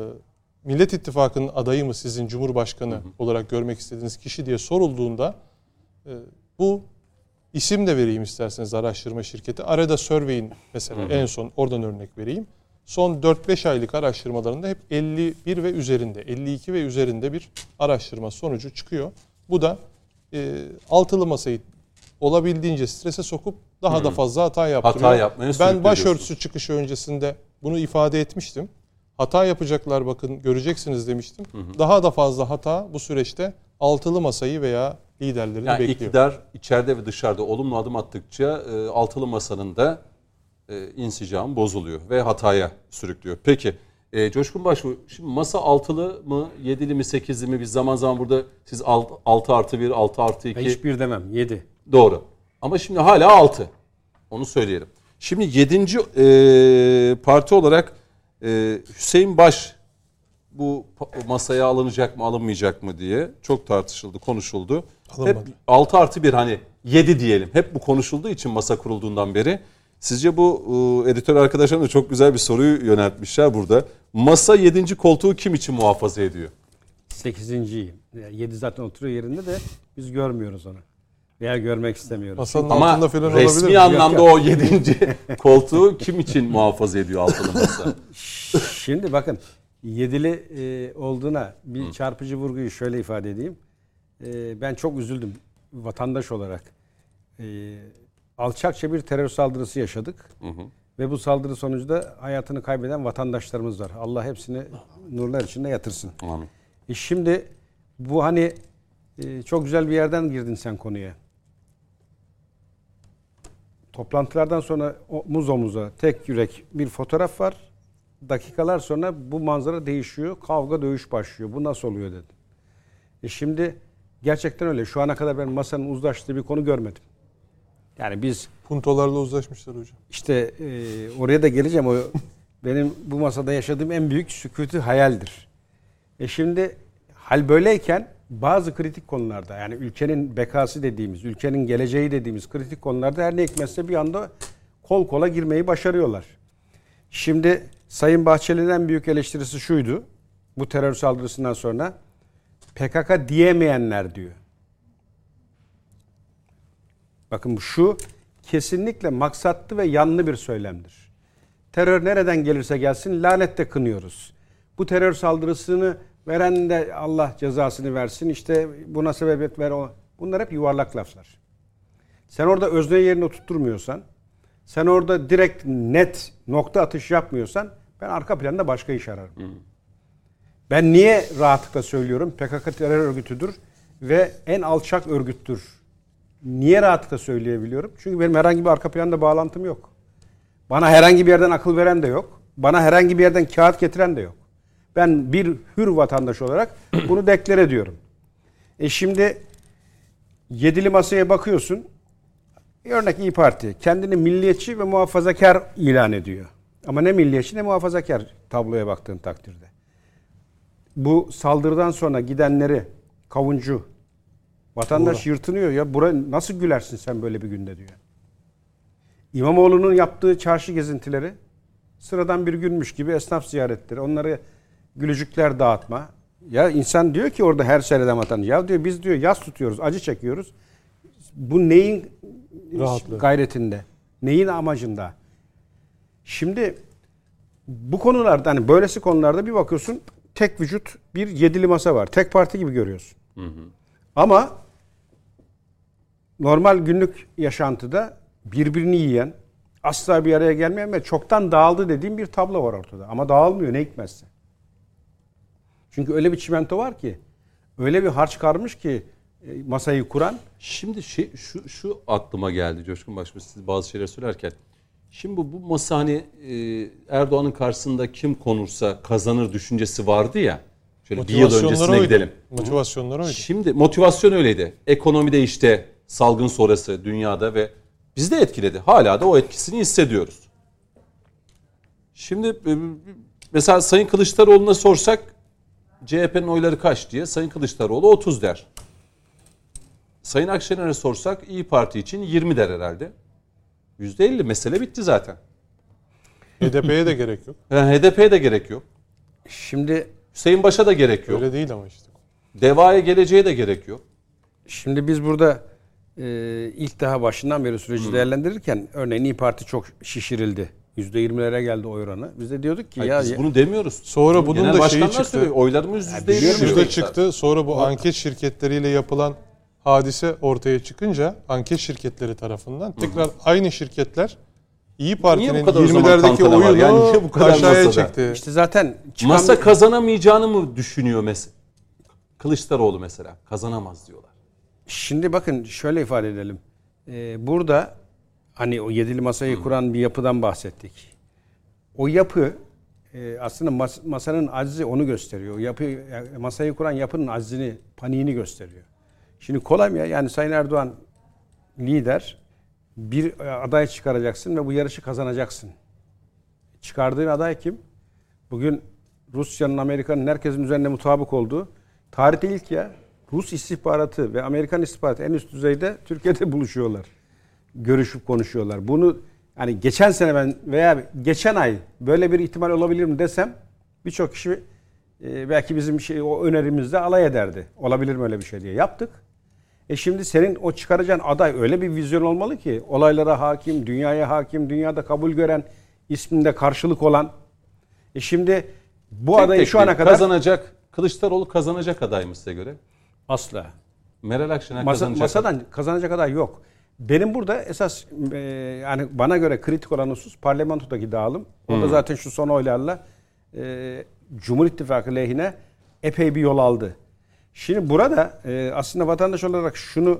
Millet İttifakı'nın adayı mı sizin Cumhurbaşkanı hı hı. olarak görmek istediğiniz kişi diye sorulduğunda e, bu isim de vereyim isterseniz araştırma şirketi. Arada Survey'in mesela hı hı. en son oradan örnek vereyim. Son dört beş aylık araştırmalarında hep elli bir ve üzerinde, elli iki ve üzerinde bir araştırma sonucu çıkıyor. Bu da e, altılı masayı olabildiğince strese sokup daha hmm. da fazla hata yaptırıyor. Hata yapmaya Ben başörtüsü çıkışı öncesinde bunu ifade etmiştim. Hata yapacaklar bakın göreceksiniz demiştim. Hmm. Daha da fazla hata bu süreçte altılı masayı veya liderlerini yani bekliyor. İktidar içeride ve dışarıda olumlu adım attıkça e, altılı masanın da e, insicamı bozuluyor ve hataya sürüklüyor. Peki e, Coşkun Başbuğ, şimdi masa altılı mı, yedili mi, sekizli mi? Biz zaman zaman burada siz altı artı bir, altı artı iki. Hiçbir demem, yedi. Doğru. Ama şimdi hala altı. Onu söyleyelim. Şimdi yedinci e, parti olarak e, Hüseyin Baş bu masaya alınacak mı alınmayacak mı diye çok tartışıldı, konuşuldu. Alınmadı. Hep altı artı bir hani yedi diyelim. Hep bu konuşulduğu için masa kurulduğundan beri. Sizce bu e, editör arkadaşlarım da çok güzel bir soruyu yöneltmişler burada. Masa yedinci koltuğu kim için muhafaza ediyor? sekizinciyim. Yani yedi zaten oturuyor yerinde de biz görmüyoruz onu. Veya görmek istemiyoruz. Masanın Ama altında falan resmi olabilir. anlamda Yok, o yedinci koltuğu kim için muhafaza ediyor altılı masa? Şimdi bakın yedili e, olduğuna bir Hı. çarpıcı vurguyu şöyle ifade edeyim. E, ben çok üzüldüm vatandaş olarak. E, alçakça bir terör saldırısı yaşadık. Hı hı. Ve bu saldırı sonucunda hayatını kaybeden vatandaşlarımız var. Allah hepsini nurlar içinde yatırsın. Amin. E şimdi bu hani e, çok güzel bir yerden girdin sen konuya. Toplantılardan sonra omuz omuza tek yürek bir fotoğraf var. Dakikalar sonra bu manzara değişiyor. Kavga dövüş başlıyor. Bu nasıl oluyor dedim. E şimdi gerçekten öyle. Şu ana kadar ben masanın uzlaştığı bir konu görmedim. Yani biz puntolarla uzlaşmışlar hocam. İşte e, oraya da geleceğim. O benim bu masada yaşadığım en büyük sükutu hayaldir. E şimdi hal böyleyken bazı kritik konularda yani ülkenin bekası dediğimiz, ülkenin geleceği dediğimiz kritik konularda her ne hikmetse bir anda kol kola girmeyi başarıyorlar. Şimdi Sayın Bahçeli'nin en büyük eleştirisi şuydu. Bu terör saldırısından sonra P K K diyemeyenler diyor. Bakın şu kesinlikle maksatlı ve yanlı bir söylemdir. Terör nereden gelirse gelsin lanette kınıyoruz. Bu terör saldırısını veren de Allah cezasını versin. İşte buna sebebiyet ver. Bunlar hep yuvarlak laflar. Sen orada özne yerine oturtturmuyorsan, sen orada direkt net nokta atış yapmıyorsan ben arka planda başka iş ararım. Hı. Ben niye rahatlıkla söylüyorum? P K K terör örgütüdür ve en alçak örgüttür. Niye rahatlıkla söyleyebiliyorum? Çünkü benim herhangi bir arka planda bağlantım yok. Bana herhangi bir yerden akıl veren de yok. Bana herhangi bir yerden kağıt getiren de yok. Ben bir hür vatandaş olarak bunu deklar ediyorum. E şimdi yedili masaya bakıyorsun. Örnek İYİ Parti kendini milliyetçi ve muhafazakar ilan ediyor. Ama ne milliyetçi ne muhafazakar tabloya baktığın takdirde. Bu saldırıdan sonra gidenleri kavuncu vatandaş Doğru. yırtınıyor ya. Buraya nasıl gülersin sen böyle bir günde diyor. İmamoğlu'nun yaptığı çarşı gezintileri sıradan bir günmüş gibi esnaf ziyaretleri. Onları gülücükler dağıtma. Ya insan diyor ki orada her seyreden vatandaş. Ya diyor biz diyor yas tutuyoruz, acı çekiyoruz. Bu neyin Rahatlığı. gayretinde? Neyin amacında? Şimdi bu konularda hani böylesi konularda bir bakıyorsun tek vücut bir yedili masa var. Tek parti gibi görüyorsun. Hı hı. Ama normal günlük yaşantıda birbirini yiyen, asla bir araya gelmeyen ve çoktan dağıldı dediğim bir tablo var ortada. Ama dağılmıyor ne hikmetse. Çünkü öyle bir çimento var ki, öyle bir harç karmış ki e, masayı kuran. Şimdi şey, şu şu aklıma geldi Coşkun Başbuğ, siz bazı şeyler söylerken. Şimdi bu, bu masa hani e, Erdoğan'ın karşısında kim konursa kazanır düşüncesi vardı ya. Şöyle bir yıl öncesine oydu. gidelim. Motivasyonları oydu. Şimdi motivasyon öyleydi. Ekonomide işte salgın sonrası dünyada ve bizi de etkiledi. Hala da o etkisini hissediyoruz. Şimdi e, mesela Sayın Kılıçdaroğlu'na sorsak C H P'nin oyları kaç diye, Sayın Kılıçdaroğlu otuz der. Sayın Akşener'e sorsak İyi Parti için yirmi der herhalde. yüzde elli, mesele bitti zaten. H D P'ye de gerek yok. Yani H D P'ye de gerek yok. Şimdi Hüseyin Baş'a da gerek yok. Öyle değil ama işte. Deva'ya geleceğe de gerek yok. Şimdi biz burada e, ilk daha başından beri süreci hmm. değerlendirirken örneğin İyi Parti çok şişirildi. yüzde yirmilere geldi oy oranı. Biz de diyorduk ki Hayır, ya biz bunu demiyoruz. Sonra bunun Genel da şeyi başkanlar çıktı. söylüyor. Oylarımız yüzde biliyorum. Yüzde yirmi. çıktı. Sonra bu anket şirketleriyle yapılan hadise ortaya çıkınca anket şirketleri tarafından tekrar aynı şirketler İyi Parti'nin kadar o zaman yirmilerdeki tantana var? oyunu Yani niye bu kadar aşağıya masada? çekti. işte zaten çıkan Masa bir- kazanamayacağını mı düşünüyor mesela? Kılıçdaroğlu mesela kazanamaz diyorlar. Şimdi bakın şöyle ifade edelim. Ee, burada hani o yedili masayı kuran bir yapıdan bahsettik. O yapı e, aslında mas- masanın acizi onu gösteriyor. O yapı yani masayı kuran yapının acizini, paniğini gösteriyor. Şimdi kolay mı ya? Yani Sayın Erdoğan lider, bir aday çıkaracaksın ve bu yarışı kazanacaksın. Çıkardığın aday kim? Bugün Rusya'nın, Amerika'nın herkesin üzerine mutabık olduğu tarihte ilk ya. Rus istihbaratı ve Amerikan istihbaratı en üst düzeyde Türkiye'de buluşuyorlar. Görüşüp konuşuyorlar. Bunu hani geçen sene ben veya geçen ay böyle bir ihtimal olabilir mi desem birçok kişi e, belki bizim şey o önerimizde alay ederdi. Olabilir mi öyle bir şey diye yaptık. E şimdi senin o çıkaracağın aday öyle bir vizyon olmalı ki olaylara hakim, dünyaya hakim, dünyada kabul gören, isminde karşılık olan. E şimdi bu Tek adayı tek şu ana değil. kadar Kazanacak, Kılıçdaroğlu kazanacak aday mı size göre? asla. Meral Akşener Masa, kazanacak. masadan kazanacak aday yok. Benim burada esas e, yani bana göre kritik olan husus parlamentodaki dağılım. Orada zaten şu son oylarla e, Cumhur İttifakı lehine epey bir yol aldı. Şimdi burada e, aslında vatandaş olarak şunu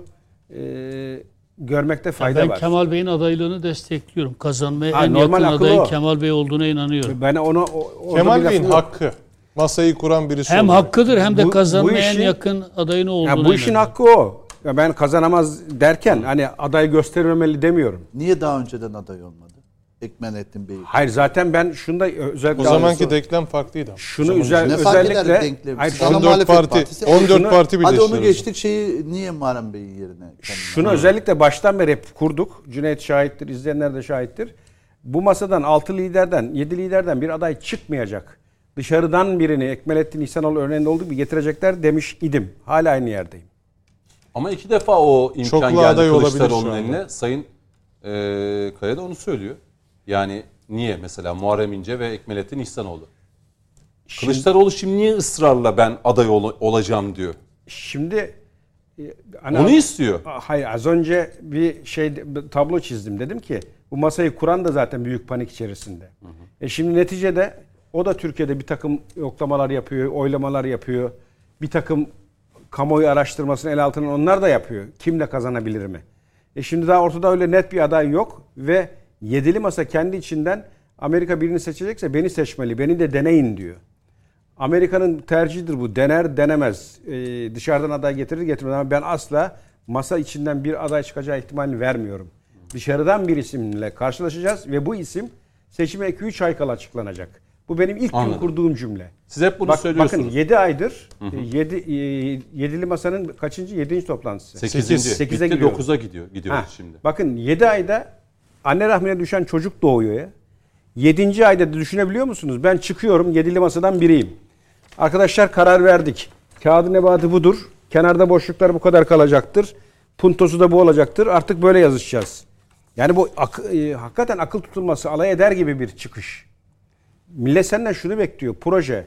e, görmekte fayda ben var. Kemal Bey'in adaylığını destekliyorum. Kazanmaya Ha, en normal yakın akıl adayın o. Kemal Bey olduğuna inanıyorum. Ben onu o, orada Kemal bir Bey'in lafım yok. hakkı. Masayı kuran birisi Hem olarak. hakkıdır hem de Bu- bu kazanmaya en işin- yakın adayın olduğuna Ya bu işin inanıyorum. hakkı o. Ya ben kazanamaz derken hani aday göstermemeli demiyorum. Niye daha önceden aday olmadı? Ekmenettin Bey. Hayır zaten ben şunda özellikle O zamanki arzusu- denklem farklıydı. ama. şunu O zaman özel- Ne fark eder özellikle denklemi? hayır, Siz şunu- ana on dört muhalefet parti, partisi. on dört Şunu- parti Hadi onu birleştiriyoruz. geçtik, şeyi niye Muharrem Bey'in yerine? kendine? Şunu özellikle baştan beri hep kurduk. Cüneyt şahittir, izleyenler de şahittir. Bu masadan altı liderden, yedi liderden bir aday çıkmayacak. Dışarıdan birini Ekmelettin İhsanoğlu örneğinde olduğu gibi getirecekler demiş idim. Hala aynı yerdeyim. Ama iki defa o imkan Çoklu geldi aday olabilir Kılıçdaroğlu'nun şu anda. eline. Sayın e, Kaya da onu söylüyor. Yani niye mesela Muharrem İnce ve Ekmelettin İhsanoğlu? Kılıçdaroğlu şimdi niye ısrarla ben aday ol- olacağım diyor. Şimdi e, hani- Onu istiyor. Hayır, az önce bir şey bir tablo çizdim. Dedim ki bu masayı kuran da zaten büyük panik içerisinde. Hı hı. E şimdi neticede o da Türkiye'de bir takım yoklamalar yapıyor, oylamalar yapıyor. Bir takım kamuoyu araştırmasını el altına onlar da yapıyor. Kimle kazanabilir mi? E şimdi daha ortada öyle net bir aday yok ve yedili masa kendi içinden Amerika birini seçecekse beni seçmeli, beni de deneyin diyor. Amerika'nın tercihidir bu. Dener denemez. Ee, dışarıdan aday getirir getirmez ama ben asla masa içinden bir aday çıkacağı ihtimalini vermiyorum. Dışarıdan bir isimle karşılaşacağız ve bu isim seçime iki üç ay kala açıklanacak. Bu benim ilk Anladım. gün kurduğum cümle. Siz hep bunu Bak, söylüyorsunuz. bakın yedi aydır yedi yedili masanın kaçıncı? yedinci toplantısı. sekizinci. sekize Bitti gidiyor. dokuza gidiyor. Gidiyoruz Ha, şimdi. bakın yedi ayda anne rahmine düşen çocuk doğuyor ya. yedinci ayda da düşünebiliyor musunuz? Ben çıkıyorum yedili masadan biriyim. Arkadaşlar karar verdik. Kağıdın ebatı budur. Kenarda boşluklar bu kadar kalacaktır. Puntosu da bu olacaktır. Artık böyle yazışacağız. Yani bu ak- e, hakikaten akıl tutulması alay eder gibi bir çıkış. Millet senden şunu bekliyor. Proje.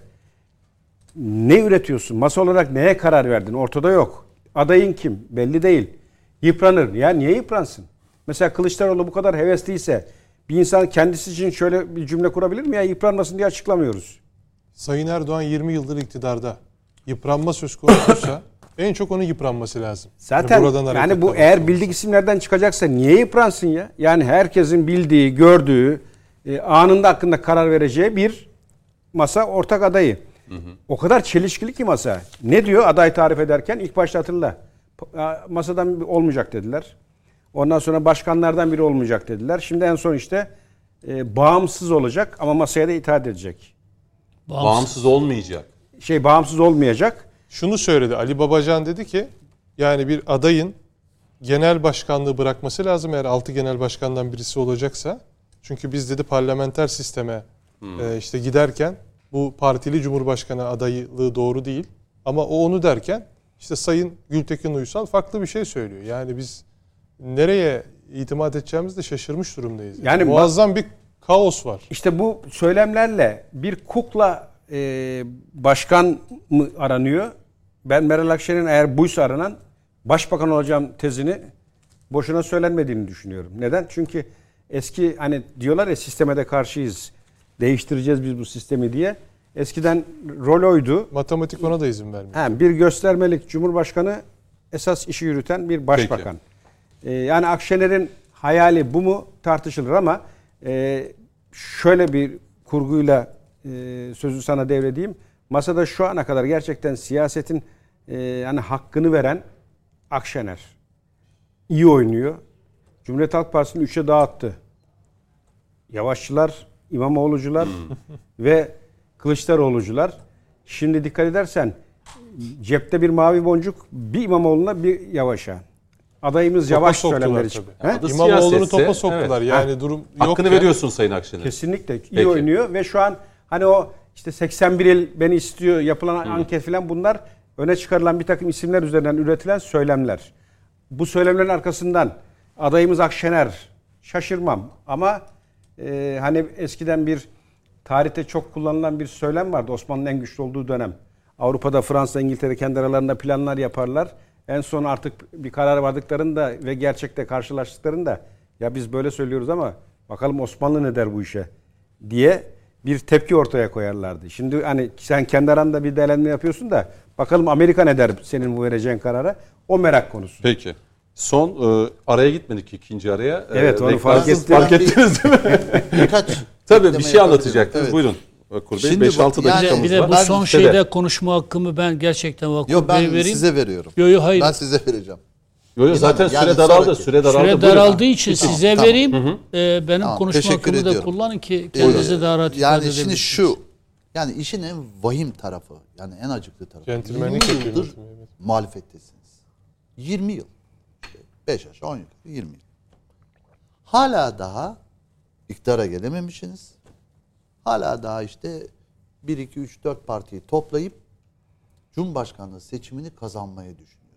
Ne üretiyorsun? Masa olarak neye karar verdin? Ortada yok. Adayın kim? Belli değil. Yıpranır. Ya niye yıpransın? Mesela Kılıçdaroğlu bu kadar hevesliyse bir insan kendisi için şöyle bir cümle kurabilir mi? Ya yıpranmasın diye açıklamıyoruz. Sayın Erdoğan yirmi yıldır iktidarda. yıpranma söz konusuysa en çok onun yıpranması lazım. Zaten buradan yani hareketle bu eğer bakmamız bildik isimlerden çıkacaksa niye yıpransın ya? Yani herkesin bildiği, gördüğü, e, anında hakkında karar vereceği bir masa ortak adayı. Hı hı. O kadar çelişkili ki masa. Ne diyor aday tarif ederken? İlk başta hatırla. Masadan olmayacak dediler. Ondan sonra başkanlardan biri olmayacak dediler. Şimdi en son işte e, bağımsız olacak ama masaya da itaat edecek. Bağımsız, bağımsız olmayacak. Şey bağımsız olmayacak. Şunu söyledi Ali Babacan, dedi ki yani bir adayın genel başkanlığı bırakması lazım eğer altı genel başkandan birisi olacaksa. Çünkü biz dedi parlamenter sisteme hmm. e, işte giderken bu partili cumhurbaşkanı adaylığı doğru değil. Ama o onu derken işte Sayın Gültekin Uysal farklı bir şey söylüyor. Yani biz nereye itimat edeceğimizi de şaşırmış durumdayız. Yani, yani muazzam bir kaos var. İşte bu söylemlerle bir kukla e, başkan mı aranıyor? Ben Meral Akşener'in eğer buysa aranan başbakan olacağım tezini boşuna söylenmediğini düşünüyorum. Neden? Çünkü eski hani diyorlar ya sisteme de karşıyız. Değiştireceğiz biz bu sistemi diye. Eskiden rol oydu. Matematik ona da izin vermiyor. He, bir göstermelik cumhurbaşkanı esas işi yürüten bir başbakan. Ee, yani Akşener'in hayali bu mu tartışılır ama e, şöyle bir kurguyla e, sözü sana devredeyim. Masada şu ana kadar gerçekten siyasetin e, yani hakkını veren Akşener. İyi oynuyor. Cumhuriyet Halk Partisi'ni üçe dağıttı. Yavaşçılar, İmamoğlucular ve Kılıçdaroğlucular. Şimdi dikkat edersen cepte bir mavi boncuk, bir İmamoğlu'na bir Yavaş'a. Adayımız topa Yavaş söylemleri çıktı. İmamoğlu'nu topa soktular. Evet. Yani ha. durum yok. Hakkını yani. Veriyorsun Sayın Akşener. Kesinlikle. İyi Peki. oynuyor ve şu an hani o işte seksen bir il beni istiyor yapılan Hı. anket falan bunlar öne çıkarılan bir takım isimler üzerinden üretilen söylemler. Bu söylemlerin arkasından adayımız Akşener şaşırmam ama e, hani eskiden bir tarihte çok kullanılan bir söylem vardı Osmanlı'nın en güçlü olduğu dönem. Avrupa'da Fransa, İngiltere kendi aralarında planlar yaparlar. En son artık bir karar vardıklarında ve gerçekte karşılaştıklarında ya biz böyle söylüyoruz ama bakalım Osmanlı ne der bu işe diye bir tepki ortaya koyarlardı. Şimdi hani sen kendi aranda bir değerlendirme yapıyorsun da bakalım Amerika ne der senin bu vereceğin karara? O merak konusu. Peki. Son e, araya gitmedik ikinci araya. Evet e, onu fark, etti. fark ettiniz değil mi? Birkaç Tabii bir şey anlatacaktınız. Evet. Buyurun. beş altı dakikamız bir de var. bu son şeyde de konuşma hakkımı ben gerçekten Vakıf Yok ben vereyim. size veriyorum. Yok yok hayır. Ben size vereceğim. Yok yok zaten yani süre daraldı. sonraki. Süre daraldı. Süre daraldığı için tamam, size tamam. vereyim. Hı hı. Ee, benim tamam, konuşma hakkımı da kullanın ki kendinize ee, daha rahat yani ifade şimdi şu yani işin en vahim tarafı yani en acıklı tarafı. Centilmenlik yıldır muhalefettesiniz. yirmi yıl. beş yaş, on yıl, yirmi yıl. Hala daha iktidara gelememişsiniz. Hala daha işte bir, iki, üç, dört partiyi toplayıp Cumhurbaşkanlığı seçimini kazanmaya düşünüyorsunuz.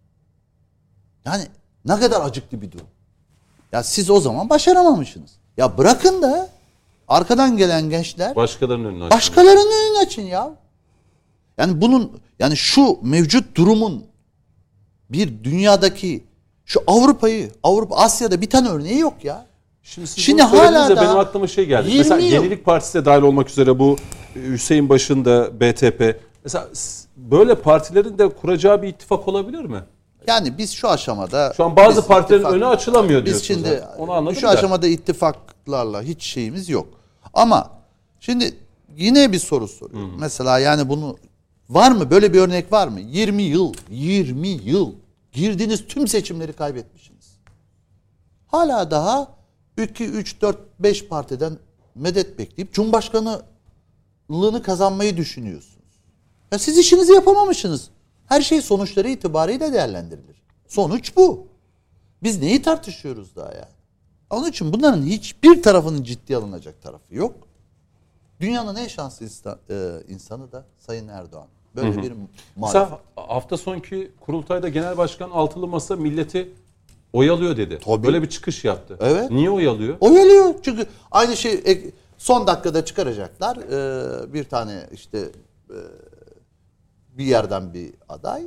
Yani ne kadar acıklı bir durum. Ya siz o zaman başaramamışsınız. Ya bırakın da arkadan gelen gençler başkalarının önünü açın. Başkalarının önünü açın ya. Yani bunun yani şu mevcut durumun bir dünyadaki şu Avrupa'yı, Avrupa Asya'da bir tane örneği yok ya. Şimdi, Şimdi hala da benim aklıma şey geldi. Mesela yıl. Yenilik Partisi de dahil olmak üzere bu Hüseyin Baş'ın B T P. Mesela böyle partilerin de kuracağı bir ittifak olabilir mi? Yani biz şu aşamada şu an bazı partilerin ittifak, önü açılamıyor diyorsunuz. Biz şimdi onu anladım şu da. aşamada ittifaklarla hiç şeyimiz yok. Ama şimdi yine bir soru soruyorum. Hmm. Mesela yani bunu var mı? Böyle bir örnek var mı? yirmi yıl, yirmi yıl girdiğiniz tüm seçimleri kaybetmişsiniz. Hala daha iki, üç, dört, beş partiden medet bekleyip Cumhurbaşkanlığını kazanmayı düşünüyorsunuz. Ya siz işinizi yapamamışsınız. Her şey sonuçları itibariyle değerlendirilir. Sonuç bu. Biz neyi tartışıyoruz daha ya? Onun için bunların hiçbir tarafının ciddiye alınacak tarafı yok. Dünyanın en şanslı insanı da Sayın Erdoğan. Böyle hı hı. bir muhalefet. Mesela hafta sonki kurultayda Genel Başkan Altılı Masa milleti oyalıyor dedi. Tabii. Böyle bir çıkış yaptı. Evet. Niye oyalıyor? Oyalıyor. Çünkü aynı şey son dakikada çıkaracaklar. Ee, bir tane işte e, bir yerden bir aday.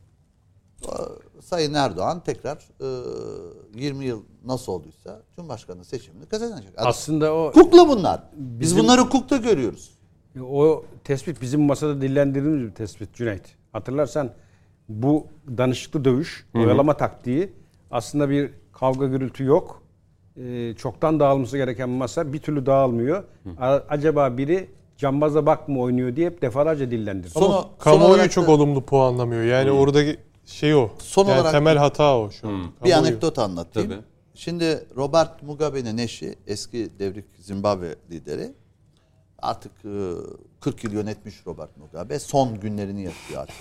Sayın Erdoğan tekrar e, yirmi yıl nasıl olduysa Cumhurbaşkanlığı seçimini kazanacak. Aslında o kukla bunlar. Biz bizim, bunları hukukta görüyoruz. O tespit bizim masada dillendirdiğimiz bir tespit Cüneyt. Hatırlarsan bu danışıklı dövüş, oyalama taktiği aslında bir kavga gürültü yok. Ee, çoktan dağılması gereken masa bir türlü dağılmıyor. A- acaba biri cambaza bak mı oynuyor diye hep defalarca dillendirdi. Son- Ama son kamuoyu olarak çok da- olumlu puanlamıyor. Yani oradaki şey o. Son yani olarak temel da- hata o şu an. Bir Kamuoyu. anekdot anlatayım. Tabii. Şimdi Robert Mugabe'nin eşi, eski devrik Zimbabwe lideri. Artık e, kırk yıl yönetmiş Robert Mugabe. Son günlerini yaşıyor artık.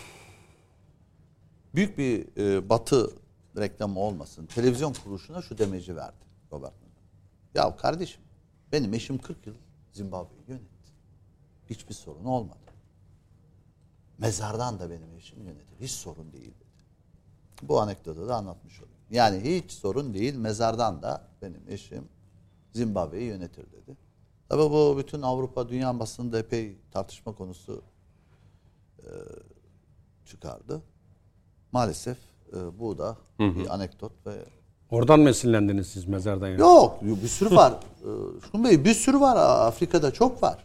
Büyük bir e, Batı reklamı olmasın. Televizyon kuruluşuna şu demeci verdi Robert Mugabe. Ya kardeşim, benim eşim kırk yıl Zimbabwe'yi yönetti. Hiçbir sorun olmadı. Mezardan da benim eşim yönetir. Hiç sorun değil dedi. Bu anekdotu da anlatmış olayım. Yani hiç sorun değil, mezardan da benim eşim Zimbabwe'yi yönetir dedi. Tabii bu bütün Avrupa, dünya basınında epey tartışma konusu e, çıkardı. Maalesef e, bu da bir anekdot ve Oradan mı esinlendiniz siz mezardan? Yani? yok bir sürü var. E, Şun Bey bir sürü var, Afrika'da çok var.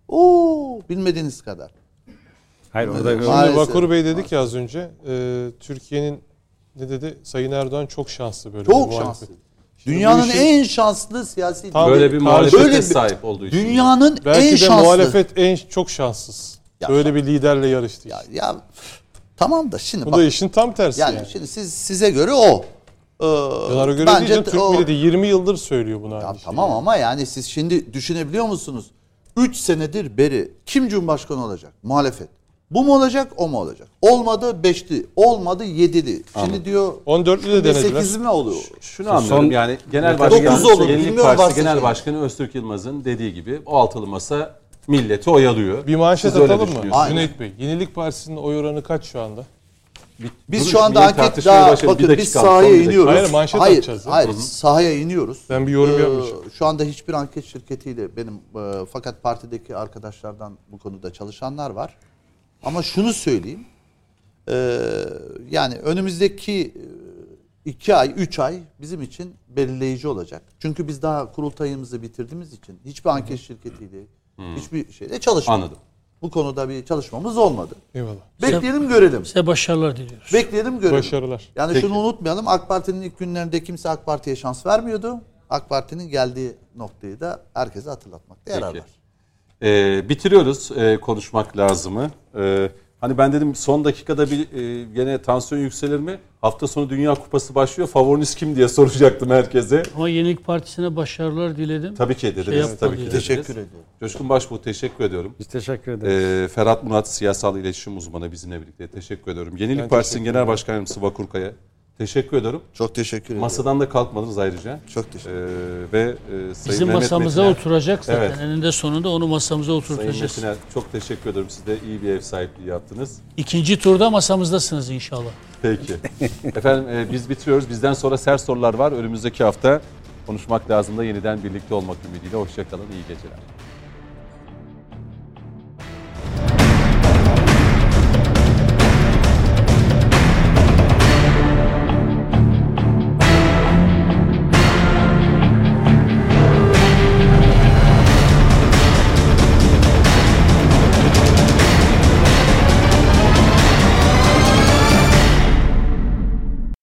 Oo, bilmediğiniz kadar. Hayır orada Maalesef. Şimdi Maalesef. Vakur Bey dedik ya az önce. e, Türkiye'nin ne dedi? Sayın Erdoğan çok şanslı böyle. Çok bir muhalefet. şanslı. Dünyanın bu işin- en şanslı siyasi Tam- Böyle bir Böyle muhalefete bir- sahip olduğu için. dünyanın en Belki de şanslı. muhalefet en çok şanssız. Ya- Böyle bir liderle yarıştı. Ya, işte. ya tamam da şimdi Bu bak, da işin tam tersi yani. yani şimdi siz size göre o. Ee, Onlara göre bence değil canım. Türk o- milleti yirmi yıldır söylüyor bunu Ya aynı şeyi. tamam ama yani siz şimdi düşünebiliyor musunuz? üç senedir beri kim Cumhurbaşkanı olacak? Muhalefet. Bu mu olacak, o mu olacak? Olmadı beşli, olmadı yedili. Şimdi diyor on dörtlü de denediler. sekiz mi oluyor? Şunu anlıyorum Son- yani Genel dokuz Başkan, olur, Yenilik bilmiyorum Partisi varsa Genel şey. Başkanı Öztürk Yılmaz'ın dediği gibi o altılı masa milleti oyalıyor. Bir manşet Siz öyle atalım mı? düşünüyorsunuz. Aynen. Cüneyt Bey. Yenilik Partisi'nin oy oranı kaç şu anda? Biz Bunu şu anda milli anket tartışmaya daha başlayalım. Bir bakın biz dakika, son bir sahaya dakika. iniyoruz. Hayır, manşet hayır, atacağız ya. hayır, Hı hı. sahaya iniyoruz. Ben bir yorum Ee, yapmayacağım. Şu anda hiçbir anket şirketiyle benim e, fakat partideki arkadaşlardan bu konuda çalışanlar var. Ama şunu söyleyeyim. Ee, yani önümüzdeki e, iki ay, üç ay bizim için belirleyici olacak. Çünkü biz daha kurultayımızı bitirdiğimiz için hiçbir anket şirketiyle, hiçbir şeyle çalışmadık. Anladım. Bu konuda bir çalışmamız olmadı. Eyvallah. Bekleyelim görelim. Size başarılar diliyoruz. Bekleyelim görelim. Başarılar. Yani Peki. şunu unutmayalım. AK Parti'nin ilk günlerinde kimse AK Parti'ye şans vermiyordu. AK Parti'nin geldiği noktayı da herkese hatırlatmakta yarar Peki. var. Ee, bitiriyoruz e, konuşmak lazımı. Ee, hani ben dedim son dakikada bir e, gene tansiyon yükselir mi? Hafta sonu Dünya Kupası başlıyor. Favoriniz kim diye soracaktım herkese. Ama Yenilik Partisi'ne başarılar diledim. Tabii ki ederiz. Şey yapmadı tabii ki yani. ederiz. Teşekkür ediyorum. Coşkun Başbuğ teşekkür ediyorum. Biz teşekkür ederiz. Ee, Ferhat Murat siyasal iletişim uzmanı bizimle birlikte teşekkür ediyorum. Yenilik Ben Partisi'nin teşekkür Genel Başkan Yardımcısı Vakur Kaya teşekkür ediyorum. Çok teşekkür ederim. Masadan da kalkmadınız ayrıca. Çok teşekkür Ee, ve e, Sayın Bizim Mehmet masamıza Metiner- oturacak zaten. Evet. Eninde sonunda onu masamıza Sayın oturtacağız. Metiner çok teşekkür ediyorum. Siz de iyi bir ev sahipliği yaptınız. İkinci turda masamızdasınız inşallah. Peki. Efendim e, biz bitiriyoruz. Bizden sonra sert sorular var. Önümüzdeki hafta konuşmak lazım da yeniden birlikte olmak ümidiyle. Hoşçakalın. İyi geceler.